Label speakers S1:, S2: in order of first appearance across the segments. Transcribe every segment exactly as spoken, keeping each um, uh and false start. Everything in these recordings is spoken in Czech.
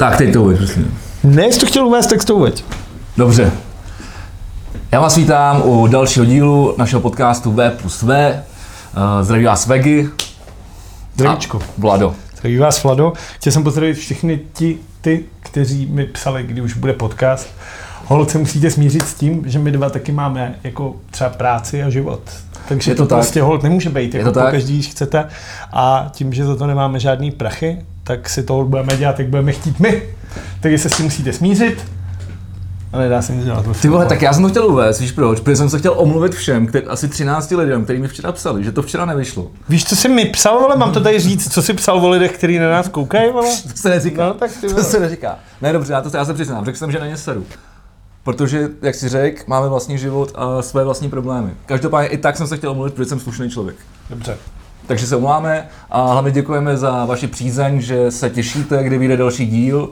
S1: Tak, teď to uveď, prosím.
S2: Ne, jsi to chtěl uvést, tak to uveď.
S1: Dobře. Já vás vítám u dalšího dílu našeho podcastu V plus V. Zdraví vás Vegy.
S2: Zdravíčko.
S1: Vlado.
S2: Zdraví vás Vlado. Chtěl jsem pozdravit všechny ti, ty, kteří mi psali, kdy už bude podcast. Holce, musíte smířit s tím, že my dva taky máme jako třeba práci a život. Takže
S1: je to,
S2: to
S1: tak.
S2: prostě hold nemůže být, jako
S1: to
S2: po každý, když chcete. A tím, že za to nemáme žádný prachy, tak si to budeme dělat, jak budeme chtít my. Takže se s tím musíte smířit. A nedá se nic dělat.
S1: Ty vole, tak já jsem to chtěl uvést, víš proč? Protože jsem se chtěl omluvit všem, který, asi třinácti lidem, kteří mi včera psali, že to včera nevyšlo.
S2: Víš, co jsi mi psal, vole? Mám to tady říct, co jsi psal o lidech, kteří na nás koukají, vole?
S1: To se neříká.
S2: No, tak ty
S1: to se neříká. Ne, dobře, já, to, já se přiznám, řekl jsem, že na ně seru. Protože, jak si řekl, máme vlastní život a své vlastní problémy. Každopádně i tak jsem se chtěl omluvit, protože jsem slušný člověk.
S2: Dobře.
S1: Takže se omláme a hlavně děkujeme za vaši přízeň, že se těšíte, kdy vyjde další díl.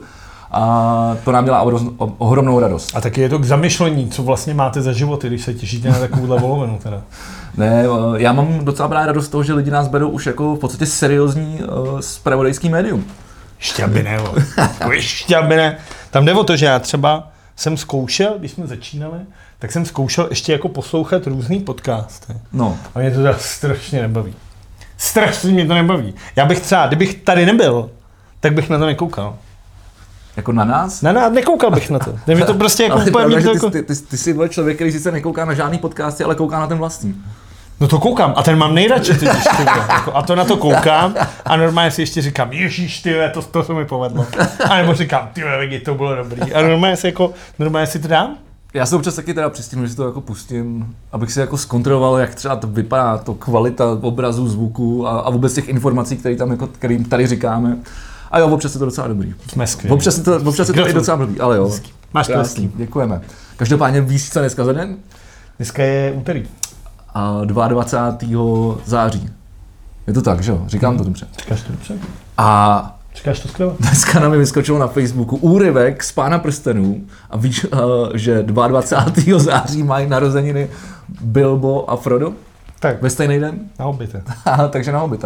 S1: A to nám dělá ohromnou radost.
S2: A taky je to k zamyšlení, co vlastně máte za životy, když se těšíte na takovouhle volovinu teda.
S1: Ne, já mám docela právě radost z toho, že lidi nás berou už jako v podstatě seriózní uh, zpravodajský médium.
S2: Šťaby ne, šťaby ne. Tam jde o to, že já třeba jsem zkoušel, když jsme začínali, tak jsem zkoušel ještě jako poslouchat různý podcasty.
S1: No.
S2: A mě to teda strašně nebaví. Strašně mě to nebaví. Já bych třeba, kdybych tady nebyl, tak bych na to nekoukal.
S1: Jako na nás?
S2: Na nás, nekoukal bych na to. Mě to prostě jako úplně...
S1: Pravda,
S2: to
S1: ty,
S2: jako...
S1: ty, ty, ty jsi byl člověk, který sice nekouká na žádný podcasty, ale kouká na ten vlastní.
S2: No to koukám a ten mám nejradši teď ještě, jako, a to na to koukám a normálně si ještě říkám, ježíš tyhle, to, to se mi povedlo. A nebo říkám, tyhle Vegy, to bylo dobrý. A normálně si jako, normálně si to dám.
S1: Já se občas taky teda přistihnu, že si to jako pustím, abych si jako zkontroloval, jak třeba to vypadá, to kvalita obrazu, zvuku a, a vůbec těch informací, které tam jako, kterým tady říkáme. A jo, občas je to docela dobrý.
S2: Jsme skvělí.
S1: Občas je to, občas je to i docela blbý, ale jo.
S2: Máš krásný.
S1: Děkujeme. Každopádně víš, co dneska za den?
S2: Dneska je úterý.
S1: A dvacátého druhého září. Je to tak, že jo? Říkám hmm. to dobře.
S2: Říkáš to dobře?
S1: A
S2: říkáš to skvěle.
S1: Dneska nám vyskočilo na Facebooku úryvek z Pána prstenů a víš, uh, že dvacátého druhého září mají narozeniny Bilbo a Frodo?
S2: Tak.
S1: Ve stejný den?
S2: Na Hobita.
S1: Takže na Hobita.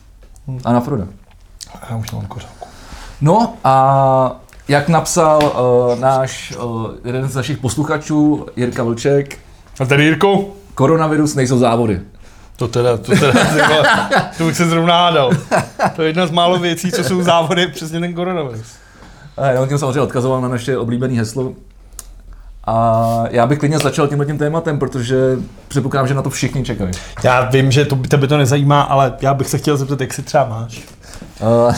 S1: A na Froda.
S2: Já už mám kořálku.
S1: No a jak napsal uh, náš, uh, jeden z našich posluchačů, Jirka Vlček.
S2: A tady Jirko?
S1: Koronavirus nejsou závody.
S2: To teda, to teda, tyhle, to bych se zrovna hádal. To je jedna z málo věcí, co jsou závody, přesně ten koronavirus.
S1: A on tím samozřejmě odkazoval na naše oblíbené heslo. A já bych klidně začal tímhletím tématem, protože předpokládám, že na to všichni čekají.
S2: Já vím, že to, tebe to nezajímá, ale já bych se chtěl zeptat, jak si třeba máš. Uh.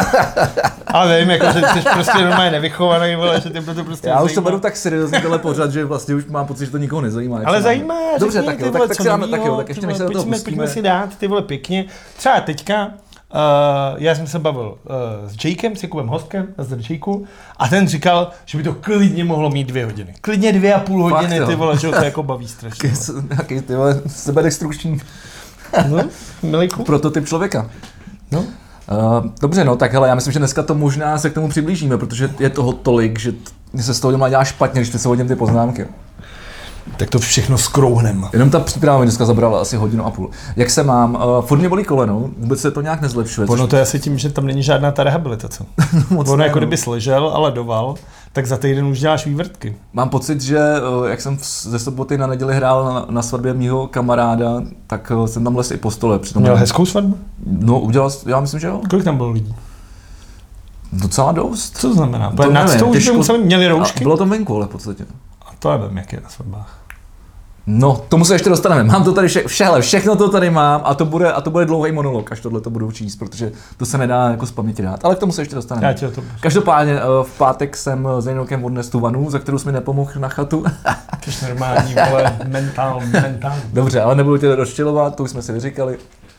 S2: Ale vím, jako, že jsi prostě normálně nevychovaný, vole, že tebe to prostě
S1: já
S2: nezajímá.
S1: už to beru tak seriózně tohle pořád, že vlastně už mám pocit, že to nikoho nezajímá.
S2: Ale zajímá,
S1: dobře,
S2: řekni,
S1: tak jo,
S2: ty
S1: tak,
S2: vole,
S1: tak,
S2: co
S1: si dáme,
S2: novýho,
S1: tak jo, tak ještě než se do toho pustíme.
S2: Pojďme si dát, ty vole, pěkně. Třeba teďka, uh, já jsem se bavil uh, s Jakem, s Jakubem Hostkem, na Jakeu, a ten říkal, že by to klidně mohlo mít dvě hodiny. Klidně dvě a půl hodiny,
S1: fakt,
S2: ty vole, že to jako baví strašně.
S1: Jaký ty vole, sebedestrukční
S2: no, milejku.
S1: Prototyp člověka.
S2: No.
S1: Uh, dobře, no tak hele, já myslím, že dneska to možná se k tomu přiblížíme, protože je toho tolik, že t- se z toho dělá dělá špatně, když ty se hodím ty poznámky.
S2: Tak to všechno skrouhnem.
S1: Jenom ta příprava mi dneska zabrala asi hodinu a půl. Jak se mám? Uh, furt mě bolí koleno, vůbec se to nějak nezlepšuje.
S2: Ono to je asi tím, že tam není žádná ta rehabilitace. Ono ne, jako kdyby sležel a ledoval, tak za týden už děláš vývrtky.
S1: Mám pocit, že uh, jak jsem ze soboty na neděli hrál na, na svatbě mýho kamaráda, tak uh, jsem tam les i po stole. Přitom
S2: Měl hezkou svatbu?
S1: No, udělal, já myslím, že jo.
S2: Kolik tam bylo lidí?
S1: Docela dost.
S2: Co znamená?
S1: To
S2: Nad
S1: nevím,
S2: tou už
S1: těžko...
S2: museli, měli roušky?
S1: A bylo to venku, ale v podstatě.
S2: A to nevím, jak je na svatbách.
S1: No, tomu se ještě dostaneme. Mám to tady vše, vše, všechno to tady mám a to bude, a to bude dlouhý monolog, až tohle to budu číst, protože to se nedá jako z paměti dát. Ale k tomu se ještě dostaneme.
S2: Já tě to
S1: Každopádně v pátek jsem s Jejnokem odnes tu vanu, za kterou jsi mi nepomohl na chatu.
S2: Jsi normální, vole, mentál, mentál.
S1: Dobře, ale nebudu tě rozčilovat, to už jsme si vyříkali.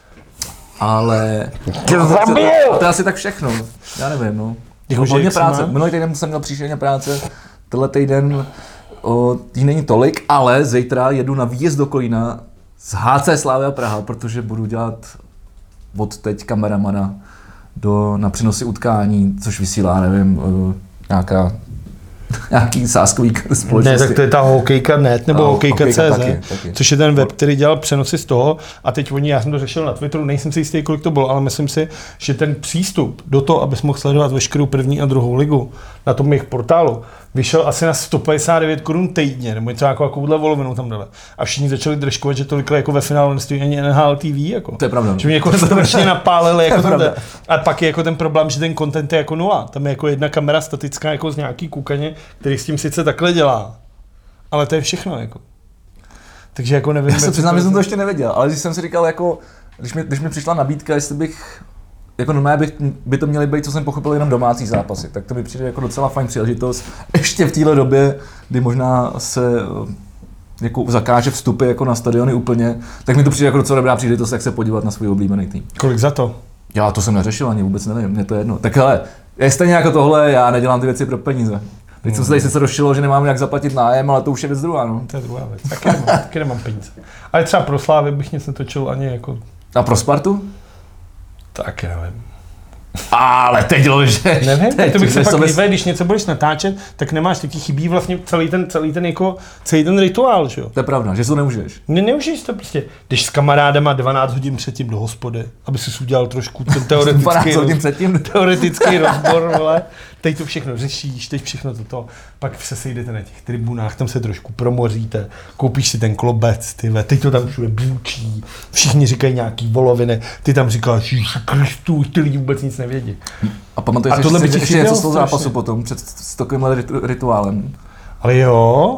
S1: Ale... A to je asi tak všechno. Já nevím, no.
S2: Jako,
S1: hodně práce. Minulý týden jsem měl příšerně práce, tenhle týden o, tý není tolik, ale zítra jedu na výjezd do Kolína z H C Slavia Praha, protože budu dělat od teď kameramana do, na přenosy utkání, což vysílá, nevím, o, nějaká nějaký sázkový společnosti.
S2: Ne, tak to je ta hokejka net net nebo no, hokejka tečka cé zet, což je ten web, který dělal přenosy z toho a teď oni, já jsem to řešil na Twitteru, nejsem si jistý, kolik to bylo, ale myslím si, že ten přístup do toho, abys mohl sledovat veškerou první a druhou ligu na tom jejich portálu, vyšel asi na sto padesát devět korun týdně, nebo něco jako takovouhle volovinu tam dali. A všichni začali držkovat, že tolik jako ve finále nestojí ani N H L T V. Jako.
S1: To je pravda.
S2: Že mě jako strašně napálili. Jako to ten, a pak je jako ten problém, že ten content je jako nula. Tam je jako jedna kamera statická jako z nějaký koukaně, který s tím sice takhle dělá. Ale to je všechno. Jako. Takže jako nevím.
S1: Já se přiznám, že jsem to ještě nevěděl, ale když jsem si říkal, jako, když mi, když mi přišla nabídka, jestli bych jako normálně bych, by to měly být, co jsem pochopil, jenom domácí zápasy, tak to mi přijde jako docela fajn příležitost. Ještě v téhle době, kdy možná se jako zakáže vstupy jako na stadiony úplně, tak mi to přijde jako docela dobrá příležitost, jak se podívat na svůj oblíbený tým.
S2: Kolik za to?
S1: Já to jsem neřešil ani, vůbec nevím, mě to je jedno. Tak hele, je stejně jako tohle, já nedělám ty věci pro peníze. Teď no. jsem se tady sice došilo, že nemám jak zaplatit nájem, ale to už je věc druhá, no.
S2: To je druhá věc, taky nemám, taky nemám peníze. Ale třeba pro Slávy bych nic netočil ani jako...
S1: A pro Spartu?
S2: Taky nevím.
S1: Ale teď lože.
S2: Nevím, teď, to bych se fakt líbě, když něco budeš natáčet, tak nemáš, taky chybí vlastně celý ten, celý ten, jako, celý ten rituál, že jo?
S1: To je pravda, že to nemůžeš.
S2: Ne, nemůžeš to prostě, když s kamarádama dvanáct hodin předtím do hospody, aby si udělal trošku ten teoretický, roz, předtím. teoretický rozbor, vole. Teď to všechno řešíš, teď všechno toto, pak se sejdete na těch tribunách, tam se trošku promoříte, koupíš si ten klobec, tyhle, teď to tam všude bůčí, všichni říkají nějaký voloviny, ty tam říkáš, Ježiši Kristu, ty lidi vůbec nic nevědí.
S1: A pamatuješ si ještě, ještě něco z toho zápasu potom, před s takovýmhle rituálem?
S2: Ale jo,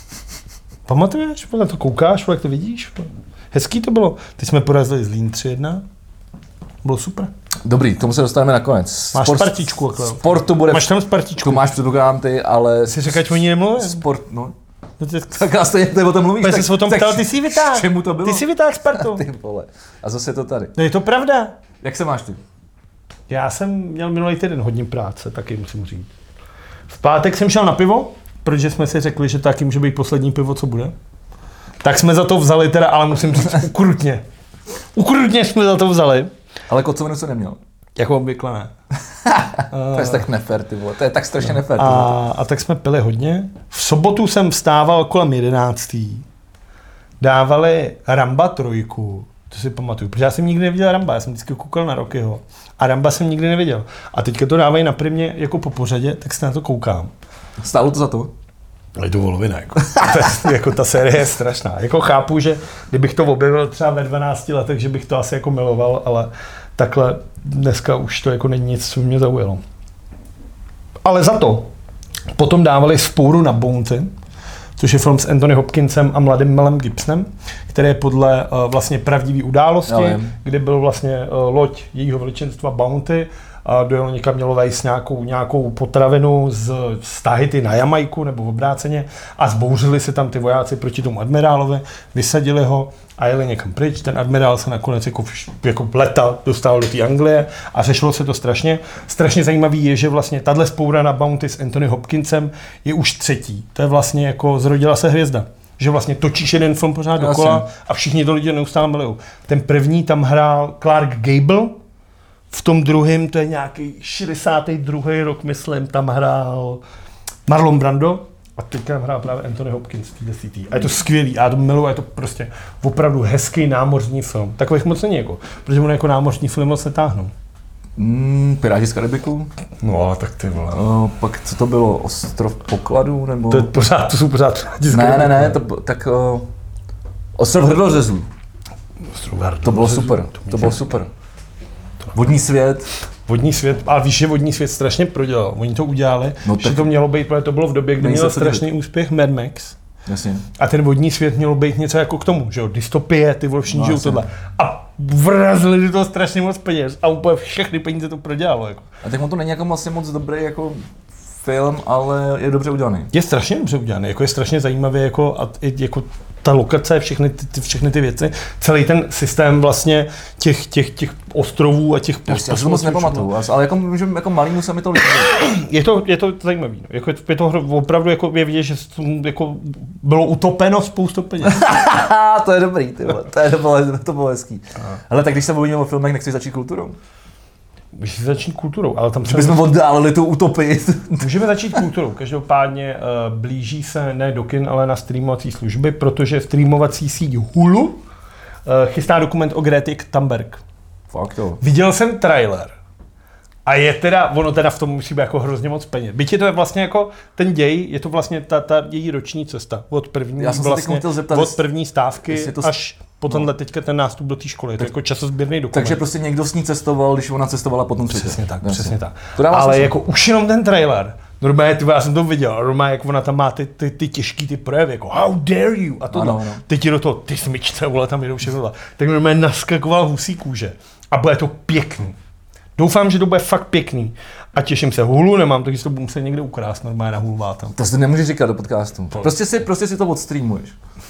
S2: pamatuješ, na to koukáš, jak to vidíš, hezký to bylo, teď jsme porazili Zlín tři jedna, bylo super.
S1: Dobrý, k tomu se dostaneme nakonec.
S2: Máš Sport, Spartičku. Jako.
S1: Sportu bude...
S2: Máš tam Spartičku.
S1: Tu máš předpokládám ty, ale...
S2: Jsi říkal, že o ní nemluvím?
S1: Sport, no. no ty... Tak a stejně ty o tom mluvíš.
S2: Tak jsi o tom ptal, ty jsi vytáhl.
S1: Čemu to bylo?
S2: Ty jsi vytáhl Spartu.
S1: Ty vole. A zase je to tady.
S2: No je to pravda.
S1: Jak se máš ty?
S2: Já jsem měl minulý týden hodně práce, taky musím říct. V pátek jsem šel na pivo, protože jsme si řekli, že taky může být poslední pivo, co bude. Tak jsme za to vzali teda, ale musím říct ukrutně. Ukrutně jsme za to vzali.
S1: Ale kocovinu se neměl.
S2: Jako obvykle ne.
S1: To je tak nefér, ty vole. To je tak strašně nefér.
S2: A, a tak jsme pili hodně. V sobotu jsem vstával kolem jedenáctý. Dávali Ramba trojku. To si pamatuju, protože já jsem nikdy neviděl Ramba. Já jsem vždycky koukal na Rockyho. A Ramba jsem nikdy neviděl. A teďka to dávají na primě jako po pořadě, tak se na to koukám.
S1: Stálo to za to?
S2: Ale to volovina, jako. To, jako ta série je strašná. Jako chápu, že kdybych to objevil třeba ve dvanácti letech, že bych to asi jako miloval, ale takhle dneska už to jako není nic, co mě zaujalo. Ale za to potom dávali Vzpouru na Bounty, což je film s Anthony Hopkinsem a mladým Melem Gibsonem, který je podle uh, vlastně pravdivé události, kdy byl vlastně uh, loď jejího veličenstva Bounty, a dojelo někam, mělo vejít nějakou, nějakou potravinu z, z Tahiti na Jamajku nebo v obráceně a zbouřili se tam ty vojáci proti tomu admirálovi, vysadili ho a jeli někam pryč. Ten admirál se nakonec jako, jako leta dostal do té Anglie a řešilo se to strašně. Strašně zajímavý je, že vlastně tahle Vzpoura na Bounty s Anthony Hopkinsem je už třetí. To je vlastně jako Zrodila se hvězda. Že vlastně točíš jeden film pořád dokola a všichni to lidi neustále milujou. Ten první tam hrál Clark Gable, v tom druhém, to je nějaký šedesátý druhý rok, myslím, tam hrál Marlon Brando a teďka hrál právě Anthony Hopkins v té desítý. A je to skvělý, já to miluji, je to prostě opravdu hezký námořní film. Takových moc není jako, protože ono jako námořní film moc netáhnou.
S1: Mm, Piráti z Karibiku?
S2: No, tak ty vole.
S1: Uh, pak co to bylo? Ostrov pokladu? Nebo...
S2: To, je pořád, to jsou pořád Piráti z Karibiku.
S1: Ne, ne, ne, to, tak uh, Ostrov hrdořezů.
S2: Ostrov hrdořezů.
S1: To bylo super, to, to bylo super. Vodní svět.
S2: Vodní svět, ale víš, že Vodní svět strašně prodělal. Oni to udělali, no, že to mělo být, protože to bylo v době, kdy měl strašný dělat. úspěch Mad Max.
S1: Jasně.
S2: A ten Vodní svět mělo být něco jako k tomu, že jo, dystopie, ty vole, všichni no, žijou tohle. A vrazili do toho strašně moc peněz a úplně všechny peníze to prodělalo. Jako.
S1: A tak on to není jako vlastně moc dobrý jako film, ale je dobře udělaný.
S2: Je strašně dobře udělaný, jako je strašně zajímavý, jako, a, jako ta lokace, všechny ty, ty, všechny ty věci, celý ten systém vlastně těch, těch, těch ostrovů a těch
S1: postupů. Já si to moc nepamatuju, ale jako, jako malýmu se mi to líbí.
S2: Je to, je to zajímavý, no. Jako je to opravdu jako je vidět, že jako bylo utopeno spoustu peněz.
S1: To je dobrý, ty vole. To, je, to, bylo, to bylo hezký. Ale tak když se bavíme o filmech, nechceš začít kulturou?
S2: Můžeme začít kulturou, ale tam
S1: se... Bychom oddálili tu utopii.
S2: Můžeme začít kulturou. Každopádně uh, blíží se ne do kin, ale na streamovací služby, protože streamovací síť Hulu uh, chystá dokument o Gretě Thunberg.
S1: Fakt jo.
S2: Viděl jsem trailer. A je teda, ono teda v tom musí být jako hrozně moc peněz. Byť je to vlastně jako ten děj, je to vlastně ta, ta její roční cesta. Od první, vlastně,
S1: zeptat,
S2: od první stávky
S1: to...
S2: až po tenhle teďka ten nástup do té školy. Je to tak, jako časozběrný dokument.
S1: Takže prostě někdo s ní cestoval, když ona cestovala po tom světě.
S2: Přesně tak, Jasně. přesně tak. Ale jako už jenom ten trailer, normálně, ty, já jsem to viděl, normálně, jak ona tam má ty, ty, ty těžký ty projevy, jako how dare you a to. Teď je do toho, ty smyčce, vole, tam jedou všechno. Tak normálně naskakoval husí kůže. A bude to pěkný. Doufám, že to bude fakt pěkný. A těším se. Hulu nemám, takže si to budu muset někde ukrást normálně na Huluvátam.
S1: To si nemůžeš říkat do podcastu. Prostě si, prostě si to odstreamuješ.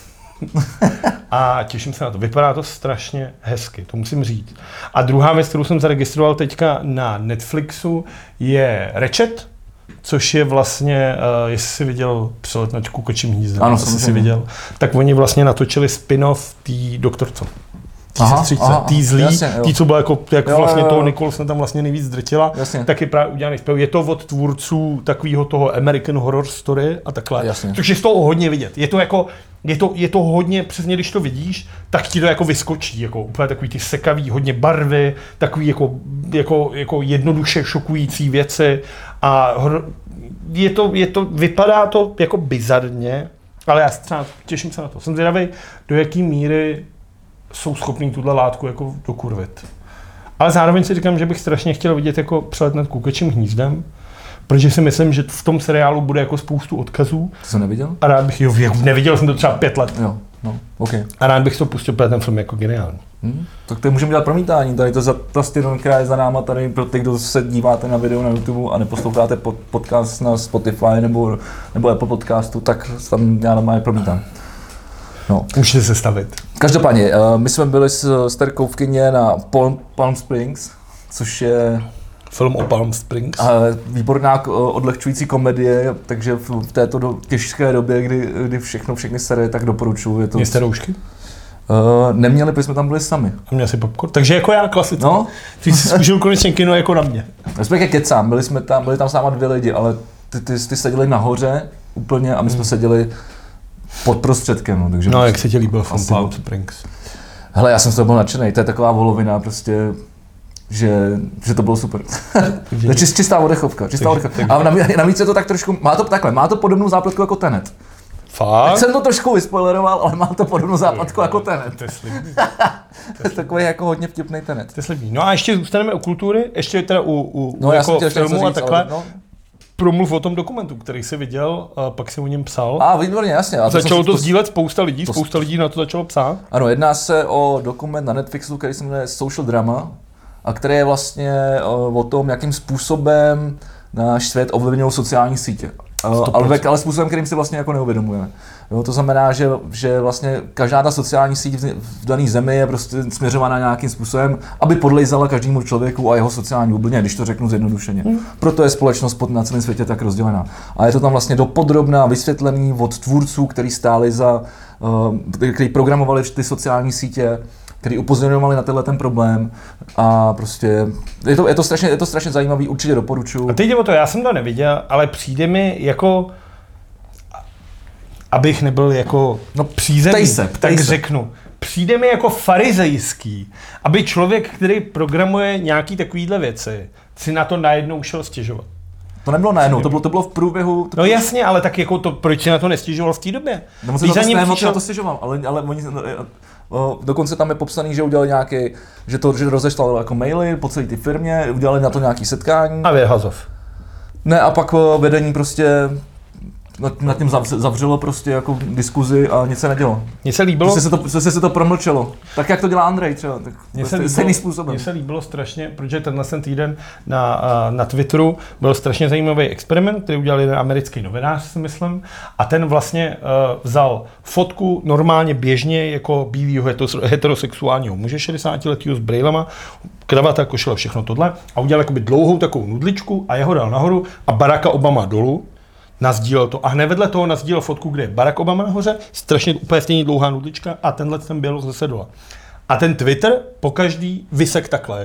S2: A těším se na to. Vypadá to strašně hezky, to musím říct. A druhá věc, kterou jsem zaregistroval teďka na Netflixu, je Ratchet, což je vlastně, uh, jestli jsi viděl Přelet nad kukačím hnízdem,
S1: ano,
S2: jsem si viděl, tak oni vlastně natočili spin-off tý doktorce. Tý sestřičce, tý zlý, jasně, tý, co byla jako, jak jo, vlastně jo, jo. toho Nicholson tam vlastně nejvíc zdrtila, jasně. Tak je právě udělaný zpěv. Je to od tvůrců takového toho American Horror Story a takhle, jasně. Což je z toho hodně vidět. Je to jako, je to, je to hodně, přesně když to vidíš, tak ti to jako vyskočí, jako úplně takový ty sekavý, hodně barvy, takový jako, jako, jako jednoduše šokující věci a je to, je to, vypadá to jako bizarně, ale já třeba těším se na to. Jsem zvědavý, do jaký míry jsou schopní tuhle látku jako dokurvit. Ale zároveň si říkám, že bych strašně chtěl vidět jako Přelet nad kukačím hnízdem, protože si myslím, že v tom seriálu bude jako spoustu odkazů.
S1: To jsem neviděl?
S2: A rád bych, jo, neviděl jsem to třeba pět let.
S1: Jo, no, okay.
S2: A rád bych to pustil, protože ten film jako geniální.
S1: Hmm, tak to můžeme dělat promítání, tady to za, ta stěnka je za náma, tady pro ty, kdo se díváte na video na YouTube a neposloucháte pod, podcast na Spotify nebo, nebo Apple podcastu, tak tam já normálně promítám. No.
S2: Můžete se stavit.
S1: Každopádně, my jsme byli s, s Terkou v kině na Palm, Palm Springs, což je
S2: film o Palm Springs.
S1: Výborná odlehčující komedie, takže v, v této do, těžké době, kdy, kdy všechno, všechny série, tak doporučuji. Je to...
S2: Mějste roušky?
S1: Uh, neměli, protože jsme tam byli sami.
S2: A měl si popcorn? Takže jako já klasicky.
S1: No.
S2: Ty jsi zkušil konečně kino jako na mě.
S1: Respektive kecám, byli jsme tam, byli tam s náma dvě lidi, ale ty, ty, ty seděli nahoře úplně a my jsme hmm. seděli pod prostředkem. No, takže
S2: no jak se ti líbil film Palm Springs?
S1: Hele, já jsem z toho byl nadšenej, to je taková volovina prostě, že, že to bylo super. To je čist, čistá odechovka, čistá
S2: takže,
S1: odechovka. A navíc, navíc je to tak trošku, má to takhle, má to podobnou zápletku jako Tenet.
S2: Fakt?
S1: Tak jsem to trošku vyspoileroval, ale má to podobnou zápletku jako Tenet.
S2: To je slibný.
S1: To je takový jako hodně vtipný Tenet.
S2: To je slibný. No a ještě zůstaneme u kultury, ještě teda u, u, no, u jako filmu a takhle. Ale, no. Promluv o tom dokumentu, který jsi viděl, a pak si o něm psal.
S1: A výborně, jasně. A
S2: to začalo to sdílet spousta lidí, spousta lidí na to začalo psát.
S1: Ano, jedná se o dokument na Netflixu, který se jmenuje Social Drama a který je vlastně o tom, jakým způsobem náš svět ovlivnil sociální sítě. Ale, ale způsobem, kterým si vlastně jako neuvědomujeme. Jo, to znamená, že, že vlastně každá ta sociální síť v, v dané zemi je prostě směřovaná nějakým způsobem, aby podlejzala každému člověku a jeho sociální bublině, když to řeknu zjednodušeně. Hmm. Proto je společnost na celém světě tak rozdělená. A je to tam vlastně dopodrobná vysvětlený od tvůrců, kteří stáli za, uh, kteří programovali ty sociální sítě, který upozorňovali na tenhle ten problém a prostě je to, je to, strašně, je to strašně zajímavý, určitě doporučuji.
S2: A teď jde o to, já jsem to neviděl, ale přijde mi jako, abych nebyl jako no, přízemní, se, tak se. řeknu, přijde mi jako farizejský, aby člověk, který programuje nějaký takovýhle věci, si na to najednou šel stěžovat.
S1: To nebylo najednou, to bylo, to bylo v průběhu...
S2: To no jasně, ale tak jako to, proč si na to nestěžoval v té době?
S1: No, se to přišel... na to stěžoval, ale, ale oni... Dokonce tam je popsaný, že udělali nějaký, že to že rozeslali jako maily po celé ty firmě, udělali na to nějaký setkání.
S2: A vyhazov.
S1: Ne, a pak vedení prostě nad, nad tím zavřelo prostě jako diskuzi a nic se nedělo.
S2: Mně se líbilo.
S1: Prostě se to, prostě se to promlčelo. Tak jak to dělá Andrej třeba, tak prostě stejný způsobem.
S2: Mně se líbilo strašně, protože tenhle ten týden na, na Twitteru byl strašně zajímavý experiment, který udělal jeden americký novinář, si myslím, a ten vlastně uh, vzal fotku normálně běžně jako bílýho heterosexuálního muže šedesátiletého s brejlema, kravata, košile, všechno tohle a udělal jakoby dlouhou takovou nudličku a jeho dal nahoru a Baracka Obama dolů. Nazdílel to a hned vedle toho nazdílel fotku, kde je Barack Obama nahoře, strašně úplně stejně dlouhá nudlička a tenhle ten byl zase dole. A ten Twitter pokaždý vysek takhle jako.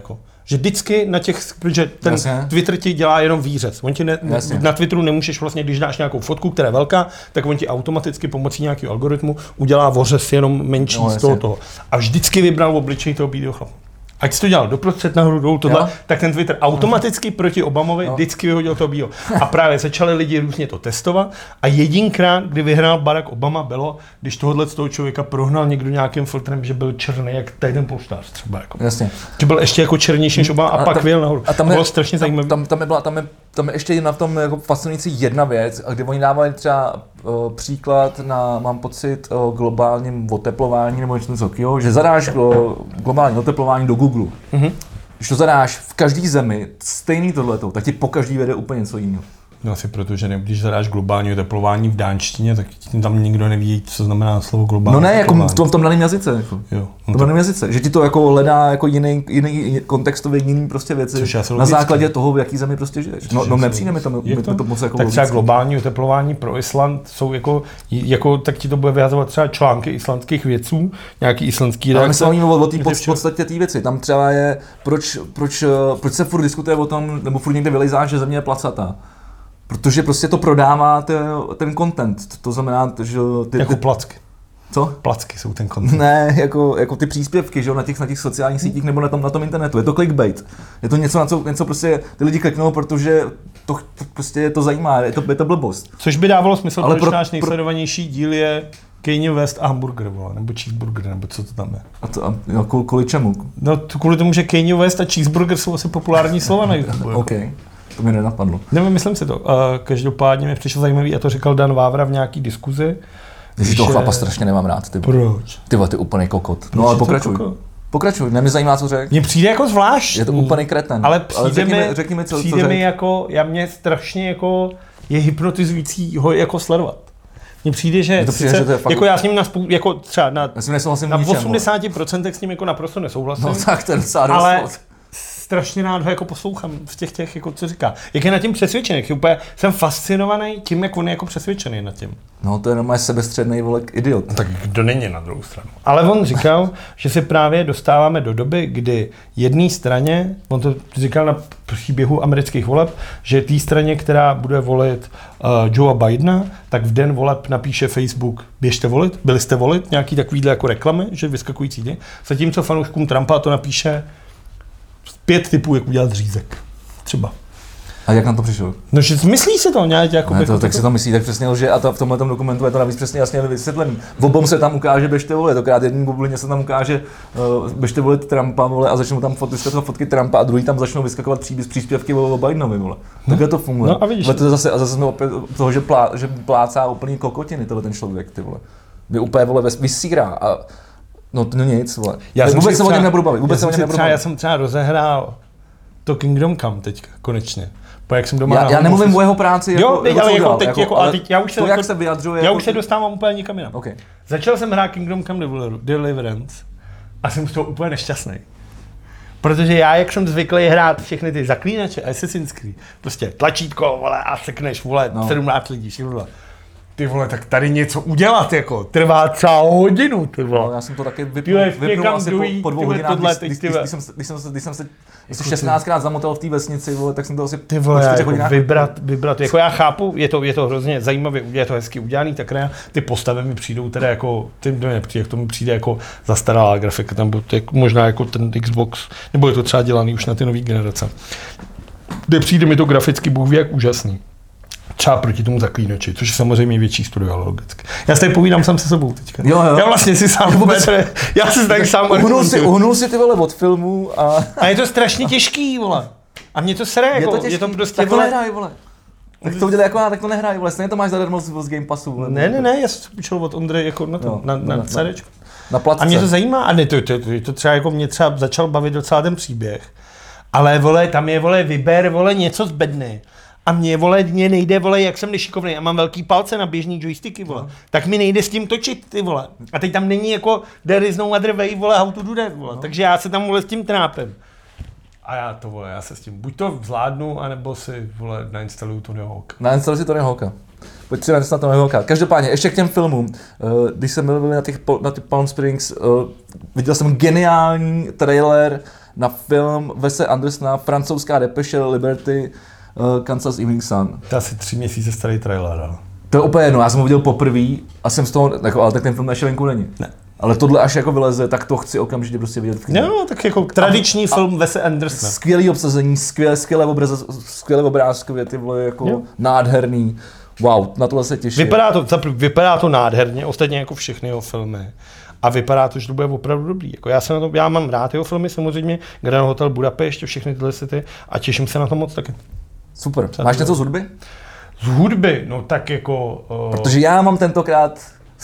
S2: Že vždycky na těch, protože ten
S1: Jasně.
S2: Twitter ti dělá jenom výřez. On ti ne,
S1: Jasně.
S2: na Twitteru nemůžeš vlastně, když dáš nějakou fotku, která je velká, tak on ti automaticky pomocí nějakého algoritmu udělá vořez jenom menší
S1: No,
S2: z toho toho. A vždycky vybral obličej toho bílého chlapa. Ať jsi to dělal doprostřed nahoru dolů tohle, jo? Tak ten Twitter automaticky proti Obamovi jo. vždycky vyhodil toho bílého. A právě začali lidi různě to testovat a jedinkrát, kdy vyhrál Barack Obama, bylo, když tohohle z toho člověka prohnal někdo nějakým filtrem, že byl černý, jak tady ten polštář třeba. Jako.
S1: Jasně.
S2: Že byl ještě jako černější než Obama a, a pak vyjel nahoru.
S1: A tam
S2: bylo
S1: je,
S2: strašně zajímavé.
S1: Tam, tam, je byla, tam, je, tam je ještě na tom jako fascinující jedna věc, kdy oni dávali třeba uh, příklad na, mám pocit, o globálním oteplování nebo něco takového, že zadáš uh, globální oteplování do Google. Mm-hmm. Když to zadáš v každé zemi stejný tohleto, tak ti po každý vede úplně něco jiného.
S2: No asi protože ne, když zadáš globální oteplování v dánštině, tak tam nikdo neví, co znamená slovo globální.
S1: No ne, jako v tom, v tom daném jazyce. Jako.
S2: Jo,
S1: no v tom daném jazyce, že ti to jako hledá jako jiný, jiný kontextově jiný prostě věci na základě toho, v jaký zemi prostě žiješ. No, no nepřijde mi to, mi to, to moc jako
S2: tak třeba
S1: logicky.
S2: globální oteplování pro Island jsou jako, jako tak ti to bude vyhazovat třeba články islandských vědců, nějaký islandský reakce.
S1: Ale my se bavíme o, o té pod, podstatě té věci. Tam třeba je, proč, proč, proč se furt diskutuje o tom, nebo furt někde vylejzá, že země je placatá. Protože prostě to prodává te, ten content, to znamená, že ty...
S2: Jako
S1: ty,
S2: placky.
S1: Co?
S2: Placky jsou ten content.
S1: Ne, jako, jako ty příspěvky, že jo, na těch, na těch sociálních sítích nebo na tom, na tom internetu. Je to clickbait. Je to něco, na co něco prostě ty lidi kliknou, protože to, to prostě je to zajímá, je to, je to blbost.
S2: Což by dávalo smysl,
S1: ale
S2: proč
S1: pro,
S2: náš nejsledovanější díl je Kanye West a hamburger, vole, nebo cheeseburger, nebo co to tam je.
S1: A to, a, a kvůli čemu?
S2: No kvůli tomu, že Kanye West a cheeseburger jsou asi populární slova na YouTube.
S1: OK. To mi nenapadlo.
S2: Nevím, myslím si to. Uh, každopádně mi přišlo zajímavý, a to říkal Dan Vávra v nějaký diskuzi.
S1: Když toho chlapa strašně nemám rád. Ty
S2: Proč?
S1: Ty vole, ty úplný kokot. No ale pokračuj. Pokračuj, mě zajímá, co řekl.
S2: Mně přijde jako zvláštní.
S1: Je to úplný kreten.
S2: Ale přijde, ale
S1: řekni,
S2: mi,
S1: mi, řekni mi, co,
S2: přijde
S1: co
S2: mi jako, já mě strašně jako, je hypnotizující ho jako sledovat. Mně přijde, že,
S1: to přijde,
S2: sice,
S1: že to je fakt...
S2: jako já s ním na, jako třeba na, na
S1: ničem,
S2: osmdesát procent s ním jako naprosto nesouhlasím.
S1: No tak ten
S2: ale strašně rád ho jako poslouchám v těch těch, jako co říká. Jak je nad tím přesvědčený, úplně jsem fascinovaný tím, jak on je jako přesvědčený nad tím.
S1: No to je normálně sebestřednej volek idiot.
S2: No, tak kdo není na druhou stranu. Ale on říkal, že se právě dostáváme do doby, kdy jedné straně, on to říkal na příběhu amerických voleb, že té straně, která bude volit uh, Joea Bidena, tak v den voleb napíše Facebook, běžte volit, byli jste volit, nějaký takovýhle jako reklamy, že vyskakující dny. Zatímco fanouškům Trumpa to napíše pět typů, jak udělat řízek. Třeba.
S1: A jak na to přišel?
S2: No, že myslí si to nějak jako...
S1: Ne, to,
S2: jako
S1: tak si to myslí, tak přesně lže a to v tomhle dokumentu je to navíc přesně jasně vysvětlený. V obom se tam ukáže, běžte volit, tokrát jedný bublině se tam ukáže, uh, běžte volit Trumpa, vole, a začnou tam fot, vyskakovat fotky Trumpa a druhý tam začnou vyskakovat příběh, příspěvky o Bidenovi, vole.
S2: No.
S1: Takhle to funguje.
S2: No a vidíš.
S1: To je zase, a zase jsme opět toho, že, plá, že plácá úplný kokotiny, tohle ten člověk, ty vole. Vy úplně, vole, vysírá a no to nic, vole.
S2: Já
S1: vůbec se o něm nebudu bavit, vůbec
S2: já
S1: se o něm nebudu bavit.
S2: Já jsem třeba rozehrál to Kingdom Come teďka, konečně. Po jak jsem doma
S1: já, já nemluvím o jeho práci, jako,
S2: jo, teď,
S1: jako
S2: ale jako
S1: dělal,
S2: teď,
S1: jako,
S2: jako, ale teď já už se,
S1: to, jak
S2: to,
S1: se vyjadřuje,
S2: já
S1: jako
S2: už se dostávám úplně nikam jinam.
S1: Okay.
S2: Začal jsem hrát Kingdom Come Deliverance a jsem z toho úplně nešťastný. Protože já, jak jsem zvyklý hrát všechny ty zaklínače, Assassin's Creed, prostě tlačítko, vole, a sekneš, vole, no. sedmnáct lidí, všechno. Ty vole, tak tady něco udělat, jako, trvá celou hodinu, ty vole.
S1: No, já jsem to taky vypnul, vypnul asi
S2: druhý,
S1: po, po dvou hodinách,
S2: tohle,
S1: když,
S2: ty,
S1: když, když, jsem, když, jsem, když jsem se šestnáctkrát zamotal v té vesnici, vole, tak jsem to asi
S2: ty vole, po jako vybrat, vybrat, jako já chápu, je to, je to hrozně zajímavě, je to hezky udělaný, tak ne, ty postavy mi přijdou teda jako, ty nepřijde, jak to mi přijde jako zastaralá grafika, tam byl to možná jako ten Xbox, nebo je to třeba dělaný už na ty nový generace. Kde přijde mi to graficky bůh ví jak úžasný. Třeba proti tomu Zaklínači, což je samozřejmě větší studio, ale logicky. Já si tady povídám sám se sebou teďka.
S1: Jo, jo.
S2: Já vlastně si sám vůbec, já si tady sám
S1: uhnul si, uhnul si ty vole od filmu a...
S2: A je to strašně těžký, vole. A mě to sere, jako,
S1: je to, těžký,
S2: je to prostě,
S1: tak to nehraj, vole. Tak to udělej jako já, tak to nehraj, vole, stejně to máš zadarmo z, z Game Passu. Vole.
S2: Ne, ne, ne, já jsem učil od Ondry jako na to, jo, na, na, na CDčko.
S1: Na platce.
S2: A mě to zajímá, a ne, to, to, to, to třeba jako mě třeba začal bavit docela ten příběh. Ale, vole, tam je, vole, vyber, vole, něco z bedny. A mě, vole, mě nejde, vole, jak jsem nešikovnej a mám velký palce na běžný joysticky, vole, no. Tak mi nejde s tím točit, ty vole. A teď tam není jako there is no other way, vole, how to do that, vole. No. Takže já se tam, vole, s tím trápím. A já to, vole, já se s tím buď to zvládnu, anebo si, vole, nainstaluju Tonyho Hawka.
S1: Nainstaluji si Tonyho Hawka. Pojď si nainstaluji Tonyho Hawka. Každopádně, ještě k těm filmům. Když jsem byl na těch, na těch Palm Springs, viděl jsem geniální trailer na film Wese Andersona, francouzská depeše Liberty, uh, Kansas Evening Sun.
S2: To je asi tři měsíce starý trailer, ale.
S1: To je úplně jedno, já jsem ho viděl poprvé a jsem z toho, jako, ale tak ten film ještě venku není.
S2: Ne.
S1: Ale tohle až jako vyleze, tak to chci okamžitě prostě vidět v kyně.
S2: No, tak jako tradiční a, film Wese Andersona.
S1: Skvělý obsazení, skvělé, skvělé, obraz, skvělé obrázkově, ty vole, jako jo. nádherný. Wow, na tohle se těším.
S2: Vypadá to, vypadá to nádherně, ostatně jako všechny jeho filmy. A vypadá to, že to bude opravdu dobrý. Jako já, se na to, já mám rád jeho filmy samozřejmě, Grand Hotel Budapešť, všechny tyhle sety a těším se na to moc taky.
S1: Super. Máš něco z hudby?
S2: Z hudby? No tak jako... Uh...
S1: Protože já mám tentokrát,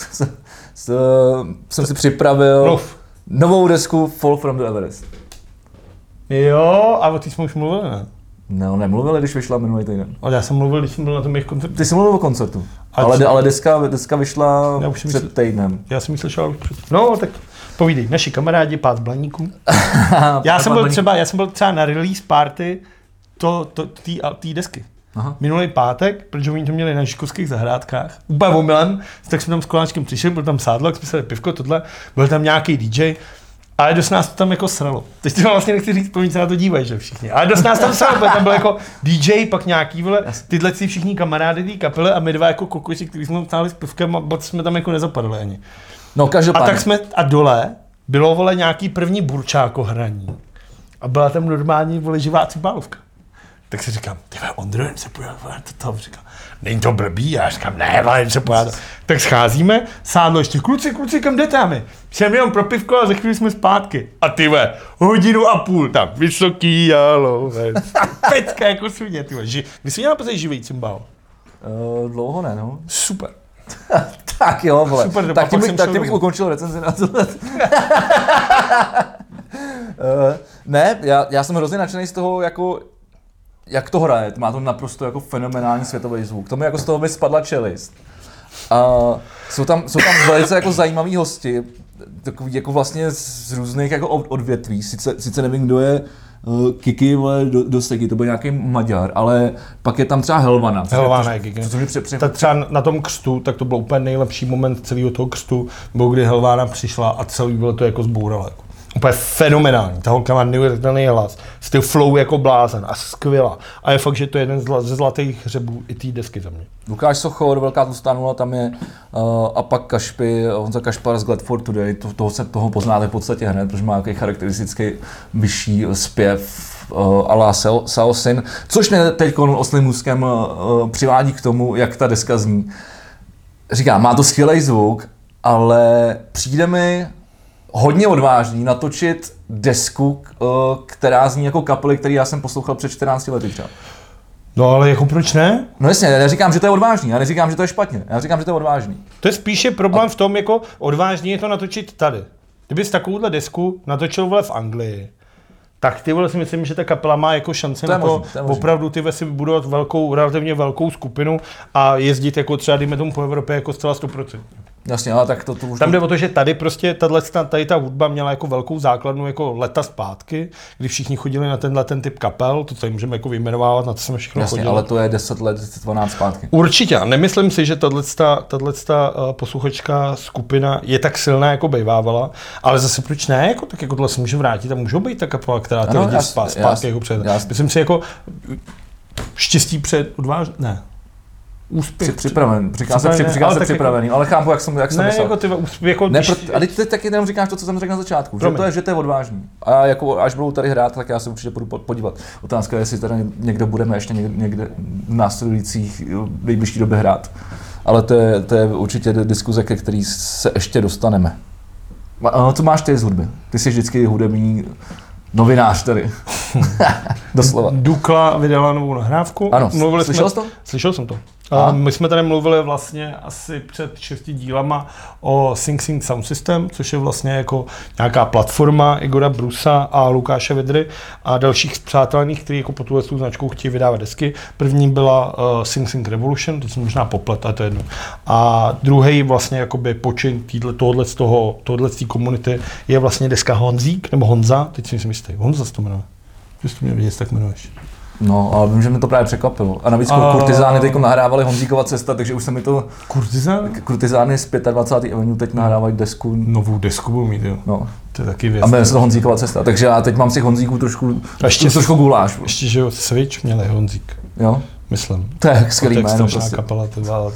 S1: jsem si připravil Mluv. novou desku Fall from the Everest.
S2: Jo, a o té jsme už mluvili, ne?
S1: No, nemluvili, když vyšla minulý týden.
S2: Ale já jsem mluvil, když jsem byl na tom jejich koncertu.
S1: Ty jsi mluvil o koncertu, ale, ale deska, deska vyšla před mysl... týdnem.
S2: Já jsem myslel, že už před... No, tak povídej, naši kamarádi, Pát Blaníků. já, jsem byl třeba, já jsem byl třeba na release party to, to, té desky. Aha. Minulý pátek, protože oni to měli na Žižkovských zahrádkách, úplně omylem, tak jsme tam s koláčkem přišli, byl tam sádlo, jak jsme se dali pivko, tohle, byl tam nějaký D J, ale dost nás to tam jako sralo. Teď to vlastně nechci říct, povím se na to dívají, že všichni. Ale dost nás tam sralo, protože tam byl jako D J, pak nějaký, vole, tyhle si všichni kamarády té kapely a my dva jako kokoši, kteří jsme tam stáli s pivkem a moc jsme tam jako nezapadli ani.
S1: No každopádně.
S2: A tak jsme, a dole bylo, vole, nějaký první burčáko hraní. A byla tam normální, vole, živá cibálovka. Tak si říkám, ty vole, Ondro, jen se pojádá to toho. Říkám, není to blbý, já říkám, ne, vole, jen se pojádá. Tak scházíme, sádlo ještě, kluci, kluci, kam jdete my? Jsem jenom pro pivko a za chvíli jsme zpátky. A ty vole, hodinu a půl tam, vysoký jalovec. Pecka jako svině, ty vole. Ži- Kdy jsi měl naposledy živý cymbál?
S1: Uh, dlouho ne, no.
S2: Super.
S1: Tak jo, vole.
S2: Super,
S1: tak tím bych, tak tím bych ukončil recenzi na tohle. uh, ne, já, já jsem hrozně nadšený z toho, jako jak to hraje, má to naprosto jako fenomenální světový zvuk. To mi jako z toho mi spadla čelist. A jsou tam, jsou tam velice jako zajímaví hosti, takový jako vlastně z různých jako odvětví. Sice, sice nevím, kdo je uh, Kiki, vole, do, do Seky, to byl nějaký Maďar, ale pak je tam třeba Helvana.
S2: Helvana je Kiki. Tak třeba na tom křtu, tak to byl úplně nejlepší moment celého toho křtu, byl kdy Helvana přišla a celý bylo to jako zbourala. Jako. Úplně fenomenální, ta holka má neuvěřitelný hlas, styl flow jako blázen a skvělá. A je fakt, že to je jeden ze zlatých hřebů i té desky za mě.
S1: Lukáš Sochor, Velká tlustá nula, tam je, uh, a pak Kašpy, Honza Kašpar z Glad for Today, to, toho, se, toho poznáte v podstatě hned, protože má nějaký charakteristický vyšší zpěv uh, a la Saosin, což mě teď oslým můstkem uh, přivádí k tomu, jak ta deska zní. Říkám, má to skvělý zvuk, ale přijde mi hodně odvážný natočit desku, která zní jako kapely, který já jsem poslouchal před čtrnácti lety třeba.
S2: No ale jako proč ne?
S1: No jasně, já říkám, že to je odvážný, já neříkám, že to je špatně, já říkám, že to je odvážný.
S2: To je spíše problém A... v tom, jako odvážný je to natočit tady. Kdybys takovouhle desku natočil vole v Anglii, tak ty vole si myslím, že ta kapela má jako šanci to na to, možný, to opravdu ty si vybudovat velkou, relativně velkou skupinu a jezdit jako třeba dejme tomu po Evropě jako zcela sto procent.
S1: Jasně, ale tak to, to už...
S2: Tam jde o to, že tady prostě tato, tady ta hudba měla jako velkou základnu jako leta zpátky, kdy všichni chodili na tenhle ten typ kapel, to tady můžeme jako vyjmenovávat, na co jsme všechno
S1: Jasně,
S2: chodili.
S1: ale to je deset let, dvanáct zpátky.
S2: Určitě, nemyslím si, že tato posluchačská skupina je tak silná, jako bejvávala, ale zase proč ne, jako, tak jako tohle se může vrátit a můžou být ta kapela, která ty lidi zpátky jas, jako před. Jas. Myslím si jako štěstí před odvážný, ne. Úspěch.
S1: Připraven, říká se, při, říká se připravený, jako, ale chápu, jak jsem, jak jsem
S2: ne,
S1: myslel.
S2: Jako ty úspěch, jako
S1: ne, pro, ale ty taky jenom říkáš to, co jsem řekl na začátku, že to, je, že to je odvážný. A jako, až budou tady hrát, tak já se určitě budu podívat. Otázka je, jestli tady někdo budeme ještě někde, někde v následujících nejbližší době hrát. Ale to je, to je určitě diskuze, ke který se ještě dostaneme. A co máš ty z hudby? Ty jsi vždycky hudební novinář tady. Doslova.
S2: Dukla vydala novou nahrávku.
S1: Ano,
S2: Mluvili
S1: slyšel
S2: jsme,
S1: jsi to?
S2: Slyšel jsem to. A my jsme tady mluvili vlastně asi před šesti dílama o Sing Sing Sound System, což je vlastně jako nějaká platforma Igora Brusa a Lukáše Vidry a dalších spřátelených, kteří jako po tuhle značkou chtějí vydávat desky. První byla uh, Sing Sing Revolution, to jsem možná poplet, ale to je jedno. A druhý vlastně jakoby počin tohohle z toho, tohohle z té komunity je vlastně deska Honzík, nebo Honza, teď si myslím jistý, Honza se to jmenuje. Když to mě vědět, tak jmenuješ.
S1: No, ale vím, že mi to právě překvapilo. A navíc
S2: A...
S1: Kurtizány teď nahrávali Honzíkova cesta, takže už se mi to...
S2: Kurtizány?
S1: Kurtizány z dvacáté pátého Avenue teď nahrávají desku.
S2: Novou desku budou mít, jo.
S1: No.
S2: To je taky věc.
S1: A jmenuje se to Honzíkova cesta, takže já teď mám si Honzíků trošku,
S2: ještě
S1: trošku guláš.
S2: Ještě, že jo, Switch měli Honzík.
S1: Jo?
S2: Myslím.
S1: To je skvělý
S2: jméno. To je
S1: prostě.
S2: kapela, to uh, uh,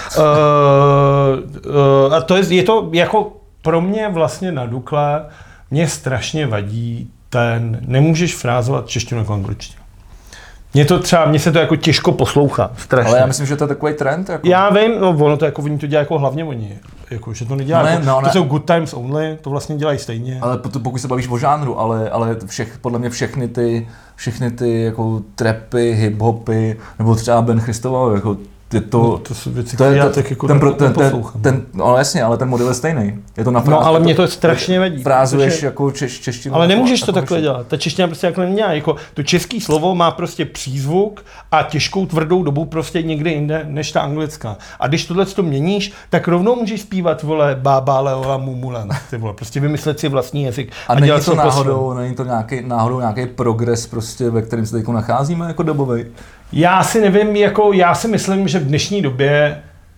S2: a to je, je to jako pro mě vlastně na Dukle, mě strašně vadí ten, nemůžeš frázovat češtinu jako angličtinu. Mně to třeba, mně se to jako těžko poslouchá, strašně.
S1: Ale já myslím, že to je takový trend. Jako...
S2: Já vím, no ono to jako, oni to dělají jako hlavně oni. Jako, že to nedělá,
S1: no ne,
S2: jako,
S1: no,
S2: to
S1: ne.
S2: jsou good times only, to vlastně dělají stejně.
S1: Ale pokud se bavíš o žánru, ale, ale všech, podle mě všechny ty, všechny ty jako trapy, hip-hopy, nebo třeba Ben Christova, jako je to,
S2: no, to jsou věci,
S1: to je,
S2: já
S1: to,
S2: tak jako
S1: ten, ten, ten,
S2: neposlouchám.
S1: ten, no jasně, ale ten model je stejný. Je to na fráz,
S2: no ale mě to strašně vadí.
S1: Frázuješ
S2: protože...
S1: jako češ, češtinu.
S2: Ale nemůžeš
S1: jako
S2: to takhle dělat. Ta čeština prostě takhle nedělá. Jako to český slovo má prostě přízvuk a těžkou tvrdou dobu prostě někde jinde než ta anglická. A když tohle to měníš, tak rovnou můžeš zpívat, vole, bába, leola, mumulen. Ty vole, prostě vymyslet si vlastní jazyk.
S1: A, a
S2: není
S1: to náhodou, není to nějaký, náhodou nějaký progres prostě, ve kterém se teď nacházíme jako dobovej?
S2: Já si nevím, jako já si myslím, že v dnešní době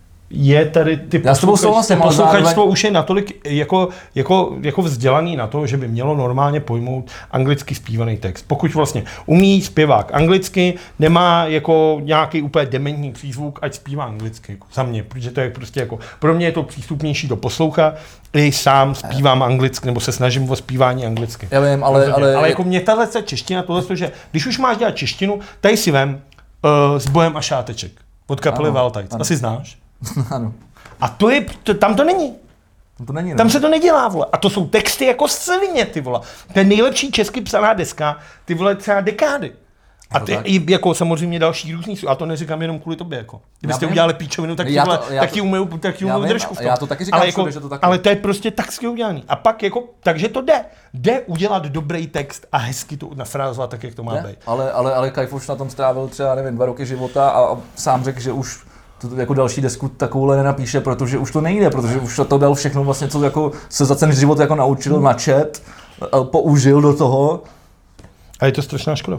S2: je tady ty posluchačstvo už je natolik jako, jako, jako vzdělaný na to, že by mělo normálně pojmout anglicky zpívaný text. Pokud vlastně umí zpěvák anglicky, nemá jako nějaký úplně dementní přízvuk, ať zpívá anglicky, jako za mě, protože to je prostě jako, pro mě je to přístupnější do posloucha, i sám zpívám anglicky, nebo se snažím o zpívání anglicky.
S1: Já vím, ale... Ale,
S2: ale jako mě tahle čeština, tohle, že když už máš dělat češtinu, tady si vem uh, s bojem a šáteček od kapely Valtajc. Asi znáš?
S1: Ano.
S2: A to je, to, tam to není.
S1: Tam to není, ne?
S2: Tam se to nedělá, vole. A to jsou texty jako svině, ty vole. To je nejlepší česky psaná deska, ty vole, třeba dekády. A ty, i jako samozřejmě další různý jsou. A to neříkám jenom kvůli tobě, jako. Kdybyste udělali píčovinu, tak ti, vole, to, tak ti umyju, tak ti umyju držku v tom.
S1: Já to taky říkám,
S2: ale, jako,
S1: že to taky.
S2: Ale to je prostě tak skvěle udělaný. A pak jako, takže to jde. Jde udělat dobrý text a hezky to nafrázovat tak, jak to má být.
S1: Ale, ale, ale Kajfoš na tom strávil třeba, nevím, dva roky života a, a sám řekl, že už to jako další desku takovouhle nenapíše, protože už to nejde, protože už to dal všechno vlastně, co jako se za ten život jako naučil, hmm. načet, použil do toho.
S2: A je to strašná škoda.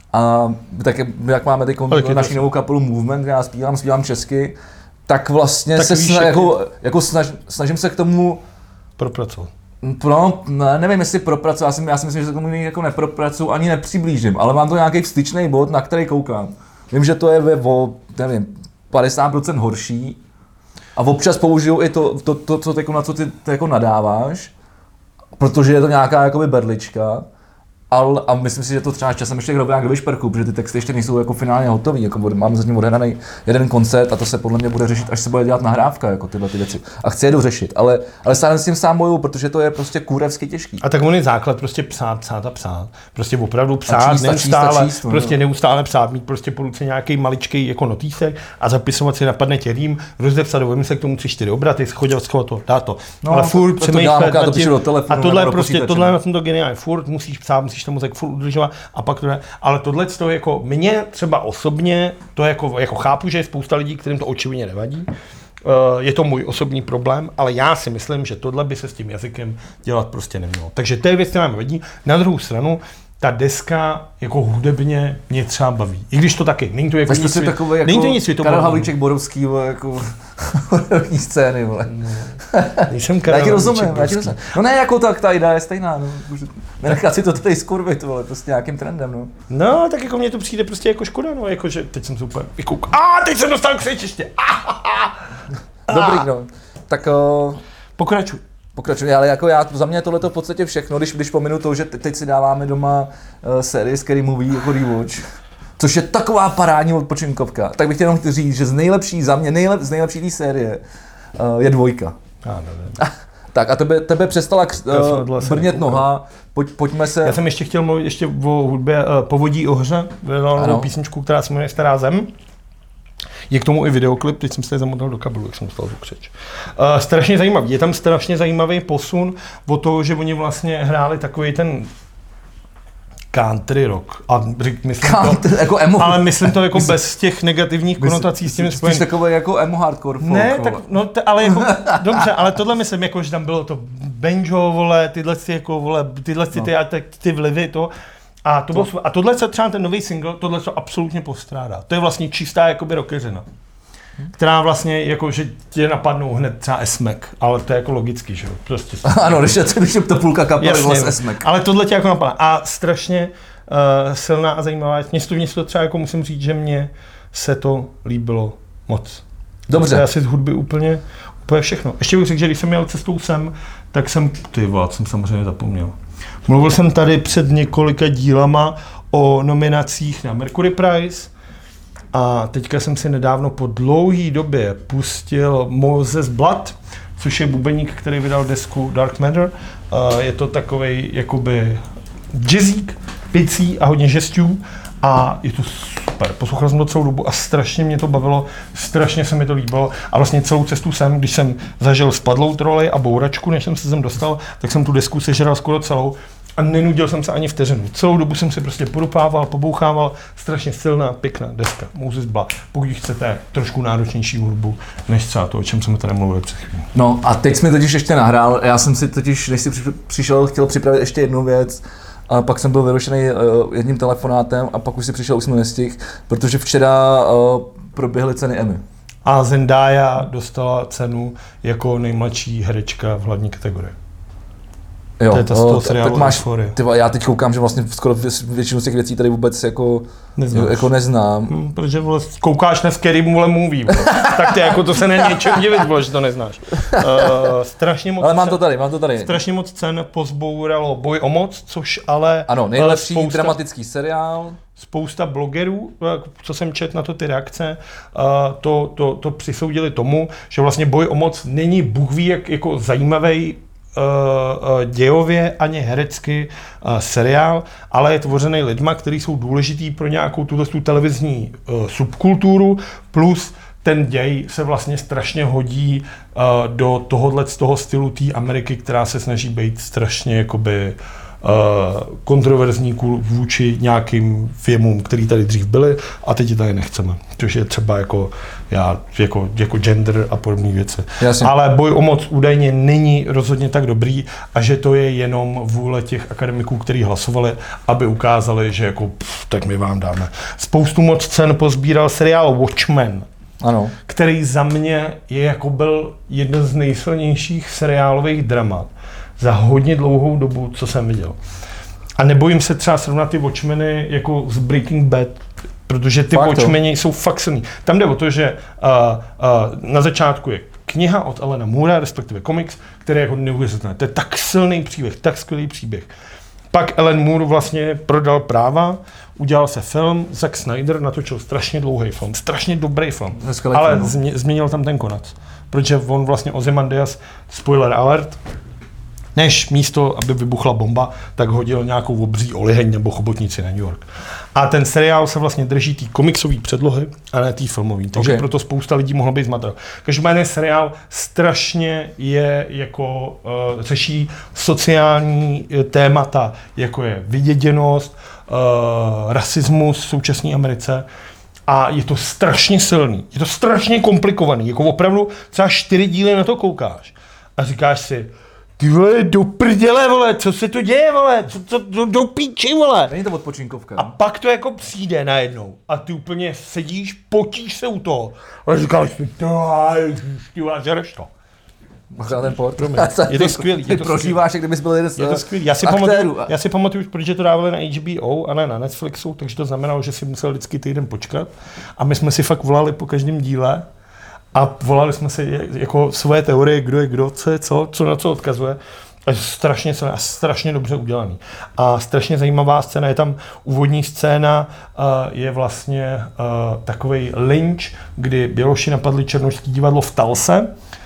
S1: A tak jak máme teď naši novou kapelu Movement, já zpívám, zpívám česky, tak vlastně tak se víš, sna, jako, jako snaž, snažím se k tomu
S2: propracovat.
S1: Pro, ne, nevím, jestli propracuju, já si, já si myslím, že se k tomu jako nepropracuju, ani nepřiblížím, ale mám to nějaký vstyčný bod, na který koukám. Vím, že to je ve, o, nevím, padesát procent horší a občas použiju i to, to, to, to, to na co ty to jako nadáváš, protože je to nějaká jakoby berlička. Ale, a myslím si, že to třeba časem ještě hrobě nějak do vyšperku, protože ty texty ještě nejsou jako finálně hotový, jako mám zatím odehraný jeden koncert a to se podle mě bude řešit, až se bude dělat nahrávka, jako tyhle ty věci. A chci je dořešit, ale, ale stále s tím sám bojuju, protože to je prostě kůrevsky těžký.
S2: A tak on je základ prostě psát, psát a psát. Prostě opravdu psát, číst, neustále, číst, prostě neustále psát, mít prostě po ruce nějaký maličký jako notýsek a zapisovat si napadne tě rým, rozepsat, vymyslet k tomu tři čtyři obraty, schodit schovat to, dá to.
S1: No,
S2: ale furt přemýšlet nad tím,
S1: a
S2: tohle je prostě, tohle je na tom to geniální, furt musíš psát, musíš tomu tak furt udržovat a pak to ne. Ale tohle to jako mě třeba osobně, to jako, jako chápu, že je spousta lidí, kterým to očividně nevadí. Je to můj osobní problém, ale já si myslím, že tohle by se s tím jazykem dělat prostě nemělo. Takže to je věc, která mě vadí. Na druhou stranu, ta deska jako hudebně mě třeba baví. I když to taky, není to jako nic,
S1: svě... takový, jako
S2: není to nic světového.
S1: Karel Havlíček Borovský, jako hudební scény, vole.
S2: No, nejsem Karel
S1: já ti rozumím, já ti rozumím. No ne, jako tak ta idea je stejná, no. Nenechat si to tady skurvit, vole, prostě nějakým trendem, no.
S2: No, tak jako mně to přijde prostě jako škoda, no, jakože teď jsem super vykouk. A teď jsem dostal křičiště.
S1: Dobrý, no. Tak uh...
S2: pokračuj.
S1: Pokračuji, ale jako já, za mě je tohleto v podstatě všechno, když, když pominu to, že teď si dáváme doma uh, sérii Scary Movie jako Rewatch, což je taková parádní odpočinkovka, tak bych chtěl jenom říct, že z nejlepší, za mě nejlep, z nejlepší té série uh, je dvojka.
S2: Já nevím.
S1: Tak a tebe, tebe přestala uh, brnět noha, Pojď, pojďme se...
S2: Já jsem ještě chtěl mluvit ještě o hudbě uh, Povodí o hře, vydal novou písničku, která se jmenuje Stará zem. Je k tomu i videoklip, teď jsem se zamotal do kabelu, jak jsem dostal tu křeč. Uh, strašně zajímavý, je tam strašně zajímavý posun o to, že oni vlastně hráli takový ten country rock. A myslím
S1: country,
S2: to,
S1: jako emo.
S2: Ale myslím to jako bez těch negativních konotací s tím spojených.
S1: Jsi takový jako emo hardcore folk.
S2: Ne, tak, no, t- ale jako, dobře, ale tohle myslím, jako, že tam bylo to banjo, vole, tyhle ty, jako, vole, tyhle ty, no. ty, ty, ty vlivy, to. A, to bylo, a tohle se třeba ten nový single, tohle se absolutně postrádá. To je vlastně čistá jakoby rockeřina, která vlastně jako, že tě napadnou hned třeba Esmek, ale to je jako logicky, že jo, prostě.
S1: Ano, když je, když je to půlka kapely vlastně Esmek.
S2: Ale tohle tě jako napadá. A strašně uh, silná a zajímavá věc. Mně to, mě to třeba jako musím říct, že mně se to líbilo moc.
S1: Dobře.
S2: To je asi z hudby úplně, úplně všechno. Ještě bych řekl, že když jsem jel cestou sem, tak jsem, ty vole, jsem samozřejmě zapomněl. Mluvil jsem tady před několika dílama o nominacích na Mercury Prize a teďka jsem si nedávno po dlouhé době pustil Moses Blood, což je bubeník, který vydal desku Dark Matter. Je to takovej jakoby jazzík, picí a hodně žestů a je to super. Poslouchal jsem to celou dobu a strašně mě to bavilo, strašně se mi to líbilo a vlastně celou cestu sem, když jsem zažil spadlou trolej a bouračku, než jsem se sem dostal, tak jsem tu desku sežral skoro celou a nenudil jsem se ani vteřinu. Celou dobu jsem si prostě podupával, pobouchával, strašně silná, pěkná deska, Moses Blood. Pokud chcete trošku náročnější hudbu, než třeba to, o čem jsme tady mluvili před chvílí.
S1: No a teď jsi mi totiž ještě nahrál, já jsem si totiž, než jsi přišel, chtěl připravit ještě jednu věc, a pak jsem byl vyrušený uh, jedním telefonátem a pak už si přišel, už jsme nestihl, protože včera uh, proběhly ceny Emmy.
S2: A Zendaya dostala cenu jako nejmladší herečka v hlavní kategorii.
S1: Jo,
S2: to je ta z toho seriálu
S1: tak máš,
S2: Euphoria.
S1: Tyva, já teď koukám, že vlastně skoro většinu z těch věcí tady vůbec jako, jako neznám.
S2: Hmm, protože vole, koukáš na Scary Movie, tak ty jako to se není něčem divit, vole, že to neznáš. Uh, strašně moc
S1: ale mám
S2: cen,
S1: to tady, mám to tady.
S2: Strašně moc cen pozbouralo Boj o moc, což ale...
S1: Ano, nejlepší
S2: spousta,
S1: dramatický seriál.
S2: Spousta blogerů, co jsem četl na to ty reakce, to, to, to přisoudili tomu, že vlastně Boj o moc není bůh ví jak jako zajímavý dějově ani herecky uh, seriál, ale je tvořený lidma, kteří jsou důležitý pro nějakou tuto televizní uh, subkulturu, plus ten děj se vlastně strašně hodí uh, do tohohle z toho stylu té Ameriky, která se snaží být strašně jakoby Uh, kontroverzní vůči nějakým filmům, který tady dřív byly a teď je tady nechceme. Což je třeba jako, já, jako, jako gender a podobné věci.
S1: Jasně.
S2: Ale Boj o moc údajně není rozhodně tak dobrý a že to je jenom vůle těch akademiků, kteří hlasovali, aby ukázali, že jako pff, tak my vám dáme. Spoustu moc cen pozbíral seriál Watchmen.
S1: Ano.
S2: Který za mě je jako byl jeden z nejsilnějších seriálových dramat za hodně dlouhou dobu, co jsem viděl. A nebojím se třeba srovnat ty Watchmeny jako z Breaking Bad, protože ty Watchmeny jsou fakt silný. Tam jde o to, že uh, uh, na začátku je kniha od Alana Moora, respektive komiks, který je jako neuvěřitelný. To je tak silný příběh, tak skvělý příběh. Pak Alan Moore vlastně prodal práva, udělal se film, Zack Snyder natočil strašně dlouhý film, strašně dobrý film, ale změ, změnil tam ten konec. Protože on vlastně Ozymandias, spoiler alert, než místo, aby vybuchla bomba, tak hodil nějakou obří oliheň nebo chobotnici na New York. A ten seriál se vlastně drží té komiksové předlohy a ne té filmové, takže okay. Proto spousta lidí mohlo být zmatená. Každopádně seriál strašně je jako uh, řeší sociální témata, jako je vyděděnost, uh, rasismus v současné Americe. A je to strašně silný, je to strašně komplikovaný, jako opravdu třeba čtyři díly na to koukáš a říkáš si, ty vole, do prdele, vole, co se to děje, vole, co, co, do, do píči, vole.
S1: Není to odpočinkovka.
S2: A pak to jako přijde najednou a ty úplně sedíš, potíš se u toho a říkáš si, ty vole, žereš to.
S1: Možná ten port.
S2: Je to skvělý.
S1: Ty prožíváš, kdybys byl jeden z
S2: Je to skvělý. Já si pamatuju, já si pamatuju, protože to dávali na H B O a ne na Netflixu, takže to znamenalo, že si musel vždycky týden počkat a my jsme si fakt volali po každém díle a volali jsme si jako svoje teorie, kdo je kdo, co je co, co na co odkazuje. A strašně, strašně dobře udělaný. A strašně zajímavá scéna, je tam úvodní scéna, je vlastně takovej lynč, kdy Běloši napadli černošský divadlo v Talse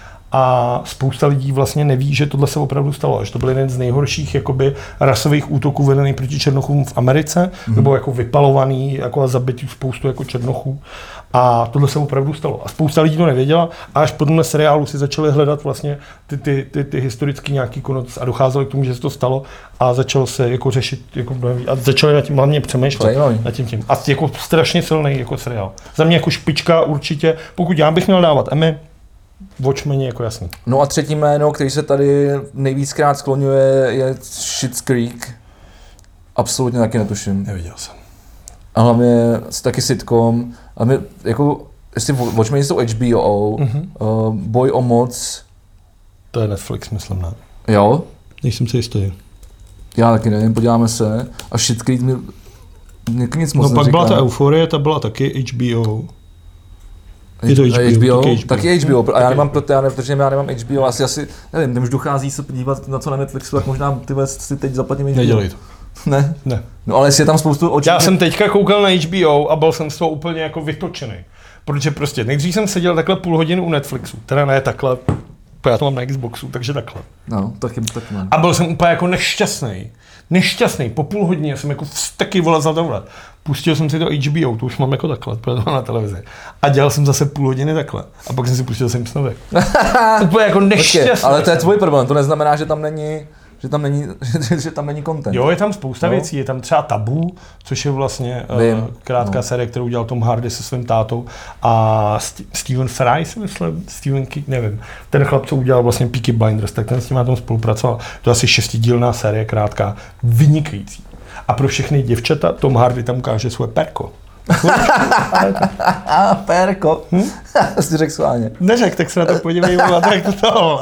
S2: a spousta lidí vlastně neví, že tohle se opravdu stalo, že to byl jeden z nejhorších jakoby rasových útoků vedených proti černochům v Americe, mm. nebo jako vypalovaný, jako a zabitý spoustu jako černochů. A tohle se opravdu stalo. A spousta lidí to nevěděla a až po tomhle seriálu si začali hledat vlastně ty, ty, ty, ty historické nějaký konec a docházelo k tomu, že se to stalo a začalo se jako řešit jako a začali nad tím hlavně přemýšlet. Nad tím tím. A jako strašně silný jako seriál. Za mě jako špička určitě, pokud já bych měl dávat Emmy, Watchmeni jako jasný.
S1: No a třetí jméno, který se tady nejvíckrát skloňuje, je Schitt's Creek. Absolutně taky netuším.
S2: Neviděl jsem.
S1: A hlavně taky sitcom, a my, jako, jestli Watchmen jsou H B O, mm-hmm. uh, Boj o moc.
S2: To je Netflix, myslím, ne?
S1: Jo?
S2: Nejsem si jistý.
S1: Já taky nevím, podíváme se. A Shit Creek mi nic moc
S2: No pak
S1: neříká.
S2: byla ta Euforie, ta byla taky H B O. Je to H B O,
S1: H B O,
S2: taky H B O.
S1: taky H B O, a já nemám, já ne, protože já nemám H B O, asi, asi, nevím, když dochází se podívat na co na Netflixu, tak možná ty si teď zaplatím H B O.
S2: Nedělej to.
S1: Ne?
S2: Ne.
S1: No ale jestli je tam spoustu očí.
S2: Já jsem teďka koukal na H B O a byl jsem z toho úplně jako vytočený. Protože prostě nejdřív jsem seděl takhle půl hodiny u Netflixu, teda ne takhle, já to mám na Xboxu, takže takhle.
S1: No, taky, taky mám.
S2: A byl jsem úplně jako nešťastný. Nešťastný, po půl hodině jsem jako vzteky vole za tohle. Pustil jsem si to H B O, to už mám jako takhle, protože to mám na televizi. A dělal jsem zase půl hodiny takhle. A pak jsem si pustil Simpsonovi. Úplně jako nešťastný.
S1: Ale to je tvůj problém, to neznamená, že tam není, že tam není, že, že tam není content.
S2: Jo, je tam spousta
S1: no.
S2: věcí, je tam třeba Tabu, což je vlastně
S1: Vím.
S2: uh, krátká
S1: no.
S2: série, kterou udělal Tom Hardy se svým tátou a St- Stephen Fry, si myslím, Stephen King, nevím. Ten chlap, co udělal vlastně Peaky Blinders, tak ten s tím na tom spolupracoval. To je asi šestidílná série, krátká, vynikající. A pro všechny děvčata Tom Hardy tam ukáže svoje perko.
S1: A perko. Hm? Jsi řekl schválně.
S2: Neřek, tak se na to podívej, jak to toho.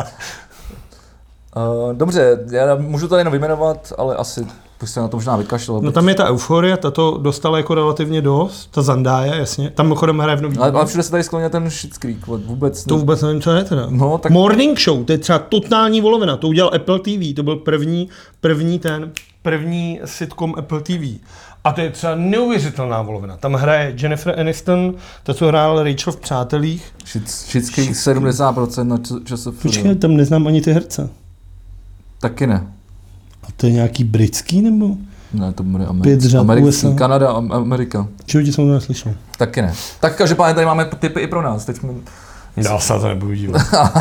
S1: Uh, dobře, já můžu tady jenom vyjmenovat, ale asi bych se na to možná vykašlal.
S2: No tam je ta Euforie, ta to dostala jako relativně dost, ta Zendaya, jasně. Tam mimochodem hraje v nový.
S1: Ale, ale všude se tady skloně ten Schitt's Creek, vůbec.
S2: To vůbec nevím, co je teda.
S1: No, tak...
S2: Morning Show, to je třeba totální volovina, to udělal Apple T V, to byl první, první ten, první sitcom Apple T V. A to je třeba neuvěřitelná volovina. Tam hraje Jennifer Aniston, ta, co hrála Rachel v Přátelích.
S1: Schitt's Creek sedmdesát procent na ČSFD.
S2: Počkej, tam neznám ani ty herce.
S1: Taky ne.
S2: A to je nějaký britský nebo?
S1: Ne, to bude
S2: Pět řad
S1: americký,
S2: U S A.
S1: Kanada, Amerika.
S2: Čeho jsem to neslyšel?
S1: Taky ne. Tak každopádně tady máme tipy i pro nás. Teď jsme...
S2: Já se to nebudu dívat.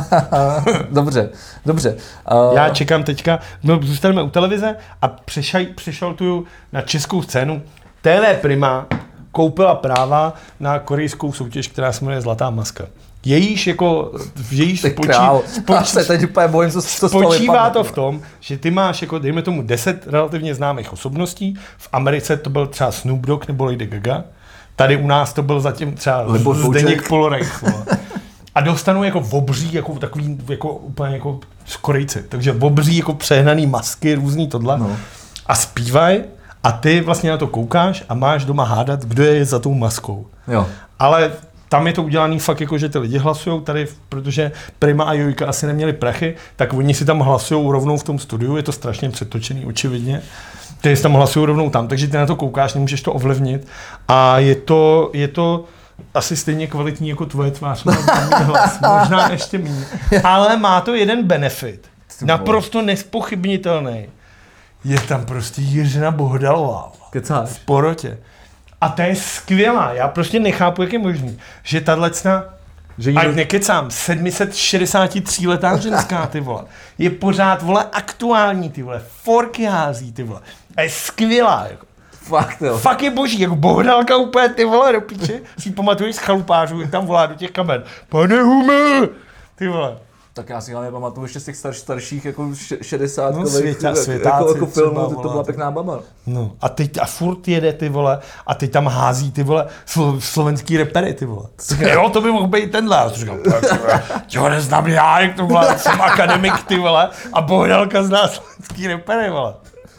S1: dobře, dobře.
S2: Uh... Já čekám teďka, no, zůstaneme u televize a přešaj, přešaltuju na českou scénu. T V Prima koupila práva na korejskou soutěž, která se jmenuje Zlatá maska. Jejíž jako, jejíž spočí,
S1: spočí, se teď úplně bojím, co, co
S2: spočívá to v tom, že ty máš jako, dejme tomu, deset relativně známých osobností. V Americe to byl třeba Snoop Dogg nebo Lady Gaga. Tady u nás to byl zatím třeba Zdeněk Polorejch. A dostanou jako obří, jako takový, jako úplně jako z Korejci. Takže obří jako přehnaný masky, různý tohle. No. A zpívaj a ty vlastně na to koukáš a máš doma hádat, kdo je za tou maskou.
S1: Jo.
S2: Ale tam je to udělaný fakt jako, že ty lidi hlasujou tady, protože Prima a Jojka asi neměli prachy, tak oni si tam hlasujou rovnou v tom studiu, je to strašně přetočený očividně. Ty si tam hlasují rovnou tam, takže ty na to koukáš, nemůžeš to ovlivnit a je to, je to asi stejně kvalitní jako tvoje tvář, hlas, možná ještě méně. Ale má to jeden benefit, naprosto nespochybnitelný. Je tam prostě Jiřina Bohdalová v porotě. A to je skvělá, já prostě nechápu, jak je možný, že tato, ať nekecám, sedm set šedesát tři letá ženská, ty vole, je pořád, vole, aktuální, ty vole, forky hází, ty vole, a je skvělá, jako.
S1: Fakt, jo.
S2: Fakt je boží, jako Bohdalka úplně, ty vole, do píče, si pamatuješ z chalupářů, jak tam volá do těch kamer, pane Hume, ty vole.
S1: Tak já si hlavně pamatuju ještě z těch star, starších jako šedesátkových
S2: no, světa,
S1: jako, jako filmů, to, to byla pěkná baba.
S2: No a teď a furt jede, ty vole, a teď tam hází, ty vole, slo, slovenský repery, ty vole. Jo, to by mohl být tenhle. A říkám, jo, neznám já, jak to byla, jsem akademik, ty vole, a Bohdalka zná slovenský repery, vole.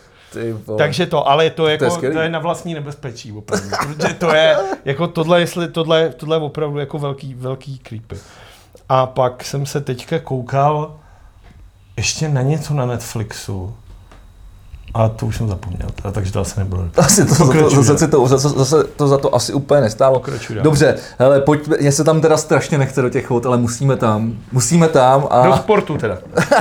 S2: Takže to, ale to, jako, to, je to je na vlastní nebezpečí, opravdu. Protože to je, jako tohle, jestli tohle, tohle je opravdu jako velký, velký creepy. A pak jsem se teďka koukal ještě na něco na Netflixu. A to už jsem zapomněl, takže to asi nebudu.
S1: Asi to, to, zase, to, zase, zase to za to asi úplně nestálo. Dobře, hele, pojď, mě se tam teda strašně nechce do těch vod, ale musíme tam. Musíme tam. A...
S2: Do sportu teda.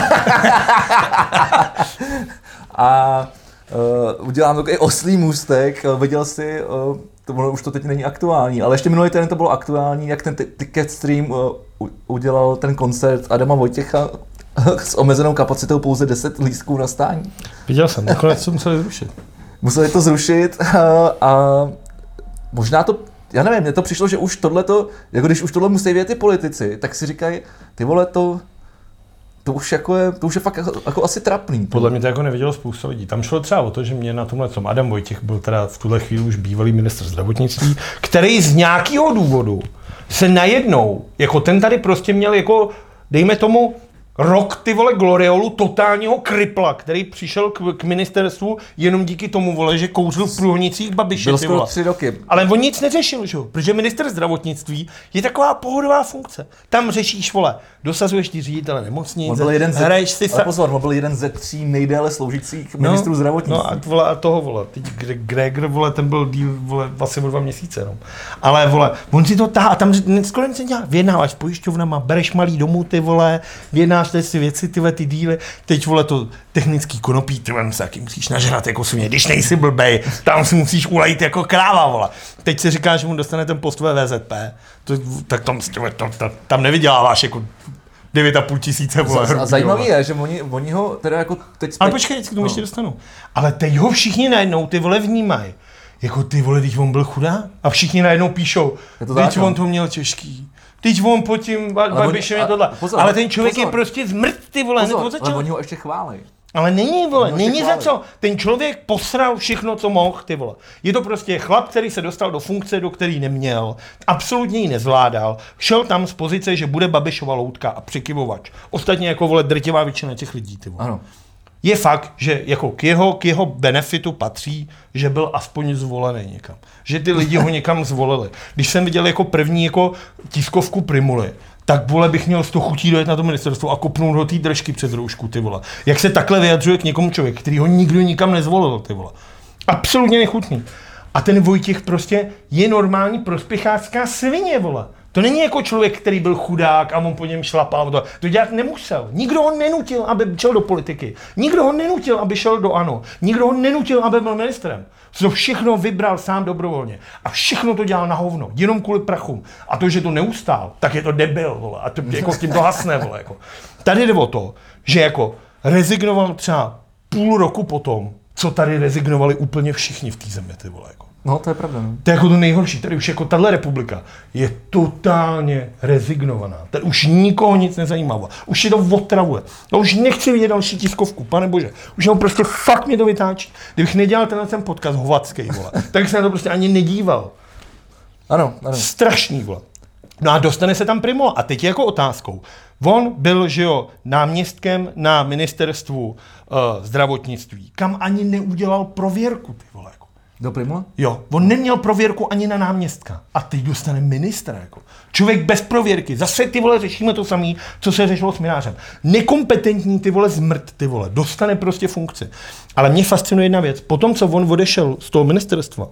S1: a uh, udělám takový oslý můstek. Viděl jsi, uh, to bylo, už to teď není aktuální, ale ještě minulý týden to bylo aktuální, jak ten Ticket Stream uh, udělal ten koncert Adama Vojtěcha s omezenou kapacitou pouze deset lístků na stání.
S2: Viděl jsem, nakonec to museli zrušit.
S1: Museli to zrušit a, a možná to, já nevím, mně to přišlo, že už tohleto, jako když už tohle musí vědět ty politici, tak si říkají, ty vole, to, to už, jako je, to už je fakt jako, jako asi trapný.
S2: Podle mě to jako nevidělo spousta lidí. Tam šlo třeba o to, že mě na tomhle tom Adam Vojtěch byl teda v tuhle chvíli už bývalý ministr zdravotnictví, který z nějakého důvodu se najednou, jako ten tady prostě měl jako, dejme tomu, rok ty vole gloriolu totálního kripla, který přišel k, k ministerstvu jenom díky tomu, vole, že kouřil v průhnicích Babiše.
S1: Byl skoro tři roky.
S2: Ale on nic neřešil, že jo? Protože minister zdravotnictví je taková pohodová funkce. Tam řešíš, vole, dosazuješ ty ředitele nemocnic, hraješ si
S1: sa... Ale pozor, on byl jeden ze tří nejdéle sloužících ministrů
S2: no,
S1: zdravotnictví.
S2: No a, vole, a toho, vole, teď Gregor, vole, ten byl díl, vole, vlastně o dva měsíce, no. Ale, vole, on si to táhá, a tam skoro nic nedělá. Vyjednáváš s pojišťovnama, bereš malý domů, ty vole, vyjednáš ty věci, tyhle ty díly, teď, vole, to technický konopí, ty vole, se jaký musíš nažrat jako svině, když nejsi blbej, tam si musíš ulejt jako kráva, vole. Teď si říkáš, že mu dostane ten post ve V Z P, to, tak tam, tam, tam, tam nevyděláváš jako devět a půl tisíce, vole.
S1: A zajímavý je, že oni, oni ho teda jako teď...
S2: Ale počkej, teď k tomu no. ještě dostanu. Ale teď ho všichni najednou, ty vole, vnímají. Jako ty vole, teď on byl chudá a všichni najednou píšou, teď on to měl těžký. Teď on pod tím Babišem je tohle. Pozor, ale ten člověk pozor. je prostě zmrt, ty vole.
S1: Pozor, ale oni ho ještě chválí.
S2: Ale není, vole, není za co. Ten člověk posral všechno, co mohl, ty vole. Je to prostě chlap, který se dostal do funkce, do který neměl, absolutně ji nezvládal, šel tam z pozice, že bude Babišova loutka a přikyvovač. Ostatně jako, vole, drtivá většina těch lidí, ty vole.
S1: Ano.
S2: Je fakt, že jako k jeho, k jeho benefitu patří, že byl aspoň zvolený někam. Že ty lidi ho někam zvolili. Když jsem viděl jako první jako tiskovku Primuly, tak, vole, bych měl z toho chutí dojet na to ministerstvo a kopnout ho té držky před roušku, ty vole. Jak se takhle vyjadřuje k někomu člověk, který ho nikdo nikam nezvolil, ty vole. Absolutně nechutný. A ten Vojtěch prostě je normální prospěchářská svině, vole. To není jako člověk, který byl chudák a on po něm šlapal. To, to dělat nemusel. Nikdo ho nenutil, aby šel do politiky. Nikdo ho nenutil, aby šel do ANO. Nikdo ho nenutil, aby byl ministrem. To všechno vybral sám dobrovolně. A všechno to dělal na hovno. Jenom kvůli prachům. A to, že to neustál, tak je to debil, vole. A to, jako s tím to hasne, vole. Jako. Tady jde o to, že jako rezignoval třeba půl roku potom, co tady rezignovali úplně všichni v té zemi, ty vole. Jako.
S1: No, to je pravda. No.
S2: To je jako to nejhorší. Tady už jako tahle republika je totálně rezignovaná. Tady už nikoho nic nezajímá. Už je to otravuje. No už nechci vidět další tiskovku, pane bože. Už jenom prostě fakt mě to vytáčí. Kdybych nedělal tenhle ten podcast hovacký, vole, tak se na to prostě ani nedíval.
S1: Ano, ano.
S2: Strašný, vole. No a dostane se tam Primula. A teď je jako otázkou. On byl, že jo, náměstkem na ministerstvu uh, zdravotnictví, kam ani neudělal prověrku, ty vole.
S1: Do Primula?
S2: Jo, on neměl prověrku ani na náměstka. A teď dostane ministra, jako. Člověk bez prověrky. Zase, ty vole, řešíme to samé, co se řešilo s Minářem. Nekompetentní, ty vole, zmrt, ty vole. Dostane prostě funkci. Ale mě fascinuje jedna věc. Potom, co on odešel z toho ministerstva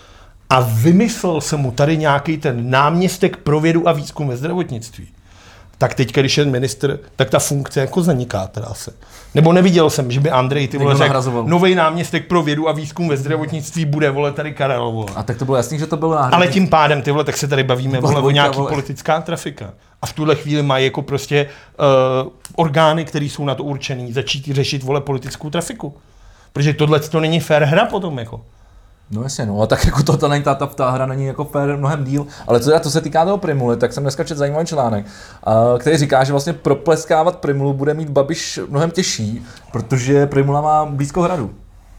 S2: a vymyslel se mu tady nějaký ten náměstek pro vědu a výzkum ve zdravotnictví, tak teď, když je ministr, tak ta funkce jako zaniká teda se. Nebo neviděl jsem, že by Andrej, ty vole, řekl, nový náměstek pro vědu a výzkum ve zdravotnictví bude, vole, tady Karel, vole.
S1: A tak to bylo jasný, že to bylo náhradní.
S2: Ale tím pádem, ty vole, tak se tady bavíme, vole, o nějaký vole. politická trafika. A v tuhle chvíli mají jako prostě uh, orgány, které jsou na to určený, začít řešit, vole, politickou trafiku. Protože tohle to není fair hra potom, jako.
S1: No jasně, no, a tak jako to, to není, ta, ta, ta hra není jako fair mnohem díl, ale co to se týká toho Primuly, tak jsem dneska četl zajímavý článek, který říká, že vlastně propleskávat Primulu bude mít Babiš mnohem těžší, protože Primula má blízko hradu.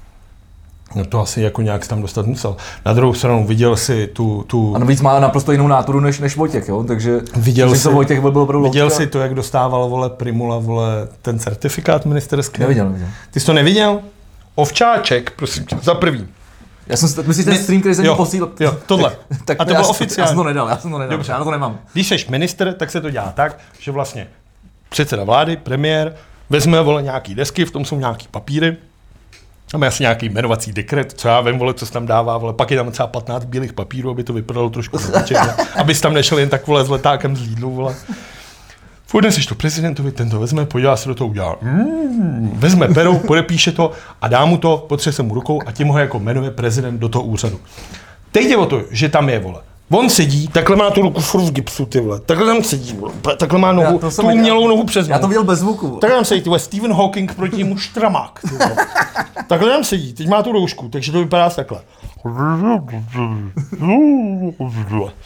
S2: No to asi jako nějak tam dostat musel. Na druhou stranu viděl si tu... tu...
S1: A navíc má naprosto jinou náturu než, než Vojtěch, jo, takže...
S2: Viděl si,
S1: Vojtěch byl opravdu
S2: viděl
S1: loutka.
S2: si to, jak dostával, vole, Primula, vole, ten certifikát ministerský?
S1: Neviděl, neviděl.
S2: Ty jsi to neviděl? Ovčáček, prosím tě, za prvý.
S1: Já jsem, myslíš ten stream, který jsem mi posílal?
S2: Jo, tohle.
S1: tak,
S2: a to bylo oficiálně.
S1: Já jsem to nedal, já jsem to nedal,
S2: Dobře.
S1: já to nemám.
S2: Když jsi ministr, tak se to dělá tak, že vlastně předseda vlády, premiér, vezme, vole, nějaký desky, v tom jsou nějaký papíry, máme asi nějaký jmenovací dekret, co já vím, vole, co se tam dává, vole, pak je tam třeba patnáct bílých papírů, aby to vypadalo trošku zločit, abys tam nešel jen tak, vole, s letákem z Lidlu, vole. Odneseš to prezidentovi, ten to vezme, podívá se do toho, udělá, mm, vezme pero, podepíše to a dá mu to, potřese mu rukou a tím ho jako jmenuje prezident do toho úřadu. Teď jde o to, že tam je, vole. On sedí, takhle má tu ruku furt v gipsu, ty vole. Takhle tam sedí, vole. Takhle má nohu, tu umělou nohu přes nohu.
S1: Já to viděl bez zvuku.
S2: Takhle tam sedí, ty vole, Stephen Hawking proti mu štramák, ty vole. Takhle tam sedí, teď má tu roušku, takže to vypadá takhle.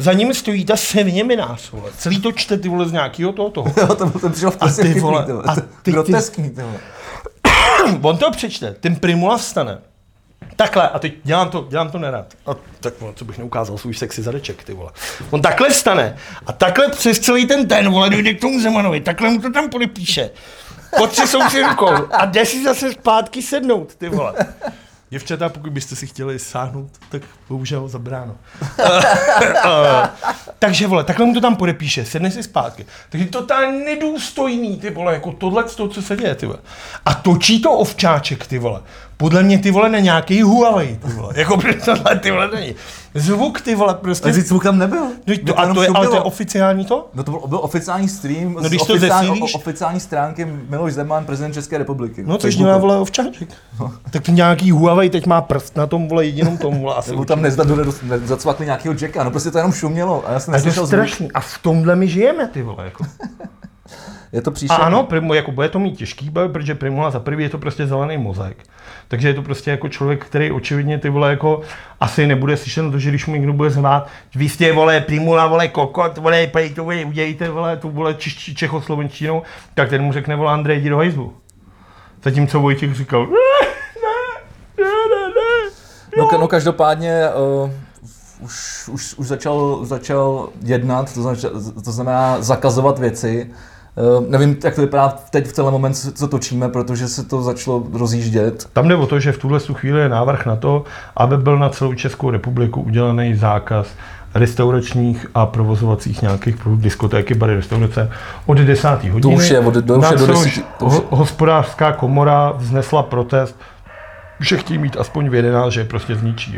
S2: za ním stojí ta Sevně Minář, vole. Celý to čte, ty vole, z nějakého toho toho.
S1: Jo, to byl ten přišel v
S2: A ty vole,
S1: ty vole.
S2: a ty,
S1: Groteskní, ty vole.
S2: On to přečte, ten Primula vstane. Takhle, a teď dělám to, dělám to nerad. A tak, no, co bych neukázal, svůj sexy zadeček, ty vole. On takhle vstane a takhle přes celý ten ten, vole, dojde k tomu Zemanovi, takhle mu to tam podepíše. Potřesou si rukou a jde si zase zpátky sednout, ty vole. Děvčata, pokud byste si chtěli sáhnout, tak bohužel zabráno. uh, uh, takže vole, takhle mu to tam podepíše, sedne si zpátky. Takže totálně nedůstojný, ty vole, jako tohle z toho, co se děje, ty vole. A točí to ovčáček, ty vole. Podle mě, ty vole, na nějaký Huawei, ty vole. Jako tohle, ty vole, není. Zvuk, ty vole, prostě.
S1: Ale zvuk tam nebyl.
S2: No, to, a to je, ale to je oficiální to?
S1: No to byl, byl oficiální stream
S2: no,
S1: z oficiální, o, oficiální stránky Miloš Zeman, prezident České republiky.
S2: No což dělá, vole, ovčáček. No. Tak to nějaký Huawei teď má prst na tom, vole, jedinom tomu, vole, asi.
S1: Nebo tam nezacvakli nějakýho Jacka, no prostě to jenom šumělo a já jsem
S2: neslyšel zvuk. A v tomhle my žijeme, ty vole, jako.
S1: Je to příšerné.
S2: A ano, Primu, jako bude to mít těžký, protože Primula za prvý je to prostě zelený mozaik. Takže je to prostě jako člověk, který očividně ty vole jako asi nebude slyšet na to, že když mu někdo bude zvát, vy jste vole Primula, vole kokot, vole pej to vole, udějte vole tu vole či, čechoslovenštinou, tak ten mu řekne vole Andrej, jdi do hajzlu. Zatímco Vojtěch říkal, ne, ne, ne, ne.
S1: No, no každopádně uh, už, už, už začal, začal jednat, to znamená, to znamená zakazovat věci. Uh, nevím, jak to vypadá teď v celém moment, co točíme, protože se to začalo rozjíždět.
S2: Tam jde o to, že v tuhle chvíli je návrh na to, aby byl na celou Českou republiku udělaný zákaz restauračních a provozovacích nějakých diskotéky, bary, restaurace od desáté hodiny.
S1: To už je, od, do, už je do deseti.
S2: Ho, hospodářská komora vznesla protest, že chtějí mít aspoň v jedenáct, že je prostě zničí.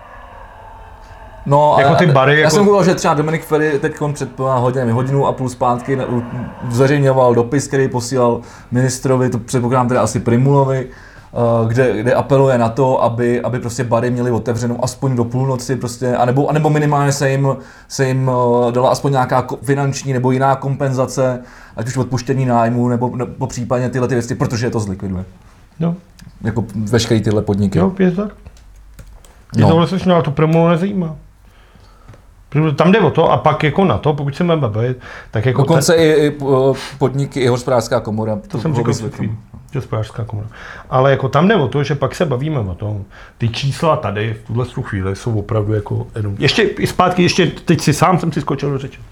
S1: No,
S2: jako ty bary,
S1: já
S2: jako...
S1: jsem mluvil, že třeba Dominik Feri teď před hodinami, hodinu a půl zpátky zveřejňoval dopis, který posílal ministrovi, to předpokládám teda asi Primulovi, kde, kde apeluje na to, aby, aby prostě bary měly otevřenou aspoň do půlnoci, prostě, anebo, anebo minimálně se jim, se jim dala aspoň nějaká finanční nebo jiná kompenzace, ať už odpuštění nájmu, nebo, nebo případně tyhle ty věci, protože je to zlikviduje.
S2: No.
S1: Jako veškeré tyhle podniky.
S2: Jo, je tak. Je no. Tohle slyšno, ale to Primulu nezajímá. Tam jde o to a pak jako na to, pokud se máme bavit, tak jako...
S1: Dokonce ten... i, i podniky, i hospodářská komora.
S2: To, to jsem říkal před chvíli, hospodářská komora. Ale jako tam jde o to, že pak se bavíme o tom, ty čísla tady v tuhle chvíli jsou opravdu jako... Ještě i zpátky, ještě teď si sám jsem si skočil do řeči.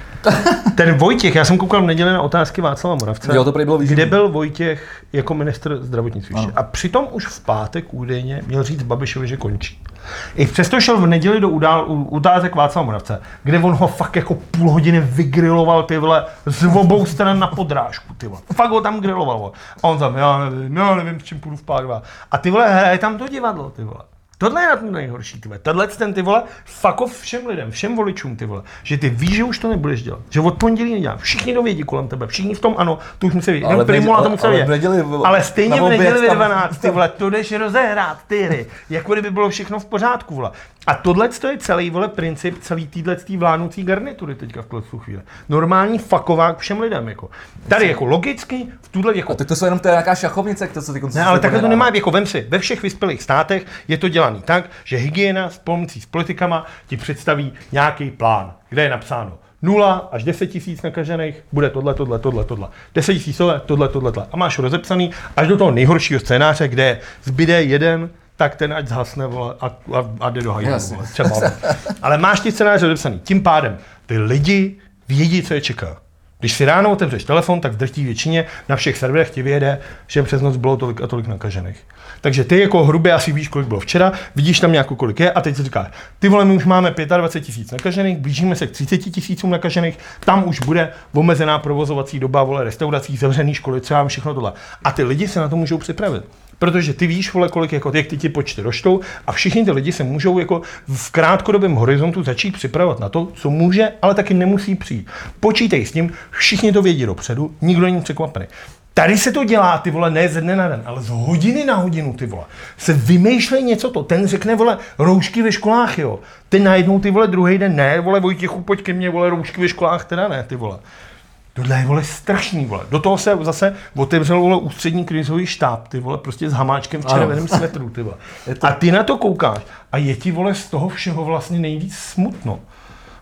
S2: Ten Vojtěch, já jsem koukal v neděli na Otázky Václava Moravce,
S1: jo, to bylo
S2: kde byl Vojtěch jako ministr zdravotnictví. Ano. A přitom už v pátek údajně měl říct Babišovi, že končí. I přesto šel v neděli do udál, u, Otázek Václava Moravce, kde on ho fakt jako půl hodiny vygriloval, ty vole, z obou stran na podrážku, ty vole. Fakt ho tam griloval. A on tam, já nevím, já nevím, s čím půjdu v pátek. A ty vole, hraje tam to divadlo, ty vole. Tohle je na tom nejhorší, ty vole. Tohle ten, ty vole, fuck off všem lidem, všem voličům, ty vole. Že ty víš, že už to nebudeš dělat. Že od pondělí nedělám. Všichni to vědí kolem tebe, všichni v tom ano, to už musí vědět. Ale, Primula to musí vědět. Ale stejně v neděli ve dvanáct, ty vole, to jdeš rozehrát, ty hry. Jako kdyby bylo všechno v pořádku, vole. A tohle je celý, vole, princip celý této vládnoucí garnitury teďka v tuhle chvíli. Normální fakovák všem lidem, jako. Tady jako logicky, v tuhle jako.
S1: A teď to jsou jenom to je nějaká šachovnice, to co ty konci.
S2: Ne, ale takhle to nemá, jako vem si, ve všech vyspělých státech je to dělaný tak, že hygiena s pomocí s politikama ti představí nějaký plán, kde je napsáno nula až deset tisíc nakažených, bude tohle, tohle, tohle, tohle. deset tisíc tohle, tohle, tohle, tohle. A máš rozepsaný až do toho nejhoršího scénáře, kde zbyde jeden, tak ten ať zhasne, vole, a, a, a jde do hajzlu, vole, třeba. Ale máš ty scénáře rozepsaný. Tím pádem ty lidi vědí, co je čeká. Když si ráno otevřeš telefon, tak v drtí většině na všech serverech ti vyjede, že přes noc bylo tolik a tolik nakažených. Takže ty jako hrubě asi víš, kolik bylo včera, vidíš tam nějakou kolik je a teď si říkáš, ty vole, my už máme dvacet pět tisíc nakažených, blížíme se k třicet tisícům nakažených, tam už bude omezená provozovací doba, vole, restaurací, zavřený školy, třeba všechno tohle. A ty lidi se na to můžou připravit. Protože ty víš, vole, kolik jako jak ty ti počty rostou a všichni ty lidi se můžou jako v krátkodobém horizontu začít připravovat na to, co může, ale taky nemusí přijít. Počítej s tím, všichni to vědí dopředu, nikdo není překvapený. Tady se to dělá, ty vole, ne ze dne na den, ale z hodiny na hodinu, ty vole. Se vymýšlej něco to, ten řekne, vole, roušky ve školách, jo. Ten najednou, ty vole, druhý den, ne, vole, Vojtěchu, pojď ke mně, vole, roušky ve školách, teda ne, ty vole. Tohle je, vole, strašný, vole. Do toho se zase otevřel, vole, ústřední krizový štáb, ty vole, prostě s hamáčkem v červeném svetru, ty vole. To... A ty na to koukáš a je ti, vole, z toho všeho vlastně nejvíc smutno.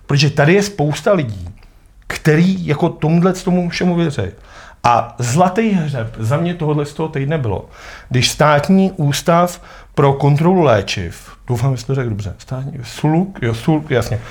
S2: Protože tady je spousta lidí, který jako tomuhle tomu všemu věří. A zlatý hřeb za mě tohohle z toho týdne bylo, když státní ústav pro kontrolu léčiv, doufám, že to řekl dobře, státní, SULK, jo, SULK, jasně,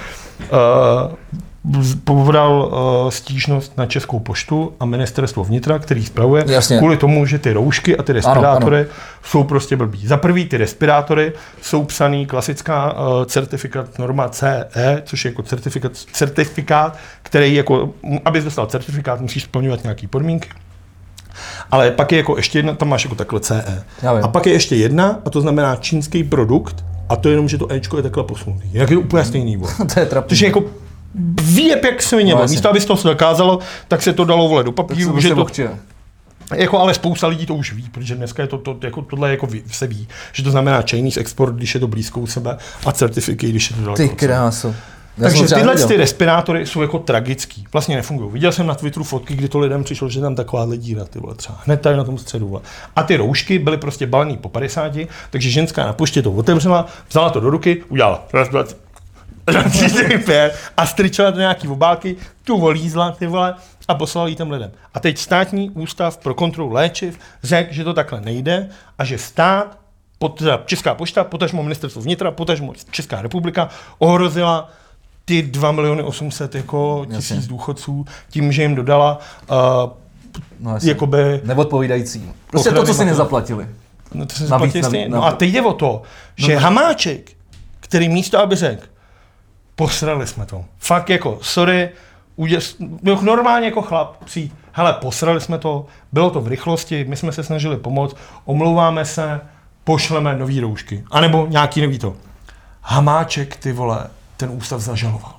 S2: uh, podal uh, stížnost na Českou poštu a ministerstvo vnitra, který spravuje, jasně. Kvůli tomu, že ty roušky a ty respirátory ano, ano. jsou prostě blbý. Za prvý ty respirátory jsou psaný klasická uh, certifikát norma C E, což je jako certifikát, certifikát, který jako, abys dostal certifikát, musíš splňovat nějaké podmínky. Ale pak je jako ještě jedna, tam máš jako takhle C E. A pak je ještě jedna, a to znamená čínský produkt, a to je jenom, že to Ečko je takhle posunutý. Jak je to úplně stejný.
S1: To je trapný.
S2: Takže jako výjeb jak svině. No, místo, aby se to zakázalo, tak se to dalo vole do papíru. Že to, jako, ale spousta lidí to už ví, protože dneska je to, to jako, tohle jako se ví, že to znamená Chinese export, když je to blízko u sebe, a certificate, když je to daleko.
S1: Ty kráso.
S2: Takže tyhle ty respirátory jsou jako tragický. Vlastně nefungují. Viděl jsem na Twitteru fotky, kdy to lidem přišlo, že tam taková díra, ty vole, třeba hned tady na tom středu. Vole. A ty roušky byly prostě balený po padesáti, takže ženská na poště to otevřela, vzala to do ruky, udělala raz, dva, tři, pět a strčela do nějaký obálky, tu volízla, ty vole, a poslala jí tam lidem. A teď státní ústav pro kontrolu léčiv řekl, že to takhle nejde a že stát, teda Česká pošta, potažmo ministerstvo vnitra, potažmo Česká republika ohrozila ty dva miliony osm set jako tisíc důchodců tím, že jim dodala uh,
S1: no
S2: jakoby...
S1: neodpovídající. Prostě to, co si nezaplatili.
S2: No, to si zaplatili stejně. No a teď jde o to, že no, Hamáček, který místo, aby řekl, posrali jsme to. Fakt jako, sorry, uděs, normálně jako chlap přijít, hele, posrali jsme to, bylo to v rychlosti, my jsme se snažili pomoct, omlouváme se, pošleme nový roušky. A nebo nějaký nový to. Hamáček, ty vole, ten ústav zažaloval.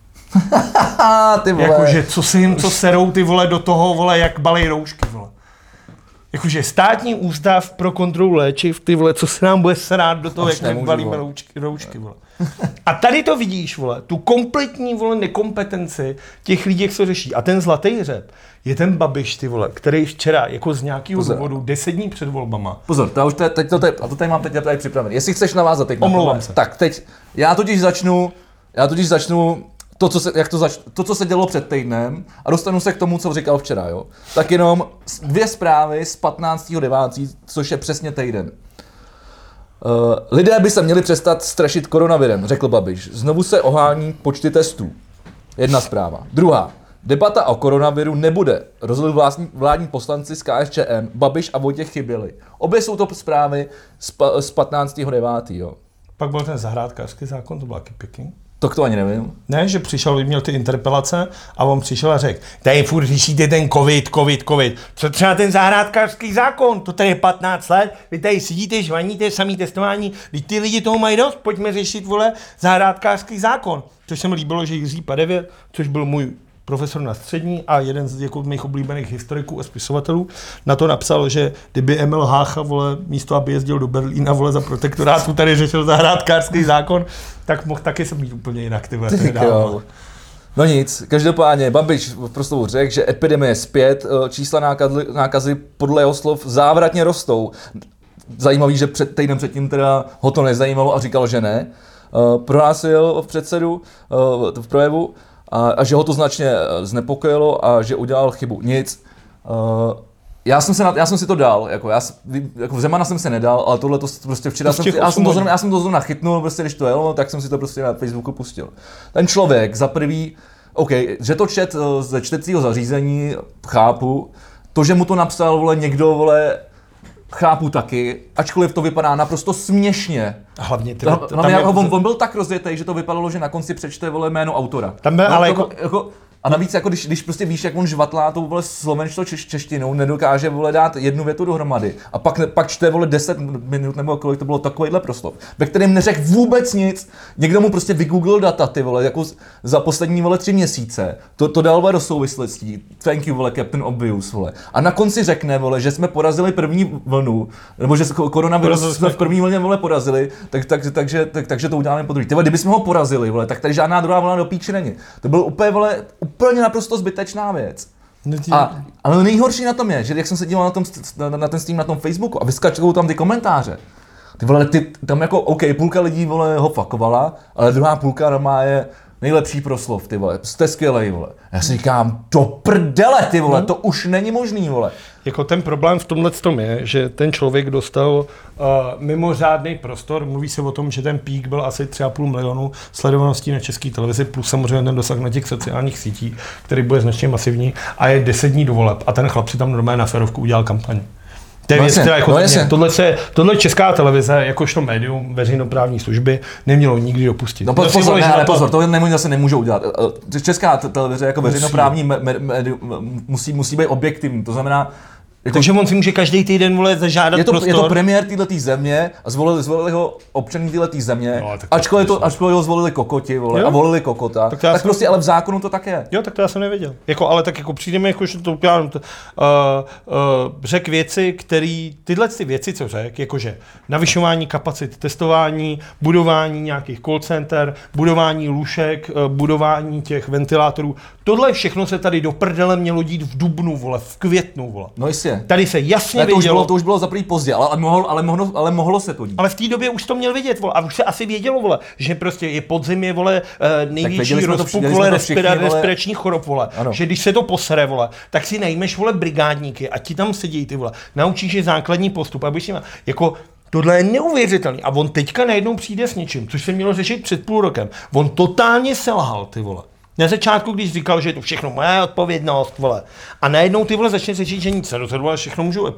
S1: Ty vole.
S2: Jakože co si jim, co serou ty vole do toho, vole, jak balej roušky, vole. Jakože státní ústav pro kontrolu léčiv, ty vole, co se nám bude srát do toho, Až jak my balíme roučky, roušky, vole. A tady to vidíš, vole, tu kompletní, vole, nekompetenci těch lidí, jak se řeší. A ten zlatý hřeb je ten Babiš, ty vole, který včera, jako z nějakého důvodu, deset dní před volbama.
S1: Pozor, to už teď, teď to, teď, a to tady mám teď tady připravený. Jestli chceš navázat teď.
S2: Omlouvám se.
S1: Tak teď, já totiž začnu, já totiž začnu to, co se, jak to, zač, to, co se dělo před týdnem a dostanu se k tomu, co říkal včera, jo. Tak jenom dvě zprávy z patnáctého devátého což je přesně týden. Uh, lidé by se měli přestat strašit koronavirem, řekl Babiš. Znovu se ohání počty testů. Jedna zpráva. Druhá. Debata o koronaviru nebude. Rozhodli vládní, vládní poslanci z K S Č M. Babiš a Vojtěch chyběli. Obě jsou to zprávy z, pa, z patnáctého devátého
S2: Pak byl ten zahrádkářský zákon, to byl taky pěkný.
S1: To to ani nevím.
S2: Ne, že přišel, měl ty interpelace a on přišel a řekl, tady furt řešíte ten covid, covid, covid. Co třeba ten zahrádkářský zákon? To tady je patnáct let, vy tady sedíte, žvaníte, samý testování, když ty lidi toho mají dost, pojďme řešit, vole, zahrádkářský zákon. Což se mi líbilo, že Jiří Padevět, což byl můj profesor na střední a jeden z jako mých oblíbených historiků a spisovatelů, na to napsal, že kdyby Emil Hácha, vole, místo aby jezdil do Berlína, vole, za protektorátu tady řešil zahrádkářský zákon, tak mohl taky se být úplně jinak, ty vole.
S1: No nic, každopádně Babiš v proslovu řekl, že epidemie je zpět, čísla nákazy, nákazy podle jeho slov závratně rostou. Zajímavý, že před týdnem předtím teda ho to nezajímalo a říkal, že ne. Prohlásil v předsedu v projevu, A, a že ho to značně znepokojilo a že udělal chybu. Nic. Uh, já, jsem se na, já jsem si to dal, jako, já, jako v Zemana jsem se nedal, ale tohle to prostě včera jsem, já jsem to zrovna, já jsem to zrovna chytnul, prostě když to jelo, tak jsem si to prostě na Facebooku pustil. Ten člověk za prvý, OK, že to čet ze čtecího zařízení, chápu, to, že mu to napsal, vole, někdo, vole, chápu taky, ačkoliv to vypadá naprosto směšně.
S2: A hlavně ty,
S1: tam, tam je, on, on byl tak rozjetý, že to vypadalo, že na konci přečte, vole, jméno autora.
S2: Tam byl,
S1: no,
S2: ale
S1: jako,
S2: jako...
S1: jako... A navíc, jako když, když prostě víš, jak on žvatlá tou, vole, slovenštou češ, češtinou, nedokáže, vole, dát jednu větu dohromady a pak, pak čte, vole, deset minut nebo kolik to bylo takovýhle proslov, ve kterém neřekl vůbec nic. Někdo mu prostě vygooglil data, ty vole, jako za poslední, vole, tři měsíce. To, to dal, vole, do souvislostí. Thank you, vole, Captain Obvious, vole. A na konci řekne, vole, že jsme porazili první vlnu, nebo že koronavirus jsme v první vlně, vole, porazili, tak, tak, takže, tak, takže to uděláme po druhý. Ty vole, kdybychom ho porazili, vole, tak tady žádná druhá vlna do píči není. To byl úplně, vole, úplně naprosto zbytečná věc. A, ale nejhorší na tom je, že jak jsem se díval na, tom, na, na ten stream na tom Facebooku a vyskačují tam ty komentáře, ty vole, ty, tam jako, OK, půlka lidí, vole, ho fakovala, ale druhá půlka normálně nejlepší proslov, ty vole, jste skvělej, vole. Já si říkám, do prdele, ty vole,
S2: no.
S1: to už není možný, vole.
S2: Jako ten problém v tomhle tom je, že ten člověk dostal uh, mimořádný prostor, mluví se o tom, že ten pík byl asi tři a půl milionu sledovaností na české televizi, plus samozřejmě ten dosah na těch sociálních sítích, který bude značně masivní a je deset dní do voleb a ten chlap si tam normálně na férovku udělal kampaň. To je
S1: no
S2: věc, která jako
S1: no
S2: tohle, se, tohle česká televize, jakožto médium veřejnoprávní služby, nemělo nikdy dopustit.
S1: No pozor, pozor, ne, ne, pozor, to nemůžu, zase nemůžou udělat. Česká televize jako veřejnoprávní médium musí, musí být objektivní, to znamená, jako,
S2: takže on si může každý týden vole zažádat
S1: je to,
S2: prostor.
S1: Je to premiér této země a zvolili, zvolili ho občané této země, no, ačkoliv, to, ačkoliv ho zvolili kokoti vole, a volili kokota, tak, tak prostě, ale v zákonu to tak je.
S2: Jo, tak to já jsem nevěděl. Jako, ale tak jako přijde mi, jako, že to udělám, uh, uh, řek věci, který, tyhle ty věci, co řek, jakože navyšování kapacit, testování, budování nějakých call center, budování lůžek, uh, budování těch ventilátorů, tohle všechno se tady do prdele mělo dít v dubnu, vole, v květnu, vole.
S1: No jistě.
S2: Tady se jasně
S1: ne, to
S2: vědělo.
S1: Už bylo, to už bylo za první pozdě, ale, ale, mohlo, ale, mohlo, ale mohlo se to dít.
S2: Ale v té době už to měl vědět, vole, a už se asi vědělo, vole, že prostě je podzim, je, vole, největší rozpuk, vole, respira, vole, respirační chorob, vole, ano. Že když se to posere, vole, tak si najmeš, vole, brigádníky a ti tam sedí, ty vole, naučíš je základní postup, aby si jako tohle je neuvěřitelný. A on teďka najednou přijde s něčím, což se mělo řešit před půl rokem. On totálně selhal, ty vole. Na začátku, když říkal, že je to všechno moje odpovědnost, vole. A najednou ty vole začne řečit, že nic nerozhodlo, ale všechno můžou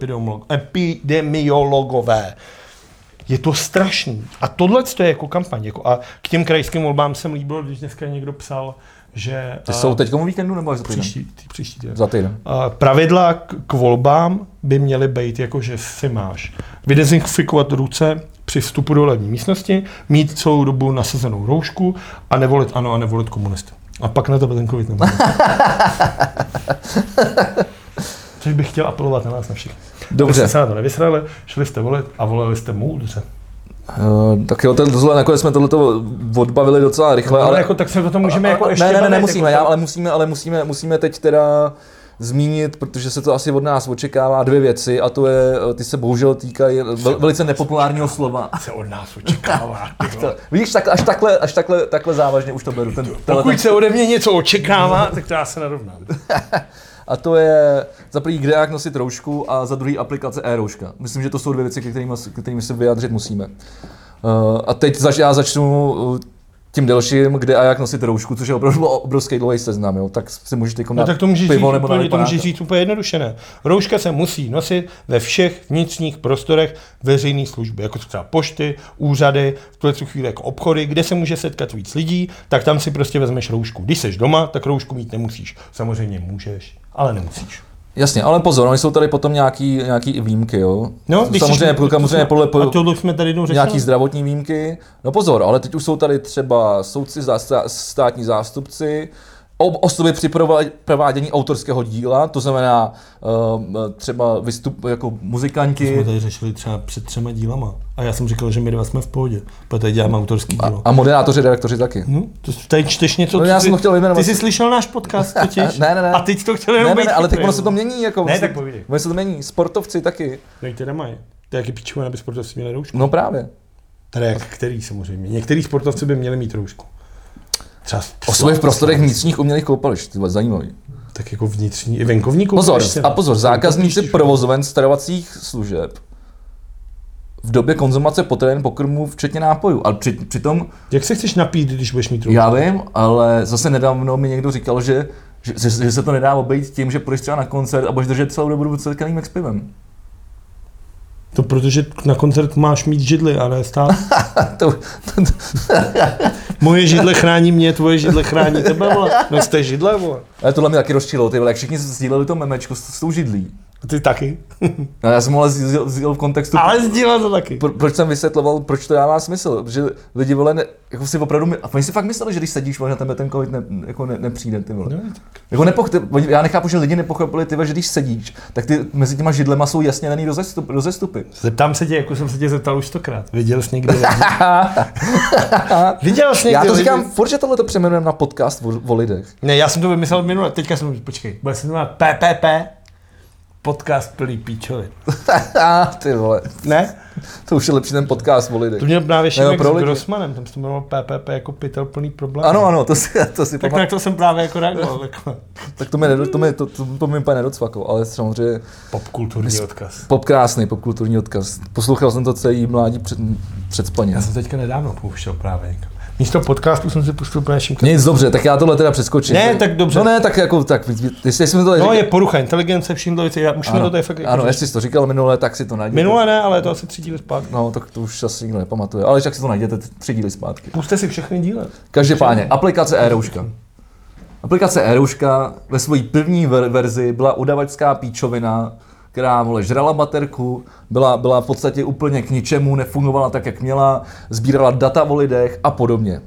S2: epidemiologové. Je to strašný. A tohle je jako kampaň. Jako a k těm krajským volbám se líbilo, když dneska někdo psal, že...
S1: Ty jsou teď komu víkendu nebo za týden?
S2: Příští, příští týden.
S1: Za týden.
S2: Pravidla k, k volbám by měly být jako, že si máš vydezinfikovat ruce při vstupu do volební místnosti, mít celou dobu nasazenou roušku a nevolit ano a nevolit komunisty. A pak na tebe ten covid nebude. Což bych chtěl apelovat na nás na všechny.
S1: Dobře.
S2: Vy jste se na to nevysrali, šli jste volit a volili jste moudře.
S1: Uh, tak jo, ten tohle, nakonec jsme tohleto odbavili docela rychle,
S2: no,
S1: ale...
S2: Jako, tak se o tom můžeme
S1: a,
S2: jako
S1: a,
S2: ještě
S1: Ne, ne, ne, nemusíme,
S2: jako
S1: já, ale musíme, ale musíme, musíme teď teda zmínit, protože se to asi od nás očekává, dvě věci, a to je, ty se bohužel týkají vel, velice nepopulárního slova.
S2: Se od nás očekává.
S1: to, vidíš, tak, až, takhle, až takhle, takhle závažně už to beru. Ten,
S2: Pokud ten... se ode mě něco očekává, tak to já se narovnám.
S1: A to je za první, kde jak nosit roušku, a za druhý aplikace e-rouška. Myslím, že to jsou dvě věci, kterými, kterými se vyjádřit musíme. Uh, a teď zač, já začnu uh, tím delším, kde a jak nosit roušku, což je opravdu obrovský dlouhý seznam, jo. Tak si můžete
S2: no, tak to můžeš
S1: pivo
S2: říct,
S1: nebo
S2: úplně, to můžeš říct úplně jednoduše, ne. Rouška se musí nosit ve všech vnitřních prostorech veřejné služby, jako třeba pošty, úřady, v tuhle chvíli jako obchody, kde se může setkat víc lidí, tak tam si prostě vezmeš roušku. Když seš doma, tak roušku mít nemusíš. Samozřejmě můžeš, ale nemusíš.
S1: Jasně, ale pozor, oni jsou tady potom nějaký, nějaký i výjimky, jo.
S2: No,
S1: samozřejmě
S2: to,
S1: samozřejmě podle
S2: a to jsme tady
S1: nějaký zdravotní výjimky. No pozor, ale teď už jsou tady třeba soudci, státní zástupci, osoby při provádění autorského díla, to znamená uh, třeba vystup jako muzikanti.
S2: To jsme tady řešili třeba před třema dílama. A já jsem říkal, že my dva jsme v pohodě, protože tady děláme autorský dílo.
S1: A, a moderátoři, redaktoři taky.
S2: No, to tady čteš něco,
S1: no, já jsem to chtěl vyjmenovat.
S2: Ty jsi slyšel náš podcast totiž?
S1: ne, ne, ne.
S2: A teď to chtěl jenom
S1: ne, ne,
S2: být
S1: ne, ale teď
S2: chytrý,
S1: ono se to mění. Jako,
S2: ne, tak povídej.
S1: Ono se to mění. Sportovci taky.
S2: No, ty nemají. To je jaký pičové, aby sportovci měli roušku.
S1: No právě.
S2: Tady jak který samozřejmě. Některý sportovci by měli mít roušku. Třeba
S1: osoby v prostorech vnitřních umělých koupališť, ty zajímavý.
S2: Tak jako vnitřní i venkovní
S1: koupališť. Pozor, a pozor, zákazníci provozoven stravovacích služeb v době konzumace potravin, pokrmů, včetně nápojů. Ale při, přitom...
S2: Jak se chceš napít, když budeš mít roušku?
S1: Já vím, ale zase nedávno mi někdo říkal, že, že, že se to nedá obejít tím, že půjdeš třeba na koncert a budeš držet celou dobu celým s pivem.
S2: To protože na koncert máš mít židli, a ne stát.
S1: to, to, to.
S2: Moje židle chrání mě, tvoje židle chrání tebe, vole. No jste židle, vole.
S1: Ale tohle mě taky rozčilo, ty vole, jak všichni sdíleli to memečko s, s tou židlí.
S2: A ty taky.
S1: No, já jsem ho ale sdílel v kontextu.
S2: Ale sdílel to taky.
S1: Pro, proč jsem vysvětloval, proč to dává smysl. Že lidi, vole, ne, jako si opravdu, a oni si fakt mysleli, že když sedíš, na tebe ten covid ne, jako ne, nepřijde, ty vole. No, jako nepoch, ty, já nechápu, že lidi nepochopili, ty vole, že když sedíš, tak ty mezi těma židlema jsou jasně daný rozestup, rozestupy.
S2: Zeptám se tě, jako jsem se tě zeptal už stokrát. Viděl jsi někdy? Viděl jsi někdy?
S1: Já to říkám lidi? Furt, že tohle to přeměnujeme na podcast o, o lidech.
S2: Ne, já jsem to vymyslel minule, teďka jsem, počkej, bude se jmenovat P P P. podcast plný píčovin.
S1: Ty vole.
S2: Ne?
S1: To už je lepší ten podcast o lidech.
S2: To měl právě Šimek s
S1: lidi.
S2: Grossmanem, tam se to jmenovalo P P P jako pytel plný problém.
S1: Ano, ano, to si, to si
S2: Tak
S1: pamat...
S2: na to jsem právě jako reagoval.
S1: Tak to mi, nedo, to mi, to, to, to mi úplně nedocvaklo, ale samozřejmě
S2: Popkulturní odkaz.
S1: pop krásný, popkulturní odkaz. Poslouchal jsem to celý mládí před, před spaním.
S2: Já jsem teďka nedávno pouštěl právě. Místo podcastu jsem si pustil úplně Šimka.
S1: Nic, dobře, tak já tohle teda přeskočím.
S2: Ne, tak dobře.
S1: No ne, tak jako, tak, jestli jsme to
S2: No
S1: říkali...
S2: je porucha inteligence, všiml věci, já už jsme to tady fakt...
S1: Ano, jestli jsi to říkal minule, tak si to najděte.
S2: Minule ne, ale je to asi tři díly zpátky.
S1: No, tak to už asi nikdo nepamatuje, ale jak si to najděte, tři díly zpátky.
S2: Puste si všechny díly.
S1: Každopádně, aplikace e-rouška. Aplikace e-rouška ve své první ver- verzi byla udavačská píčovina, která vole, žrala baterku, byla, byla v podstatě úplně k ničemu, nefungovala tak, jak měla, sbírala data o lidech a podobně.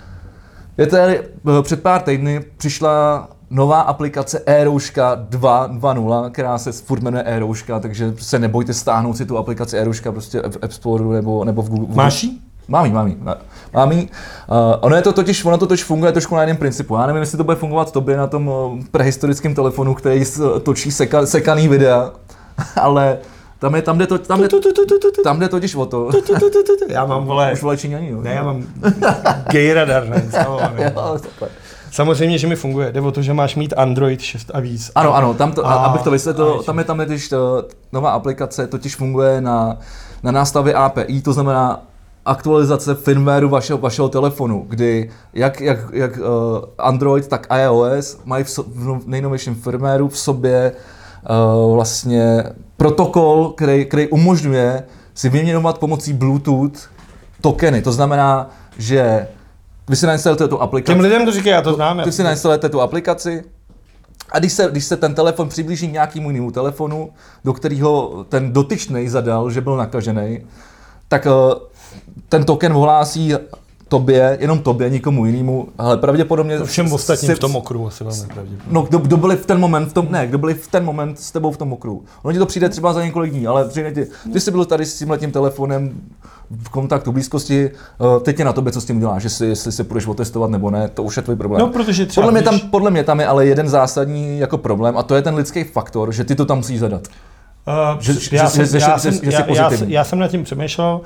S1: Je tady, před pár týdny přišla nová aplikace e-rouška dva tečka nula, která se furt jmenuje e-rouška, takže se nebojte stáhnout si tu aplikaci e-rouška prostě v App Store nebo, nebo v Google.
S2: Máš ji?
S1: Mám jí, mám jí. Mám jí. Uh, ono, je to totiž, ono to totiž funguje trošku na jiném principu. Já nevím, jestli to bude fungovat tobě na tom uh, prehistorickém telefonu, který točí seka, sekaný videa, ale tam je, tam jde to, tam jde, tam jde totiž o to.
S2: Já mám, vole...
S1: Už vole Číňaní, jo.
S2: Ne, já mám gay radar nainstalovaný. Samozřejmě, že mi funguje. Jde o to, že máš mít Android šest a víc.
S1: Ano, ano, tam to, a, abych to vysvětlil,
S2: a
S1: tam je tam je totiž to, nová aplikace, totiž funguje na, na nástavě A P I, to znamená aktualizace firmwareu vašeho, vašeho telefonu, kdy jak, jak, jak uh, Android, tak iOS mají v, so, v nejnovějším firmwareu v sobě uh, vlastně protokol, který, který umožňuje si vyměňovat pomocí Bluetooth tokeny. To znamená, že vy si nainstalujete tu aplikaci.
S2: Těm lidem to říkají, já to znám.
S1: Ty si nainstalujete tu aplikaci a když se, když se ten telefon přiblíží k nějakému jinému telefonu, do kterého ten dotyčný zadal, že byl nakažený, tak uh, ten token ohlásí tobě, jenom tobě, nikomu jinému, ale pravděpodobně...
S2: Všem ostatním v tom okruhu asi velmi pravděpodobně.
S1: No, kdo, kdo byli v ten moment, v tom, ne, kdo byli v ten moment s tebou v tom okruhu. Ono ti to přijde třeba za několik dní, ale přijde ti, ty jsi byl tady s tímhletím telefonem v kontaktu, blízkosti, teď je na tobě, co s tím uděláš, jestli, jestli se půjdeš otestovat nebo ne, to už je tvůj problém.
S2: No, protože třeba
S1: podle, mě
S2: když...
S1: tam, podle mě tam je ale jeden zásadní jako problém a to je ten lidský faktor, že ty to tam musíš zadat.
S2: Uh, že, já, jsem, já, jsem, já, já, já jsem nad tím přemýšlel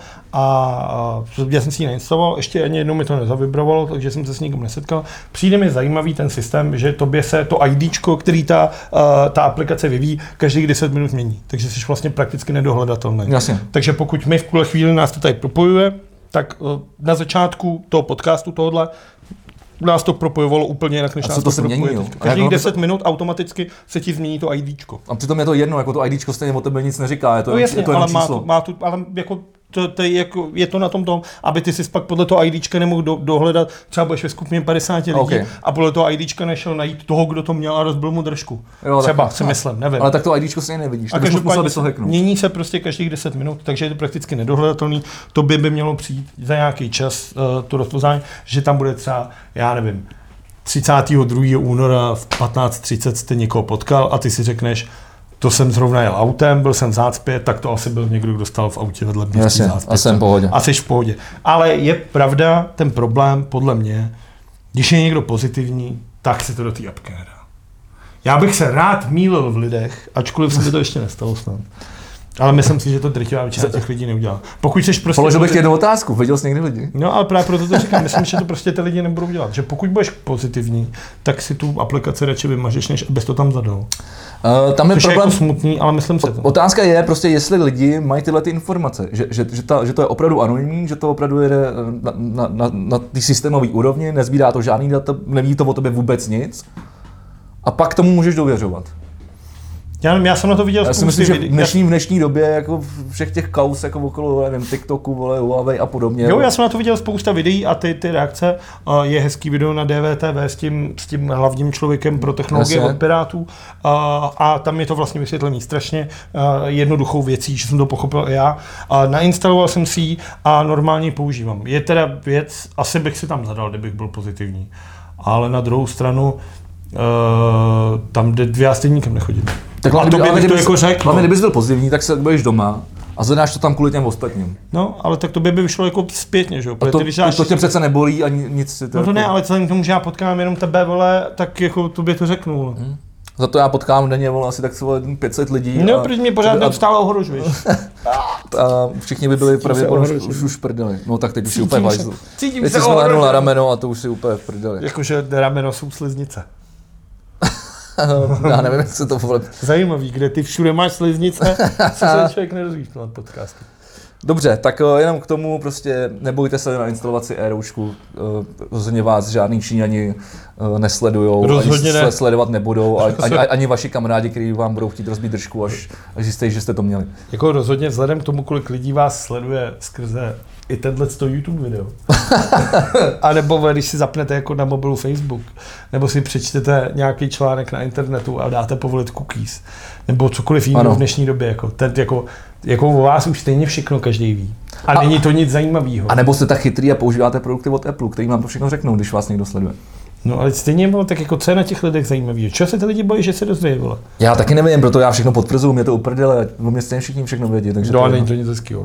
S2: a uh, já jsem si ji nainstaloval, ještě ani jednou mi to nezavibrovalo, takže jsem se s nikým nesetkal. Přijde mi zajímavý ten systém, že tobě se to IDčko, který ta, uh, ta aplikace vyvíjí, každých deset minut mění, takže jsi vlastně prakticky nedohledatelný.
S1: Jasně.
S2: Takže pokud my v tuhle chvíli nás to tady propojuje, tak uh, na začátku toho podcastu tohohle nás to propojovalo úplně jinak, než
S1: a
S2: nás
S1: to,
S2: to
S1: se
S2: propojuje.
S1: mění,
S2: Každých deset minut automaticky se ti změní to IDčko.
S1: A přitom je to jedno, jako to IDčko stejně o tebe nic neříká, je to,
S2: no jasně,
S1: je to
S2: ale
S1: jenom
S2: má
S1: číslo.
S2: tu, má tu, ale jako to, to je, jako, je to na tom tom, aby ty si pak podle toho IDčka nemohl do, dohledat, třeba budeš ve skupině padesát lidí
S1: okay.
S2: a podle toho IDčka nešel najít toho, kdo to měl a rozbil mu držku. Jo, třeba tak, si myslím, nevím.
S1: Ale tak to IDčko stejně nevidíš,
S2: a
S1: tak už musel bys to hacknout.
S2: Mění se prostě každých deset minut, takže je to prakticky nedohledatelný. To by by mělo přijít za nějaký čas uh, to rozpoznání, že tam bude třeba, já nevím, třicátého druhého února v patnáct třicet jste někoho potkal a ty si řekneš, to jsem zrovna jel autem, byl jsem v zácpě, tak to asi byl někdo, kdo stál v autě vedle mě.
S1: Jasně, a jsem v pohodě.
S2: A jsi v pohodě. Ale je pravda, ten problém, podle mě, když je někdo pozitivní, tak si to do té apky nedá. Já bych se rád mýlil v lidech, ačkoliv se mi to ještě nestalo snad. Ale myslím si, že to drtivá většina těch lidí neudělá. Pokud jsi prostě...
S1: Položil bych ti jednu otázku, viděl jsi někdy lidi?
S2: No ale právě proto to říkám, myslím, že to prostě ty lidi nebudou dělat. Že pokud budeš pozitivní, tak si tu aplikaci radši vymažeš, než abys to tam zadal.
S1: Uh, tam je
S2: Což
S1: problém
S2: je jako smutný, ale myslím si to.
S1: Otázka je prostě, jestli lidi mají tyhle ty informace, že, že, že, ta, že to je opravdu anonymní, že to opravdu jede na, na, na, na ty systémové úrovni, nezbírá to žádný data, neví to o tobě vůbec nic a pak tomu můžeš důvěřovat.
S2: Já, nevím, já jsem na to viděl.
S1: Já si myslím, že v dnešní, v dnešní době jako všech těch kaus jako okolo nevím, TikToku, vole, Huawei a podobně.
S2: Jo, já jsem na to viděl spousta videí a ty, ty reakce. Uh, je hezký video na D V T V s tím, s tím hlavním člověkem pro technologie
S1: Jasně.
S2: od Pirátů uh, a tam je to vlastně vysvětlený strašně uh, jednoduchou věcí, že jsem to pochopil i já. Uh, nainstaloval jsem si ji a normálně ji používám. Je teda věc, asi bych si tam zadal, kdybych byl pozitivní. Ale na druhou stranu uh, tam jde dvě já stejně nikam nechodím.
S1: Tak
S2: a to by bych to jako řekl.
S1: Hlavně, kdybys byl pozitivní, tak se budeš doma a zadáš to tam kvůli těm ostatním.
S2: No, ale tak to by by vyšlo jako zpětně, že jo?
S1: A to, to, to tě přece nebolí a nic si to...
S2: No to
S1: jako...
S2: ne, ale vzhledem k tomu, že já potkám jenom tebe, vole, tak jako to by to řeknu. Hmm.
S1: Za to já potkám denně, vole, asi tak pět set lidí.
S2: No, protože mě pořád neustále ohrožuješ.
S1: A všichni by byli pravděpodobně už, už, už prdeli. No tak teď už si úplně v hajzlu.
S2: Cítím
S1: teď
S2: se
S1: jsi zhlédnul na rameno a to už si úplně v prdeli.
S2: Jakože rameno jsou sliznice.
S1: Já nevím, jak se to vole.
S2: Zajímavý, kde ty všude máš sliznice, co se člověk nedozví v podcastu.
S1: Dobře, tak uh, jenom k tomu prostě nebojte se na instalaci e-roušku, uh, rozhodně vás žádný Číňani uh, nesledujou,
S2: rozhodně
S1: ani
S2: ne.
S1: sledovat nebudou, ani, ani, ani vaši kamarádi, kteří vám budou chtít rozbít držku, až, až zjistějí, že jste to měli.
S2: Jako rozhodně vzhledem k tomu, kolik lidí vás sleduje skrze i tenhleto YouTube video. A nebo když si zapnete jako na mobilu Facebook, nebo si přečtete nějaký článek na internetu a dáte povolit cookies, nebo cokoliv jiného v dnešní době. Jako, ten, jako, jako o vás už stejně všechno každý ví. A, a není to nic zajímavého.
S1: A nebo jste tak chytrý a používáte produkty od Apple, který vám to všechno řeknou, když vás někdo sleduje.
S2: No ale stejně bylo tak jako co je na těch lidech zajímavý. Čeho se ty lidi bojí, že se dozvědí, vole?
S1: Já taky nevím, proto já všechno potvrzuju, mě to uprdele, o mě stejně všichni všechno vědí, takže
S2: no,
S1: to
S2: a není to nic hezkýho.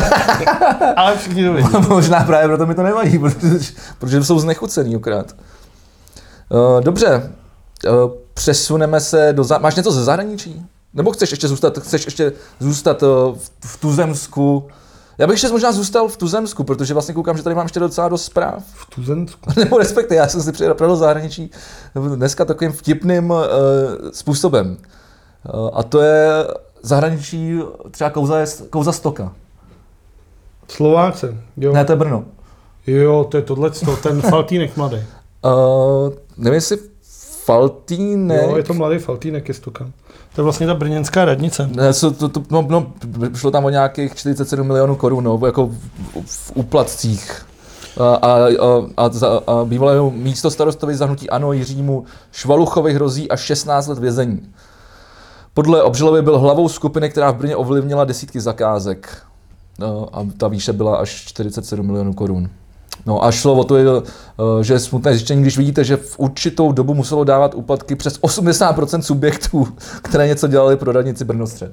S2: Ale všichni to vědí.
S1: Možná právě proto mi to nevadí, protože, protože jsou znechucený okrát. Uh, dobře, uh, přesuneme se do... Zá... Máš něco ze zahraničí? Nebo chceš ještě zůstat, chceš ještě zůstat uh, v, v Tuzemsku? Já bych ještě možná zůstal v Tuzemsku, protože vlastně koukám, že tady mám ještě docela dost zpráv.
S2: V Tuzemsku?
S1: Nebo respektive, já jsem si přijel do zahraničí dneska takovým vtipným uh, způsobem. Uh, a to je zahraničí, třeba kauza, je, kauza Stoka.
S2: Slováce, jo.
S1: Ne, to je Brno.
S2: Jo, to je tohleto, ten Faltýnek mladý.
S1: Uh, nevím, jestli Faltýnek...
S2: Jo, je to mladý Faltýnek, je Stoka. To je vlastně ta brněnská radnice.
S1: Ne, to, to, to, no, no, šlo tam o nějakých čtyřicet sedm milionů korun, no, jako v, v úplatcích. A, a, a, a, a bývalému místo starostovi za hnutí ANO Jiřímu Švaluchovi hrozí až šestnáct let vězení. Podle obžaloby byl hlavou skupiny, která v Brně ovlivnila desítky zakázek. No, a ta výše byla až čtyřicet sedm milionů korun. No a šlo o to, že je smutné zjištění, když vidíte, že v určitou dobu muselo dávat úplatky přes osmdesát procent subjektů, které něco dělali pro radnici Brnostřed.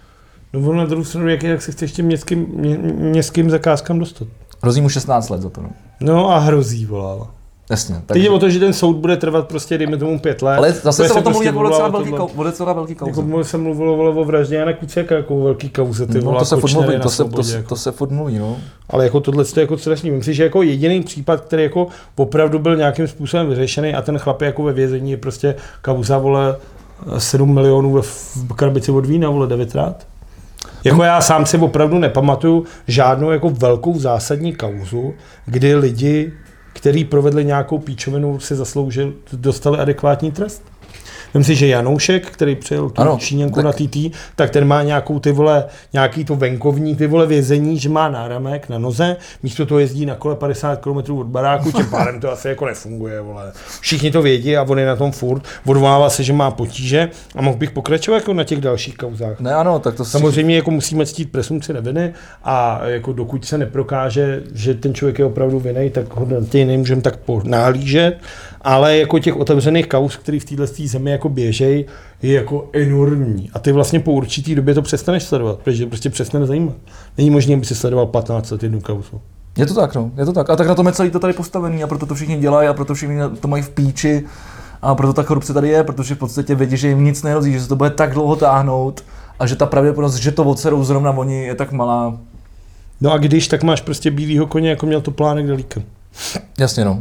S2: No on na druhou stranu, jak, jak se chce ještě městským, mě, městským zakázkám dostat?
S1: Hrozí mu šestnáct let za to. No,
S2: no a hrozí, volala.
S1: Jasně.
S2: Takže... Teď je o to, že ten soud bude trvat prostě, dejme tomu pět let.
S1: Ale zase se, se o tom
S2: prostě
S1: mluví jako docela velký, kau, docela velký kauze.
S2: Jako se mluvilo o vraždě Jana Kuciaka jako velký kauze. Ty
S1: no,
S2: volá,
S1: to se furt mluví, to se,
S2: svobodě,
S1: to,
S2: jako.
S1: to se furt mluví, no.
S2: Ale jako tohle je jako strašný. Myslím si, že jako jediný případ, který jako opravdu byl nějakým způsobem vyřešený a ten chlap je jako ve vězení, je prostě kauza, vole, sedm milionů ve krabici od vína, vole, devětkrát. Jako já sám si opravdu nepamatuju žádnou jako velkou zásadní kauzu, kdy lidi, kteří provedli nějakou píčovinu, si zasloužil, dostali adekvátní trest. Vem si, že Janoušek, který přijel tu ano, Číňanku tak... na T T, tak ten má nějakou ty vole, nějaký to venkovní ty vole vězení, že má náramek na noze, místo toho jezdí na kole padesát kilometrů od baráku, tím pádem to asi jako nefunguje, vole. Všichni to vědí a on je na tom furt, odvolává se, že má potíže a mohl bych pokračovat jako na těch dalších kauzách.
S1: Ne, ano, tak to
S2: samozřejmě si... jako musíme ctít presumpci neviny a jako dokud se neprokáže, že ten člověk je opravdu vinný, tak ho nemůžeme tak nahlížet. Ale jako těch otevřených kauz, který v této zemi jako běžej, je jako enormní. A ty vlastně po určitý době to přestaneš sledovat, protože prostě přestane zajímat. Není možné, aby si sledoval patnáct let jednu kauzu.
S1: Je to tak, no, je to tak. A tak na tom je celý to tady postavený a proto to všichni dělají a proto všichni to mají v píči a proto ta korupce tady je, protože v podstatě vědí, že jim nic nehrozí, že se to bude tak dlouho táhnout a že ta pravděpodobnost, že to odserou zrovna oni, je tak malá.
S2: No a když, tak máš prostě bílýho koně, jako měl to Plánek Delíka.
S1: Jasně, no.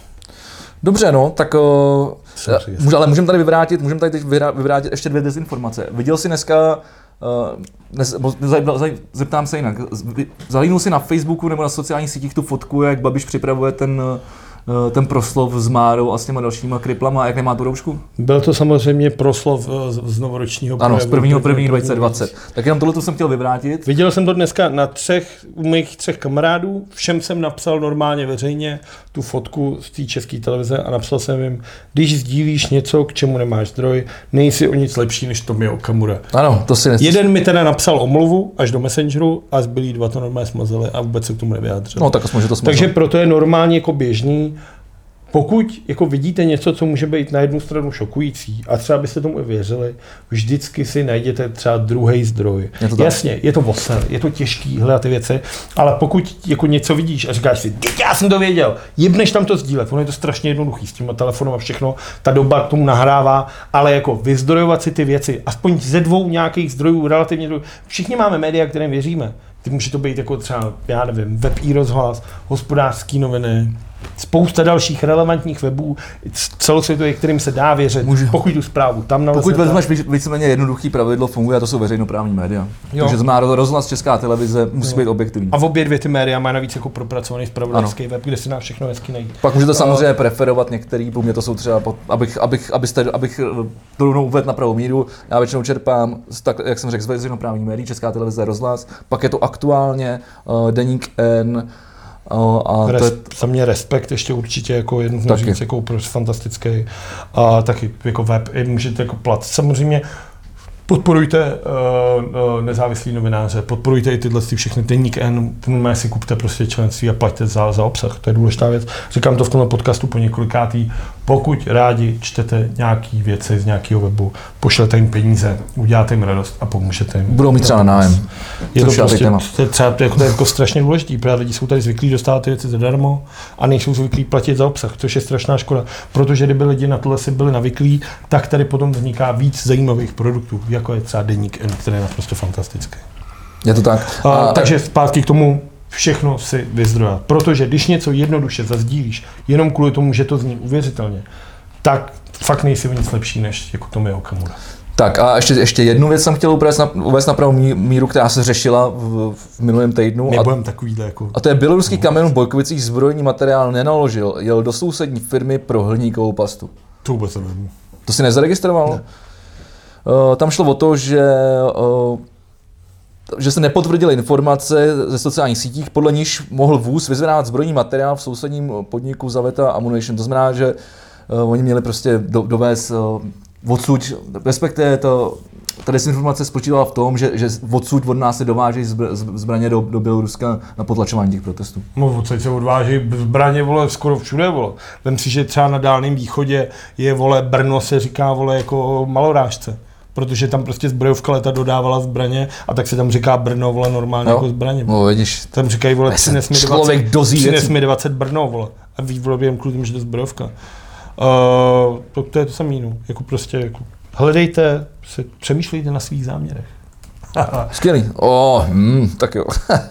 S1: Dobře, no, tak uh, ale můžeme tady vyvrátit, můžeme tady teď vyvrátit ještě dvě dezinformace. Viděl jsi dneska, uh, dnes, zeptám se jinak, zalínul si na Facebooku nebo na sociálních sítích tu fotku, jak Babiš připravuje ten, uh, ten proslov s Márou a s těma dalšíma kriplama a jak nemá tu roušku?
S2: Byl to samozřejmě proslov z novoročního
S1: projevu. Ano, z prvního prvního dvacet dvacet. Tak jenom tohle jsem chtěl vyvrátit.
S2: Viděl jsem to dneska na třech, u mých třech kamarádů, všem jsem napsal normálně veřejně tu fotku z té české televize a napsal jsem jim, když sdílíš něco, k čemu nemáš zdroj, nejsi o nic lepší než Tomio Okamura.
S1: Ano, to si neslyš.
S2: Jeden mi teda napsal omluvu až do Messengeru a zbylí dva to normálně smazali a vůbec se k tomu nevyjádřil.
S1: No tak aspoň, že to smazali.
S2: Takže proto je normálně jako běžný pokud jako vidíte něco, co může být na jednu stranu šokující a třeba byste tomu i věřili, vždycky si najděte třeba druhý zdroj.
S1: Je to
S2: Jasně, je to voser, je to těžký hledat ty věci, ale pokud jako něco vidíš a říkáš si, já jsem to věděl, jebneš tam to sdílet, ono je to strašně jednoduchý s těma telefonem a všechno, ta doba k tomu nahrává, ale jako vyzdrojovat si ty věci, aspoň ze dvou nějakých zdrojů, relativně druhů. Všichni máme média, kterým věříme. Ty může to být jako třeba, já nevím, web i rozhlas, hospodářský noviny, spousta dalších relevantních webů, celosvětových, kterým se dá věřit, Můžu. pokud tu zprávu tam nalezete.
S1: Pokud vezmeš víceméně jednoduchý pravidlo, funguje a to jsou veřejnoprávní média. Jo. Takže znamená rozhlas, Česká televize musí jo. být objektivní.
S2: A v obě dvě ty média mají navíc jako propracovaný zpravodajský web, kde se dá všechno hezky najít.
S1: Pak můžete samozřejmě uh, preferovat některý, pro mě to jsou třeba, abych, abych, abyste, abych to rovnou uvedl na pravou míru, já většinou čerpám, tak, jak jsem řekl, z veřejnoprávní médií, Česká televize, rozhlas, pak je to aktuálně uh, Deník N,
S2: O, a Res, to je... Za mě Respekt ještě určitě jako jednu z říct, jako prostě fantastický. A taky jako web, i můžete jako plat. Samozřejmě podporujte uh, nezávislý novináře, podporujte i tyhle všechny Deník N, ten si kupte prostě členství a plaťte za, za obsah, to je důležitá věc. Říkám to v tomhle podcastu po několikátý. Pokud rádi čtete nějaký věci z nějakého webu, pošlete jim peníze, uděláte jim radost a pomůžete jim.
S1: Budou mít třeba nájem.
S2: Je to, prostě, to je třeba to je, to je jako strašně důležitý, protože lidi jsou tady zvyklí dostávat ty věci zadarmo a nejsou zvyklí platit za obsah, což je strašná škoda. Protože kdyby lidi na tohle si byli navyklí, tak tady potom vzniká víc zajímavých produktů, jako je třeba Deník N, který je naprosto fantastický.
S1: Je to tak.
S2: A, a, takže zpátky k tomu, všechno si vyzdrojat. Protože když něco jednoduše zazdílíš, jenom kvůli tomu, že to zní uvěřitelně, tak fakt nejsi o nic lepší než jako Tomio Okamura.
S1: Tak a ještě, ještě jednu věc jsem chtěl uvést na, uvést na pravou míru, která se řešila v, v minulém týdnu.
S2: Nebudem takovýhle jako...
S1: A to je běloruský kamion v Bojkovicích zbrojní materiál nenaložil, jel do sousední firmy pro hliníkovou pastu.
S2: To vůbec nevím.
S1: To si nezaregistroval? Ne. Uh, tam šlo o to, že uh, že se nepotvrdily informace ze sociálních sítích, podle níž mohl vůz vyzvedávat zbrojní materiál v sousedním podniku Zaveta Ammunition. To znamená, že uh, oni měli prostě do, dovést uh, odsud, respektive to, ta dezinformace spočívala v tom, že, že odsud od nás se dováží zbr, zbraně do, do Běloruska na potlačování těch protestů.
S2: No, odsud se odváží zbraně, vole, skoro všude, vole. Vem si, že třeba na Dálném východě je, vole, Brno se říká, vole, jako Malorážce. Protože tam prostě zbrojovka leta dodávala zbraně a tak se tam říká Brno, vole, normálně no, jako zbraně.
S1: No, vidíš.
S2: Tam říkají, vole, přines mi dvacet, přines mi dvacet Brno, vole. A ví, vole, během kvůli tomu, že to je zbrojovka. Uh, to, to je to samý, no. Jako prostě, jako, hledejte, se, přemýšlejte na svých záměrech.
S1: Skvělý. Oh, hmm, tak jo.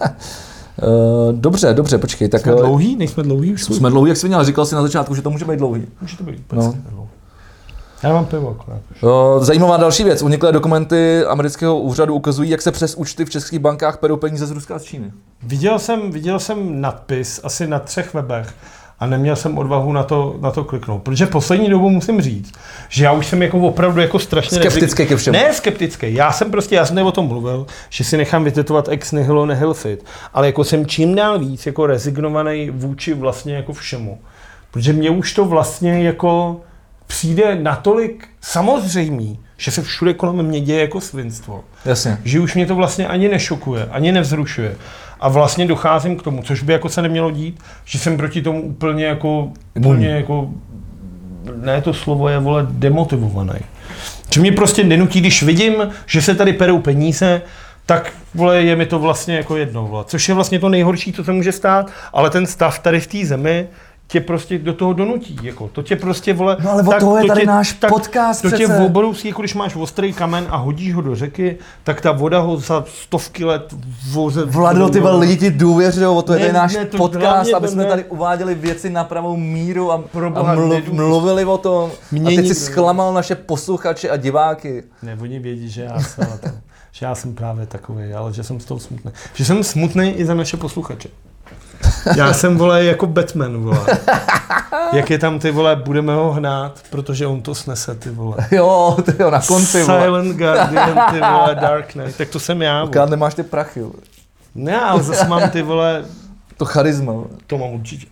S1: Uh, dobře, dobře, počkej. Tak,
S2: jsme dlouhý? Nejsme dlouhý už?
S1: Jsme dlouhý, jak jsi měl, říkal jsi na začátku, že to může být dlouhý.
S2: Může to být, no. Já mám pivo akorát.
S1: Zajímavá další věc. Uniklé dokumenty amerického úřadu ukazují, jak se přes účty v českých bankách perou peníze z Ruska a z Číny.
S2: Viděl jsem, viděl jsem nadpis asi na třech webech a neměl jsem odvahu na to, na to kliknout. Protože poslední dobou musím říct, že já už jsem jako opravdu jako strašně...
S1: Skeptický ke všemu.
S2: Ne skeptický. Já jsem prostě, já jsem o tom mluvil, že si nechám vytetovat ex nihilo nihil fit, ale jako jsem čím dál víc jako rezignovaný vůči vlastně jako všemu. Protože mě už to vlastně jako... přijde natolik samozřejmý, že se všude kolem mě děje jako svinstvo.
S1: Jasně.
S2: Že už mě to vlastně ani nešokuje, ani nevzrušuje. A vlastně docházím k tomu, což by jako se nemělo dít, že jsem proti tomu úplně jako, úplně jako ne to slovo je, vole, demotivovaný. Že mě prostě nenutí, když vidím, že se tady perou peníze, tak, vole, je mi to vlastně jako jedno, vole. Což je vlastně to nejhorší, co se může stát, ale ten stav tady v té zemi tě prostě do toho donutí, jako, to tě prostě, vole...
S1: No ale o toho je to tady tě, náš tak, podcast
S2: to
S1: přece.
S2: To tě obrousí, jako když máš ostrý kamen a hodíš ho do řeky, tak ta voda ho za stovky let voze...
S1: Vlado, ty vole, lidi ti důvěřujou, o to ne, je tady náš ne, podcast, aby jsme
S2: ne.
S1: tady uváděli věci na pravou míru a, a mluv, mluvili o tom. Mě a teď si zklamal naše posluchače a diváky.
S2: Ne, oni vědí, že já jsem, to, že já jsem právě takový, ale že jsem z toho smutný. Že jsem smutný i za naše posluchače. Já jsem, vole, jako Batman, vole. Jak je tam, ty vole, budeme ho hnát, protože on to snese, ty vole.
S1: Jo, ty jo, na konci, vole.
S2: Silent Guardian, ty vole, Dark Knight, tak to jsem já, vole.
S1: Akorát nemáš ty prachy, vole.
S2: Ne, ale zase mám ty, vole...
S1: To charisma, vole.
S2: To mám určitě.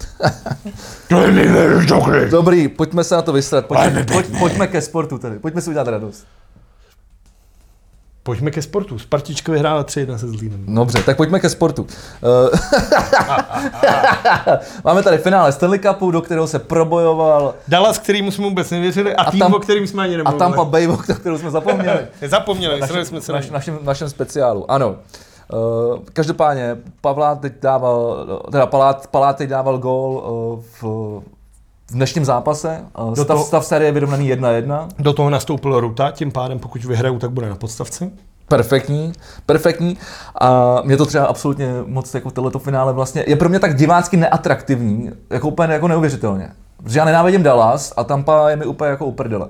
S1: Dobrý, pojďme se na to vysrat, pojďme, pojď, pojďme ke sportu tady, pojďme si udělat radost.
S2: Pojďme ke sportu. Spartička vyhrála tři jedna se Zlínem.
S1: Dobře, tak pojďme ke sportu. Máme tady finále Stanley Cupu, do kterého se probojoval
S2: Dallas, kterýmu jsme vůbec nevěřili, a, a tým, tam, o kterým jsme ani nemluvili.
S1: A Tampa Bay, o kterou jsme zapomněli.
S2: zapomněli,
S1: naši,
S2: jsme se
S1: naš, našem, našem speciálu, ano. Uh, každopádně Pavlát teď dával, teda Palát, Palát teď dával gól uh, v, v dnešním zápase. Uh, stav, toho, stav série je vyrovnaný jedna jedna.
S2: Do toho nastoupil Ruta, tím pádem pokud vyhrajou, tak bude na podstavci.
S1: Perfektní, perfektní. A mě to třeba absolutně moc jako tohleto finále vlastně je pro mě tak divácky neatraktivní, jako úplně jako neuvěřitelně. Protože já nenávidím Dallas a Tampa je mi úplně jako uprdele.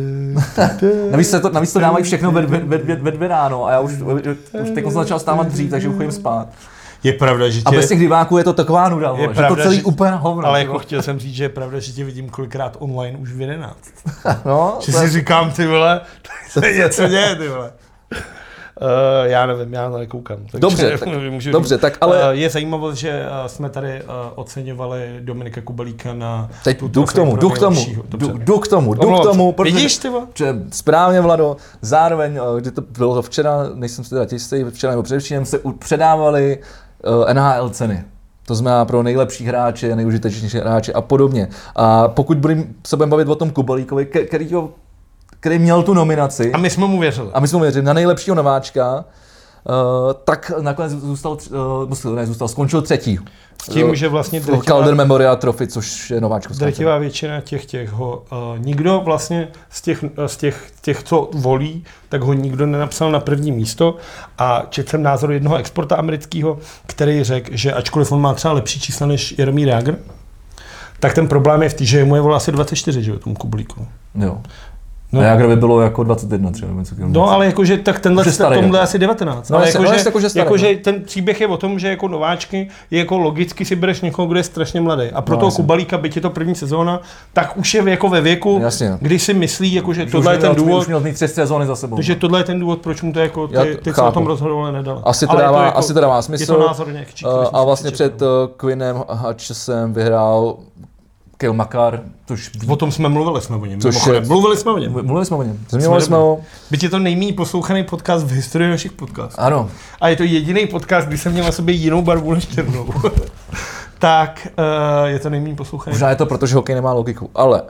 S1: navíc, se to, navíc to dávají všechno ve, ve, ve, ve dvě ráno a já už, už teď jsem začal stávat dřív, takže už chodím spát.
S2: Je pravda, že tě...
S1: A bez těch diváků je to taková nuda, že pravda, to celý že... úplně hovno.
S2: Ale jako chtěl jsem říct, že je pravda, že tě vidím kolikrát online už v jedenáct.
S1: No,
S2: že si je... říkám, ty vole, to je něco děje, ty vole. Uh, já nevím, já nekoukám.
S1: Dobře, tak, můžu dobře tak ale...
S2: Uh, je zajímavost, že uh, jsme tady uh, oceňovali Dominika Kubelíka na...
S1: Teď jdu k tomu, jdu k tomu, jdu k tomu, jdu k tomu.
S2: Vidíš, ty vole?
S1: Správně, Vlado, zároveň, kdy to bylo to včera, nejsem si teda těstý, včera nebo především se předávali uh, N H L ceny. To znamená pro nejlepší hráče, nejužitečnější hráče a podobně. A pokud budeme se budeme bavit o tom Kubelíkovi, který ho který měl tu nominaci.
S2: A my jsme mu věřili.
S1: A my jsme mu věřili na nejlepšího nováčka, uh, tak nakonec zůstal, uh, ne, zůstal, skončil třetí.
S2: S tím, uh, že vlastně
S1: drtivá, Calder Memorial Trophy, což je nováčkovská.
S2: Drtivá většina těch těch ho, uh, nikdo vlastně z těch, z těch, těch, co volí, tak ho nikdo nenapsal na první místo. A četl jsem názor jednoho exporta amerického, který řekl, že ačkoliv on má třeba lepší čísla než Jaromír Jágr, tak ten problém je v té, že mu je volá asi dvacet čtyři, že jo, tomu Kubelíku.
S1: Jo. No. A Jágrovi bylo jako dvacet jedna třeba. Něco,
S2: no ale jakože tak tenhle
S1: je starý,
S2: tomhle asi devatenáct.
S1: No,
S2: ale
S1: jakože
S2: jako,
S1: jako,
S2: jako, že ten příběh je o tom, že jako nováčky je jako logicky si bereš někoho, kdo je strašně mladý. A pro no, toho jasně. Kubelíka, byť je to první sezóna, tak už je jako ve věku, jasně. Kdy si myslí, jako, že už tohle už je ten důvod. Už
S1: měl mít tři sezóny za sebou.
S2: Takže tohle je ten důvod, proč mu to jako ty, ty co o tom rozhodovali nedal.
S1: Asi to dává, jako, asi to dává smysl.
S2: Je to názor nějaký,
S1: uh, a vlastně před uh, Quinnem Hutchesem vyhrál Cale Makar, což...
S2: O tom jsme mluvili jsme o něm. Je... Mluvili jsme o něm.
S1: Mluvili jsme o něm. Zmiňovali jsme ho.
S2: Byť je to nejméně poslouchaný podcast v historii našich podcastů.
S1: Ano.
S2: A je to jediný podcast, kdy jsem měl na sobě jinou barvu než černou. Tak uh, je to nejméně poslouchaný.
S1: Možná je to proto, že hokej nemá logiku, ale...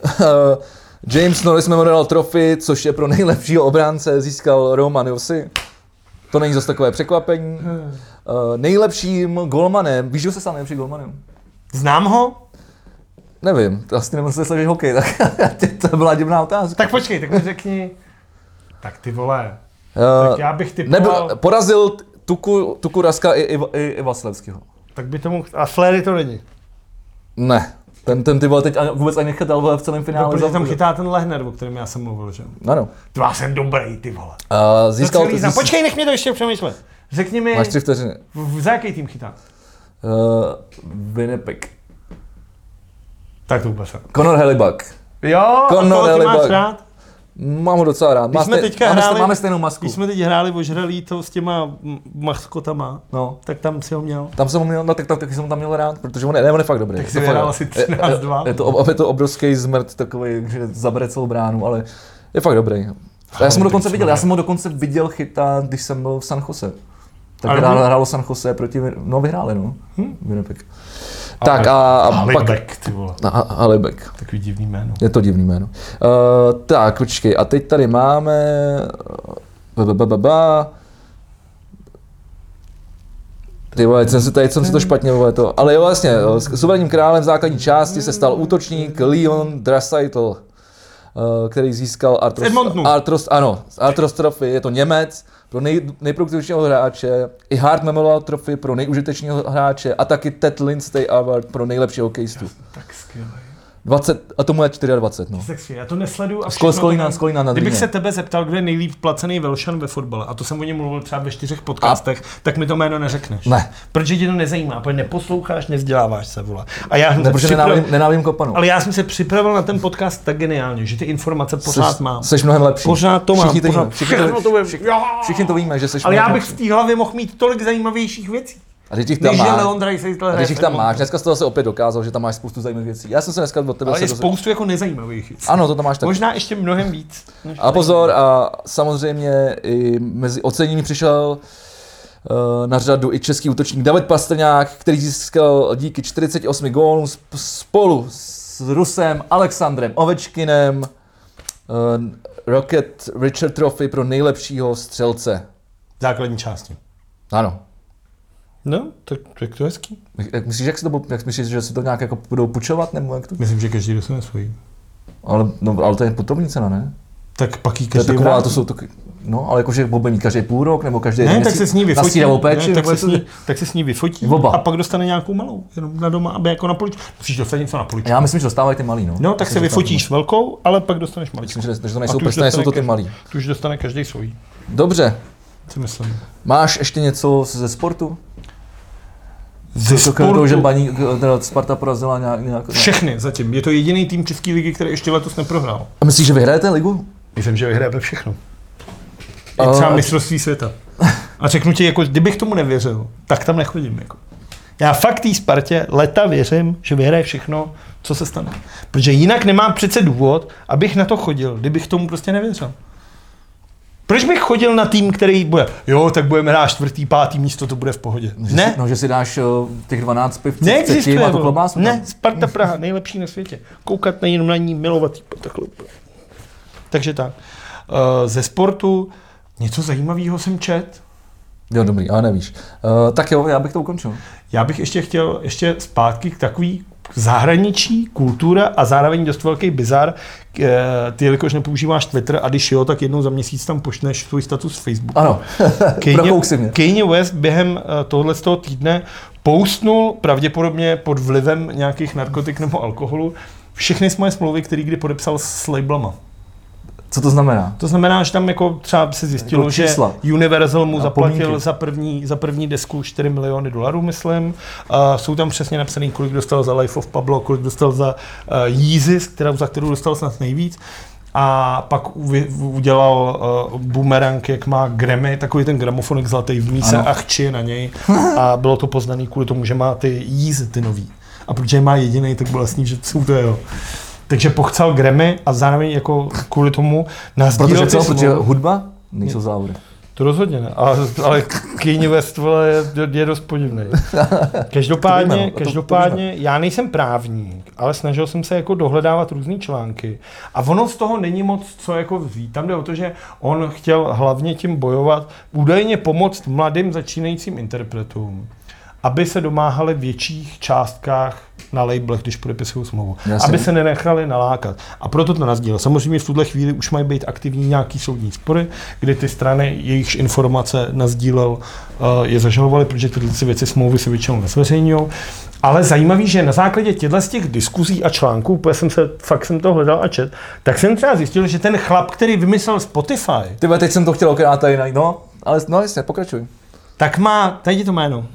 S1: James Norris Memorial Trophy, což je pro nejlepšího obránce, získal Roman Josi. To není zase takové překvapení. Uh, nejlepším golmanem, víš, že se stal nejlepší golmanem?
S2: Znám ho?
S1: Nevím, to asi nemusel slyšet hokej, tak to byla divná otázka.
S2: Tak počkej, tak mi řekni, tak ty vole, uh, tak já bych typoval...
S1: Nebyl, porazil Tuku, Tuku Raska i, i, i, i Vasilevského.
S2: Tak by tomu, a Flery to není.
S1: Ne, ten, ten ty vole teď vůbec ani nechytal v celém finále.
S2: No, protože tam chytá ten Lehner, o kterém já jsem mluvil, že?
S1: Ano.
S2: To já jsem dobrý, ty vole.
S1: Uh, získal...
S2: Získal... Počkej, nech mě to ještě přemýšlet. Řekni mi,
S1: máš tři vteřiny.
S2: V, za jaký tým chytá?
S1: Uh, Winnipeg.
S2: Tak to vůbec.
S1: Conor Hellebuyck.
S2: Jo,
S1: Conor
S2: a ty máš rád?
S1: Mám ho docela rád.
S2: Když jsme teďka
S1: máme,
S2: hráli,
S1: máme stejnou masku.
S2: Když jsme teď hráli ožralý to s těma maskotama,
S1: no.
S2: Tak tam si ho měl.
S1: Tam jsem ho měl, no tak taky jsem ho tam měl rád, protože on je, ne, on je fakt dobrý.
S2: Tak si vyhrál asi třináct dva.
S1: Je, je, to, je to obrovský zmrt takový, že zabere celou bránu, ale je fakt dobrý. Já jsem ho dokonce viděl, já jsem ho dokonce viděl chytat, když jsem byl v San Jose. Tak hrálo, hrálo San Jose proti, no vyhráli, no, hm? Winnipeg. Tak a, a
S2: Halibek, ty vole.
S1: A, Halibek.
S2: Takový divný jméno.
S1: Je to divný jméno. Uh, tak, počkej, a teď tady máme... Ba, ty vole, jsem si tady jsem si to špatně vole to. Ale jo, vlastně, s suverénním králem v základní části se stal útočník Leon Draisaitl, který získal Artros, Artros, ano, Artros Trophy, je to Němec, pro nej, nejproduktivnějšího hráče, i Hart Memorial Trophy pro nejužitečnějšího hráče a taky Ted Lindsay Award pro nejlepšího hokejistu.
S2: Tak skvělý.
S1: dvacet, a tomu je dvacet čtyři, no.
S2: Já to nesleduju a
S1: všechno... Skolína, skolína na
S2: Kdybych se tebe zeptal, kdo je nejlíp placený Velšan ve fotbale, a to jsem o něm mluvil třeba ve čtyřech podcastech, a... tak mi to jméno neřekneš.
S1: Ne.
S2: Protože tě to nezajímá, protože neposloucháš, nevzděláváš se, vole. A já
S1: ne, protože připrav... nenávím, nenávím kopanou.
S2: Ale já jsem se připravil na ten podcast tak geniálně, že ty informace pořád
S1: seš,
S2: mám.
S1: Seš mnohem lepší.
S2: Pořád to mám.
S1: Všichni
S2: pořád,
S1: všichni, to, všichni, to, všichni, všichni to víme, že seš
S2: ale já bych v té hlavě mohl mít tolik zajímavějších věcí.
S1: A že těch tam,
S2: než
S1: má,
S2: Leon Draisaitl
S1: a že tam máš. Dneska jsi to zase opět dokázal, že tam máš spoustu zajímavých věcí. Já jsem se dneska od tebe...
S2: Ale je
S1: se
S2: spoustu jako nezajímavých věcí.
S1: Ano, to tam máš tak.
S2: Možná ještě mnohem víc.
S1: A pozor, a samozřejmě i mezi ocenění přišel uh, na řadu i český útočník David Pastrňák, který získal díky čtyřiceti osmi gólům spolu s Rusem Alexandrem Ovečkinem uh, Rocket Richard Trophy pro nejlepšího střelce.
S2: Základní části.
S1: Ano.
S2: No, tak, tak to je hezký.
S1: Jak myslíš, jak, si to, jak myslíš, že si to nějak jako budou půjčovat, nebo jak to?
S2: Myslím, že každý dostane svojí.
S1: Ale, no, ale to je putovní cena, ne?
S2: Tak pak jí
S1: To je
S2: každý
S1: taková,
S2: vrátí.
S1: to jsou to, no, ale jakože bude mít každý půl rok, nebo každý
S2: Ne,
S1: měsíc,
S2: tak se s ní vyfotí.
S1: na střídavou péči,
S2: ne, tak,
S1: nebo
S2: se s ní,
S1: to...
S2: tak se s ní vyfotí
S1: Oba.
S2: a pak dostane nějakou malou, jenom na doma, aby jako na poličku. Musíš dostat něco na poličku.
S1: Já myslím, že dostávají ty malý, no.
S2: No, tak se vyfotíš s velkou, ale pak dostaneš maličku.
S1: Myslím, že, že to
S2: A
S1: nejsou
S2: tu už
S1: prsteny, jsou to
S2: dostane
S1: ty malý.
S2: Tu už dostane každý svůj.
S1: Dobře.
S2: Co myslím?
S1: Máš ještě něco ze sportu?
S2: Ze
S1: To
S2: sportu?
S1: že baní, teda Sparta porazila nějak... nějak
S2: Všechny zatím. Je to jediný tým České ligy, který ještě letos neprohrál.
S1: A myslíš, že vyhrajete ligu?
S2: Myslím, že vyhrajeme všechno.
S1: Ale-
S2: Je třeba mistrovství světa. A řeknu ti, jako, kdybych tomu nevěřil, tak tam nechodím. Jako. Já fakt té Spartě leta věřím, že vyhraje všechno, co se stane. Protože jinak nemám přece důvod, abych na to chodil, kdybych tomu prostě nevěřil. Proč bych chodil na tým, který bude, jo, tak budeme hrát čtvrtý, pátý místo, to bude v pohodě.
S1: Že
S2: Ne,
S1: Si, no, že si dáš uh, těch dvanáct piv
S2: neexistuje.
S1: a tu
S2: vole.
S1: klobásu.
S2: Ne,
S1: tam.
S2: Sparta Praha, nejlepší na světě. Koukat na jenom na ní, milovat jí, takhle. Takže tak. Uh, ze sportu něco zajímavého jsem čet.
S1: Jo, dobrý, ale nevíš. Uh, tak jo, já bych to ukončil.
S2: Já bych ještě chtěl ještě zpátky k takový zahraničí, kultura a zároveň dost velký bizar. Ty, jelikož nepoužíváš Twitter a když jo, tak jednou za měsíc tam pošleš svůj status Facebooku.
S1: Ano, prokousi mě.
S2: Kanye West během tohohle z toho týdne postnul pravděpodobně pod vlivem nějakých narkotik nebo alkoholu všechny moje smlouvy, které kdy podepsal s labelama.
S1: Co to znamená?
S2: To znamená, že tam jako třeba se zjistilo,
S1: jako
S2: že
S1: čísla.
S2: Universal mu
S1: A
S2: zaplatil
S1: pomínky.
S2: za první, za první desku čtyři miliony dolarů, myslím. A jsou tam přesně napsaný, kolik dostal za Life of Pablo, kolik dostal za uh, Yeezys, která, za kterou dostal snad nejvíc. A pak u, udělal uh, boomerang, jak má Grammy, takový ten gramofonik zlatý v míse
S1: Ano.
S2: a chči na něj. A bylo to poznaný kvůli tomu, že má ty Yeezy, ty nový. A protože je má jediný, tak byl vlastně, že jsou to jeho. Takže pochcal Grammy a zároveň jako kvůli tomu nazdílel
S1: Protože
S2: ty
S1: co? Protože
S2: smlouvy.
S1: hudba? Nejsou závody.
S2: To rozhodně ne, ale, ale Kanye West vole, je, je dost podivnej. Každopádně,
S1: To víme, no, to- to
S2: každopádně já nejsem právník, ale snažil jsem se jako dohledávat různý články a ono z toho není moc co jako vzít. Tam jde o to, že on chtěl hlavně tím bojovat, údajně pomoct mladým začínajícím interpretům, aby se domáhali větších částkách na labelech, když podepisují smlouvu.
S1: Jasně.
S2: Aby se nenechali nalákat. A proto to nazdílel. Samozřejmě v tuhle chvíli už mají být aktivní nějaký soudní spory, kdy ty strany, jejichž informace nazdílel, uh, je zažalovaly, protože tyhle věci smlouvy se většinou nezveřejňují. Ale zajímavý, že na základě těchto z těch diskuzí a článků, protože jsem se, fakt jsem to hledal a čet, tak jsem třeba zjistil, že ten chlap, který vymyslel Spotify,
S1: Ty vole, teď jsem to chtěl okrát tady najít, no, ale no jasně, pokračuj.
S2: tak má, tady je to jméno,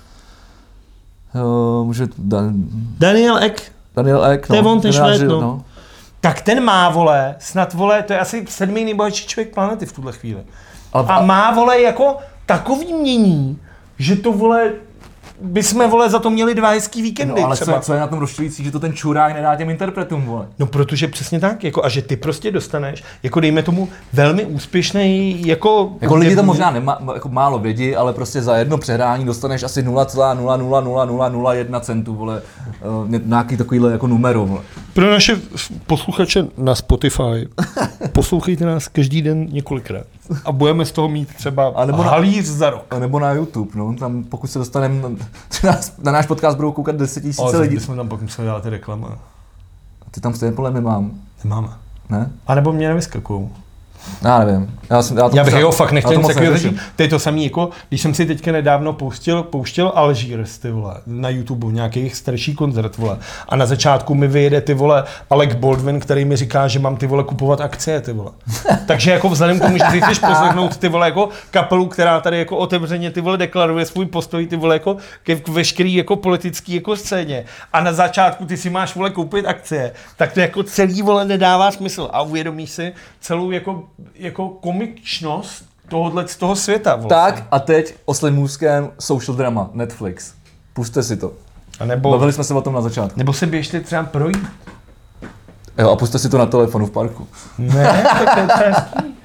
S1: Uh, může, Dan,
S2: Daniel Ek.
S1: Daniel Ek,
S2: To je
S1: no,
S2: on, ten
S1: generál,
S2: Švéd,
S1: že-
S2: no. Tak ten má, vole, snad, vole, to je asi sedmý nejbohatší člověk planety v tuhle chvíli.
S1: Ale,
S2: A má, vole, jako takový mění, že to, vole, bychom, vole, za to měli dva hezký víkendy
S1: no, ale co,
S2: třeba.
S1: je- co je na tom rozčilující, že to ten čurák nedá těm interpretům, vole.
S2: No, protože přesně tak, jako, a že ty prostě dostaneš, jako dejme tomu, velmi úspěšný, jako...
S1: Jako lidi to
S2: hudební-
S1: možná nema, jako málo vědí, ale prostě za jedno přehrání dostaneš asi nula celá nula nula nula nula nula jedna centu, vole, uh, nějaký takovýhle jako numero, vole.
S2: Pro naše posluchače na Spotify, poslouchejte nás každý den několikrát. A budeme z toho mít třeba
S1: A nebo na-
S2: halíř za rok.
S1: A nebo na YouTube, no, tam pokud se dostaneme, na, na náš podcast budou koukat deset tisíce lidí.
S2: jsme tam pak museli dát ty reklamy.
S1: Ty tam stejně podle mě mám,
S2: Nemáme.
S1: ne?
S2: A nebo mě nevyskakujou.
S1: Já nevím. Já, jsem, já, to
S2: Já bych
S1: moc-
S2: jo fakt
S1: já
S2: nechtěl
S1: to
S2: nic
S1: moc
S2: takového
S1: neřeším.
S2: říct. To je to samý, jako když jsem si teďka nedávno pouštěl, pouštěl Algiers, ty vole, na YouTube, nějaký jejich starší koncert, vole. A na začátku mi vyjede, ty vole, Alec Baldwin, který mi říká, že mám, ty vole, kupovat akcie, ty vole. Takže jako vzhledem k tomu, že ty chceš poslechnout, ty vole, jako kapelu, která tady jako otevřeně, ty vole, deklaruje svůj postoj, ty vole, jako ke k veškerý jako politický jako scéně. A na začátku ty si máš, vole, koupit akcie, tak to jako celý, vole, nedává smysl. A uvědomíš si celou jako, jako komičnost tohohle z toho světa. Vlastně.
S1: Tak a teď oslým můstkem social drama, Netflix. Puste si to.
S2: A nebo,
S1: Bavili jsme se o tom na začátku.
S2: Nebo se běžte třeba projít.
S1: Jo, a puste si to na telefonu v parku.
S2: Ne, tak to je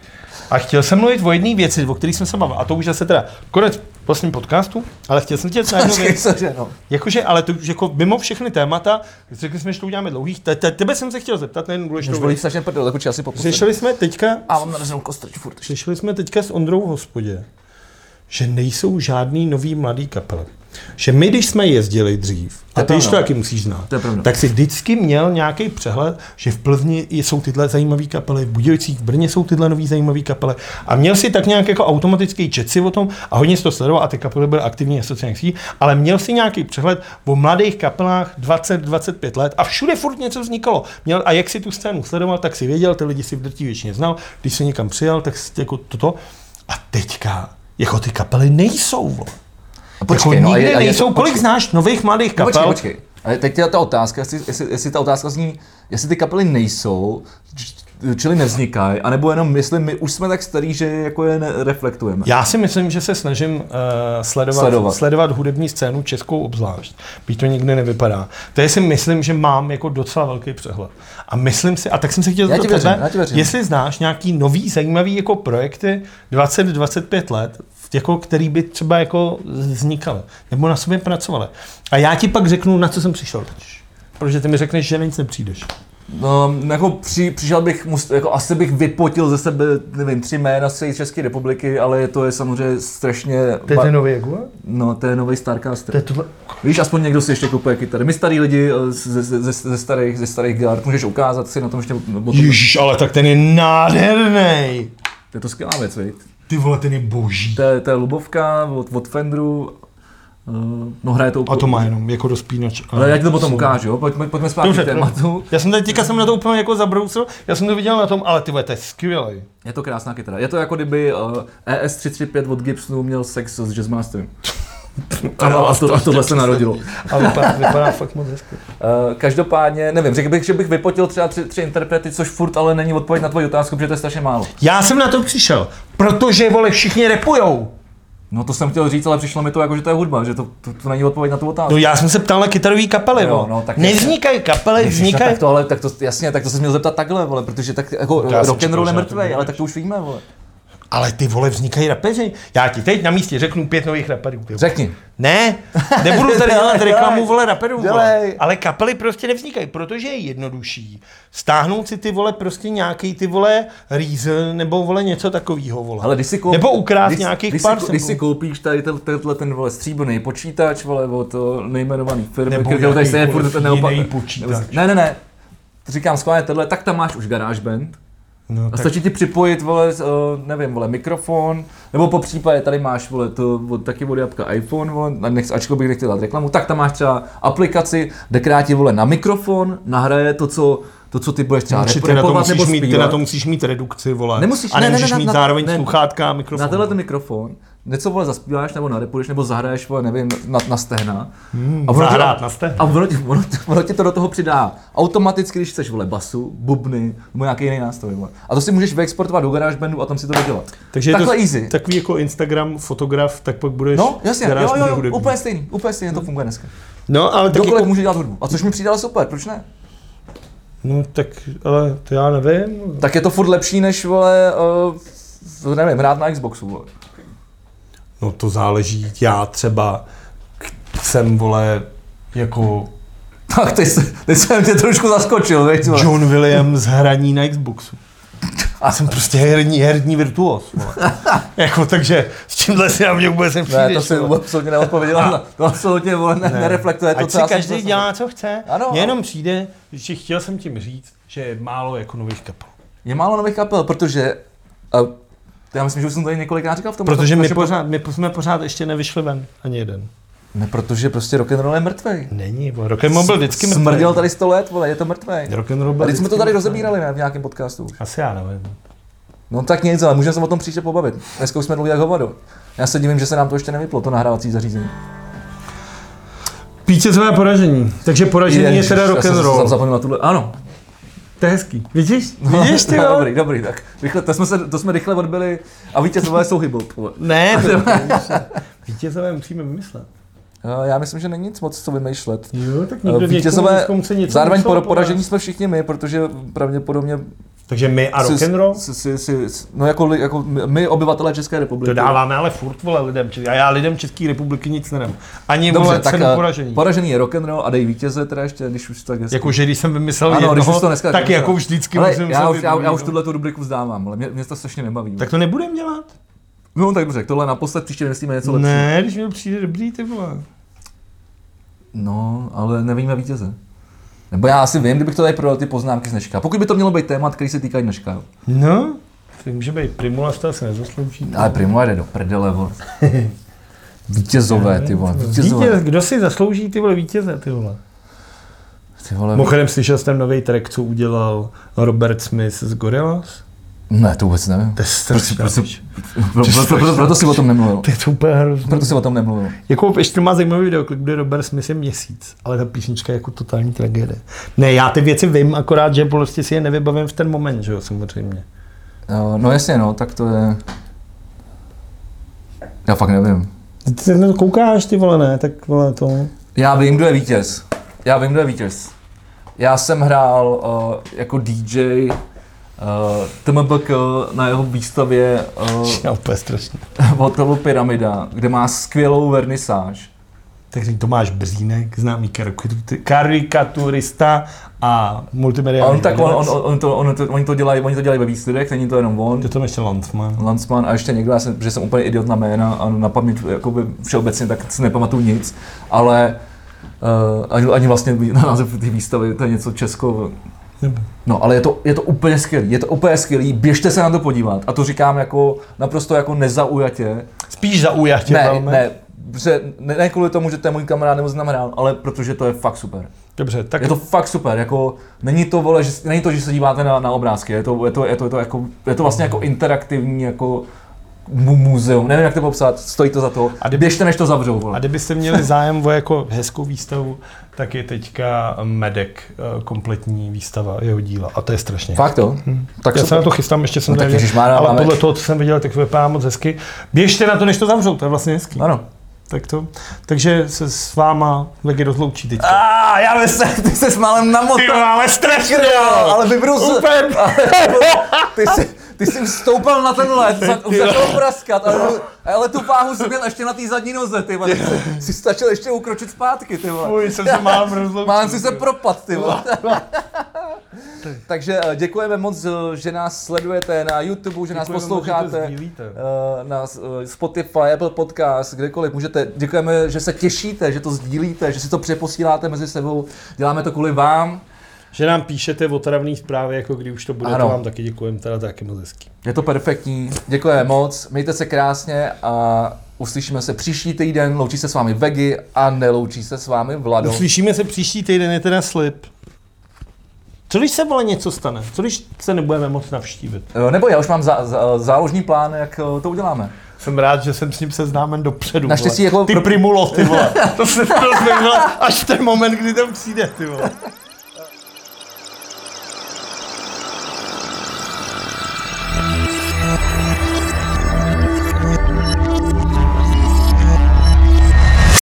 S2: A chtěl jsem mluvit o jedné věci, o které jsme se bavili. A to už zase teda konec vlastním podcastu, ale chtěl jsem tě na jednu věc.
S1: No.
S2: Jakože, ale to už jako mimo všechny témata, řekli jsme, že to uděláme dlouhých, te, te, tebe jsem se chtěl zeptat na jednu důležitou
S1: věc. Už strašně prdel, tak určitě asi popustit.
S2: Slyšeli jsme teďka...
S1: A mám narezenou kostrč furt.
S2: Slyšeli jsme teďka s Ondrou v hospodě, že nejsou žádný nový mladý kapely. Že my, když jsme jezdili dřív, a ty, když to taky musíš znát, tak si vždycky měl nějaký přehled, že v Plzni jsou tyhle zajímavé kapely, v Budějovicích, v Brně jsou tyhle nový zajímavé kapely. A měl si tak nějak jako automatický čet si o tom a hodně si to sledoval a ty kapely byly aktivní na sociálních sítích, ale měl si nějaký přehled o mladých kapelách dvacet dvacet pět let a všude furt něco vznikalo. Měl, a jak si tu scénu sledoval, tak si věděl, ty lidi si v drtí většině znal, když se někam přijel, tak jako toto. A teďka, jako ty kapely nejsou, vole.
S1: Počkej,
S2: jako
S1: no,
S2: nikdy
S1: a je,
S2: nejsou,
S1: je,
S2: kolik
S1: počkej.
S2: znáš nových mladých kapel?
S1: No, počkej, počkej. Ale teď je ta otázka, jestli, jestli, jestli ta otázka zní, jestli ty kapely nejsou, čili nevznikají, anebo jenom jestli my už jsme tak starý, že jako je nereflektujeme.
S2: Já si myslím, že se snažím uh, sledovat,
S1: sledovat.
S2: sledovat hudební scénu českou obzvlášť. Byť to nikdy nevypadá. To je si myslím, že mám jako docela velký přehled. A myslím si, a tak jsem se chtěl zeptat tebe, jestli znáš nějaký nový zajímavý jako projekty dvacet dvacet pět let, jako, který by třeba jako vznikaly, nebo na sobě pracovaly. A já ti pak řeknu, na co jsem přišel. Protože ty mi řekneš, že nic nepřijdeš.
S1: No, jako při, přišel bych, jako asi bych vypotil ze sebe, nevím, tři jména z celé České republiky, ale to je samozřejmě strašně...
S2: To je ten nový Jaguar?
S1: No, to je nový Starcaster.
S2: To je tohle...
S1: Víš, aspoň někdo si ještě kupuje kytary. My starý lidi ze, ze, ze, starých, ze starých gard, můžeš ukázat si na tom ještě...
S2: Ježiš, ale tak ten je nádherný.
S1: To je to skvělá věc, viď?
S2: Ty vole, ten je boží.
S1: To je, to je Lubovka od, od Fenderu. Uh, no hraje to úplně.
S2: A to má jenom jako rozpínač.
S1: Ale já ti to potom ukážu, jo? Pojďme, pojďme zpátky k tématu.
S2: Já jsem teďka jsem na to úplně jako zabrousil, já jsem to viděl na tom, ale ty vole, to je skvělý.
S1: Je to krásná kytara. Je to jako kdyby uh, E S tři tři pět od Gibsonu měl sex s Jazzmasterem. A, a, to, a tohle se narodilo.
S2: A vypadá, vypadá fakt moc hezky.
S1: Uh, každopádně, nevím, řekl bych, že bych vypotil třeba tři, tři interprety, což furt ale není odpověď na tvoji otázku, protože to je strašně málo.
S2: Já jsem na to přišel, protože vole všichni rapujou.
S1: No to jsem chtěl říct, ale přišlo mi to jako, že to je hudba, že to, to, to není odpověď na tu otázku.
S2: No já jsem se ptal na kytarový kapely,
S1: jo, no, tak
S2: nevznikají kapely, vznikají.
S1: Tak to, ale, tak to, jasně, tak to se měl zeptat takhle, vole, protože tak jako rock and roll je mrtvej, ale tak to už víme, vole.
S2: Ale ty vole, vznikají rapeři. Já ti teď na místě řeknu pět nových raperů.
S1: Řekni.
S2: Ne, nebudu tady dělat reklamu, vole, raperů,
S1: vole.
S2: Ale kapely prostě nevznikají, protože je jednodušší stáhnout si ty vole prostě nějaký ty vole Reason nebo vole něco takového, vole.
S1: Ale když si koupí,
S2: nebo ukrást
S1: když,
S2: nějakých
S1: když
S2: pár.
S1: Si, když si koupíš tady ten, tenhle ten vole stříbrný počítač, vole, od nejmenovaný firmy,
S2: nebo
S1: který tady se furt ten neopak.
S2: počítač.
S1: Ne, ne, ne. Říkám schválně tenhle, tak tam máš už GarageBand.
S2: No,
S1: a
S2: tak...
S1: stačí ti připojit, vole, nevím, vole, mikrofon, nebo po případě tady máš, vole, to taky od Jabka iPhone, vole, nech, ačkoliv bych nechtěl dát reklamu, tak tam máš třeba aplikaci, kde krátí, vole, na mikrofon, nahraje to, co, to, co ty budeš třeba
S2: rep, repovat nebo zpívat. Ty na to musíš mít redukci, vole,
S1: nemusíš,
S2: a
S1: ne,
S2: nemůžeš
S1: ne, ne,
S2: mít
S1: na,
S2: zároveň
S1: ne,
S2: sluchátka a mikrofon.
S1: Na tenhle ten mikrofon, něco, vole, zaspíváš nebo narepuješ, nebo zahraješ, vole, nevím, na, na stehna.
S2: Hmm, a zahrát na stehna.
S1: A ono ti, ono, ono ti to do toho přidá automaticky, když chceš, vole, basu, bubny, nebo nějaký jiný nástroj, vole. A to si můžeš vyexportovat do GarageBandu a tam si to dodělat.
S2: Takže
S1: takhle
S2: je to
S1: easy.
S2: Takový jako Instagram fotograf, tak pak budeš.
S1: No, jasně, jo, jo, jo,
S2: hudební.
S1: úplně stejný, úplně stejně to funguje dneska.
S2: No, ale
S1: kdokoliv
S2: jako...
S1: může dělat hudbu. A což mi přijde ale super, proč ne?
S2: No, tak, ale to já nevím.
S1: Tak je to furt lepší, než, vole, uh, nevím, hrát na Xboxu, vole.
S2: No to záleží, já třeba jsem, vole, jako...
S1: Tak teď, teď jsem tě trošku zaskočil, veď, vole.
S2: John Williams hraní na Xboxu. A jsem prostě herní, herní virtuos, vole. Jako, takže s tímhle si na mě vůbec nepřijdeš.
S1: Ne, to si vůbec absolutně neodpověděla, to absolutně, vole, ne,
S2: ne.
S1: nereflektuje to,
S2: ať si každý dělá, co chce.
S1: Ano,
S2: mně jenom přijde, že chtěl jsem tím říct, že je málo jako nových kapel.
S1: Je málo nových kapel, protože... Uh, já myslím, že už jsem tady několikrát říkal v tom.
S2: Protože my, pořád, my jsme pořád ještě nevyšli ven, ani jeden.
S1: Ne, protože prostě rock'n'roll je mrtvej.
S2: Není, vole, rock'n'roll byl vždycky mrtvej.
S1: Smrděl tady sto let, vole, je to mrtvej.
S2: Rock'n'roll byl
S1: a teď jsme to tady
S2: mrtvej.
S1: rozebírali, ne, v nějakém podcastu.
S2: Asi já nevím.
S1: No tak nic, ale můžeme se o tom příště pobavit. Dneska už jsme dlouho jak hovado. Já se divím, že se nám to ještě nevyplo, to nahrávací zařízení.
S2: Vítězové poražení. Takže poražení je, je teda rock'n'roll.
S1: Já jsem zapomněl na tuhle, ano.
S2: To je hezký. Vidíš?
S1: No,
S2: Vidíš ty,
S1: no,
S2: jo?
S1: dobrý, dobrý, tak rychle, to jsme, se, to jsme rychle odbyli a vítězové jsou hybou.
S2: Ne, to, to, vítězové musíme vymyslet.
S1: Já myslím, že není nic moc co vymýšlet.
S2: Jo, tak někdo
S1: vítězové,
S2: někomu se něco
S1: zároveň po, poražení jsme všichni my, protože pravděpodobně...
S2: Takže my a rock'n'roll?
S1: Si, si, si, si, no jako, jako my obyvatelé České republiky.
S2: To dáváme ale furt, vole, lidem. A já lidem České republiky nic nedám. Ani,
S1: dobře,
S2: vole,
S1: tak
S2: cenu poražení.
S1: Poražený je rock'n'roll a dej vítěze teda ještě, když už tak hezky.
S2: Jakože když jsem vymyslel
S1: ano,
S2: jednoho,
S1: to dneska
S2: tak jako vždycky
S1: ale
S2: musím
S1: já, už, já, já už
S2: no.
S1: tuhle tu rubriku vzdávám, ale mě, mě to strašně nebaví.
S2: Tak to nebudem dělat?
S1: No tak dobře, tohle naposled, příště vymyslíme něco lepšího.
S2: Ne, když mi přijde dobrý, ty vole.
S1: No, ale nevíme vítěze. Nebo já asi vím, kdybych to tady prodal ty poznámky z dneška. Pokud by to mělo být témat, který se týkají dneška.
S2: No, to může být Primula, z toho se nezaslouží.
S1: Ale Primula jde do prdele, vole. Vítězové, ty vole, vítězové.
S2: Vítěz, kdo si zaslouží ty vole vítěze, ty vole?
S1: Ty vole.
S2: Mimochodem slyšel jsem nový track, co udělal Robert Smith z Gorillaz?
S1: Ne, to vůbec nevím.
S2: To je strašný.
S1: Proto, proto, proto, proto si o tom nemluvil.
S2: To je to úplně hrozný.
S1: Proto si o tom nemluvil.
S2: Jako ještě má zajímavý videoklip, kde Robert Smith je měsíc, ale ta písnička je jako totální tragédie. Ne, já ty věci vím, akorát, že prostě si je nevybavím v ten moment, že jo, samozřejmě.
S1: No, no jasně, no, tak to je... Já fakt nevím.
S2: Ty se na to koukáš, ty vole, ne, tak vole to...
S1: Já vím, kdo je vítěz. Já vím, kdo je vítěz. Já jsem hrál uh, jako D J uh, T M B K na jeho výstavě uh,
S2: Já úplně strašně.
S1: v hotelu Pyramida, kde má skvělou vernisáž.
S2: Takže Tomáš Břínek, známý karikaturista a multimediální.
S1: On tak on, on, on, to, on to, oni to dělají, oni to dělají ve výsledech, není to jenom on.
S2: Je to ještě Landsman.
S1: Landsman a ještě někdo, já jsem, protože jsem úplně idiot na jména a na paměť jakoby všeobecně, tak si nepamatuju nic, ale uh, ani, ani vlastně na název té výstavy, to je něco česko. No, ale je to, je to úplně skvělý, je to úplně skvělý, běžte se na to podívat a to říkám jako naprosto jako nezaujatě.
S2: Spíš zaujatě,
S1: ne,
S2: velmi.
S1: ne, protože ne, ne kvůli tomu, že to je můj kamarád nebo znám hrál, ale protože to je fakt super.
S2: Dobře, tak...
S1: Je to fakt super, jako není to, vole, že, není to, že se díváte na, na obrázky, je to, je to, je to, je to, jako, je to vlastně jako interaktivní jako muzeum, nevím jak to popsat, stojí to za to, a kdyby, běžte než to zavřou. Vole.
S2: A kdybyste měli zájem o jako hezkou výstavu, tak je teďka Medek kompletní výstava jeho díla a to je strašně.
S1: Fakt to?
S2: Hmm. Tak já super. Se na to chystám, ještě jsem no, nevěděl, ale máme... podle toho, co jsem viděl, tak to vypadá moc hezky. Běžte na to, než to zavřou, to je vlastně hezký.
S1: Ano.
S2: Tak to, takže se s váma Vegy rozloučí teďka.
S1: Ah, já myslím, ty se s málem namotal.
S2: Ty máme strašně,
S1: ale vybrus. Ty jsi, ty jsi stoupal na ten led, už začal praskat, ale, ale tu váhu jsi měl ještě na té zadní noze, ty vole. Jsi stačil ještě ukročit zpátky, ty vole.
S2: Uj, jsem se málem rozloučil.
S1: Málem si se propad, ty vole. Takže děkujeme moc, že nás sledujete na YouTube, že nás děkujeme posloucháte moc, že na Spotify, Apple Podcast, kdekoliv můžete. Děkujeme, že se těšíte, že to sdílíte, že si to přeposíláte mezi sebou. Děláme to kvůli vám.
S2: Že nám píšete otravné zprávy, jako kdy už to bude, ano. To vám taky děkujeme, teda taky moc hezký.
S1: Je to perfektní, děkujeme moc, mějte se krásně a uslyšíme se příští týden, loučí se s vámi Vegy a neloučí se s vámi Vlado.
S2: Uslyšíme se příští týden, je teda slib. Co když se vole něco stane? Co když se nebudeme moc navštívit?
S1: Nebo já už mám zá, zá, záložní plán, jak to uděláme.
S2: Jsem rád, že jsem s ním seznámen dopředu.
S1: Naštěstí jako...
S2: Ty Primulo, ty vole. To se to až v ten moment, kdy tam přijde, ty vole.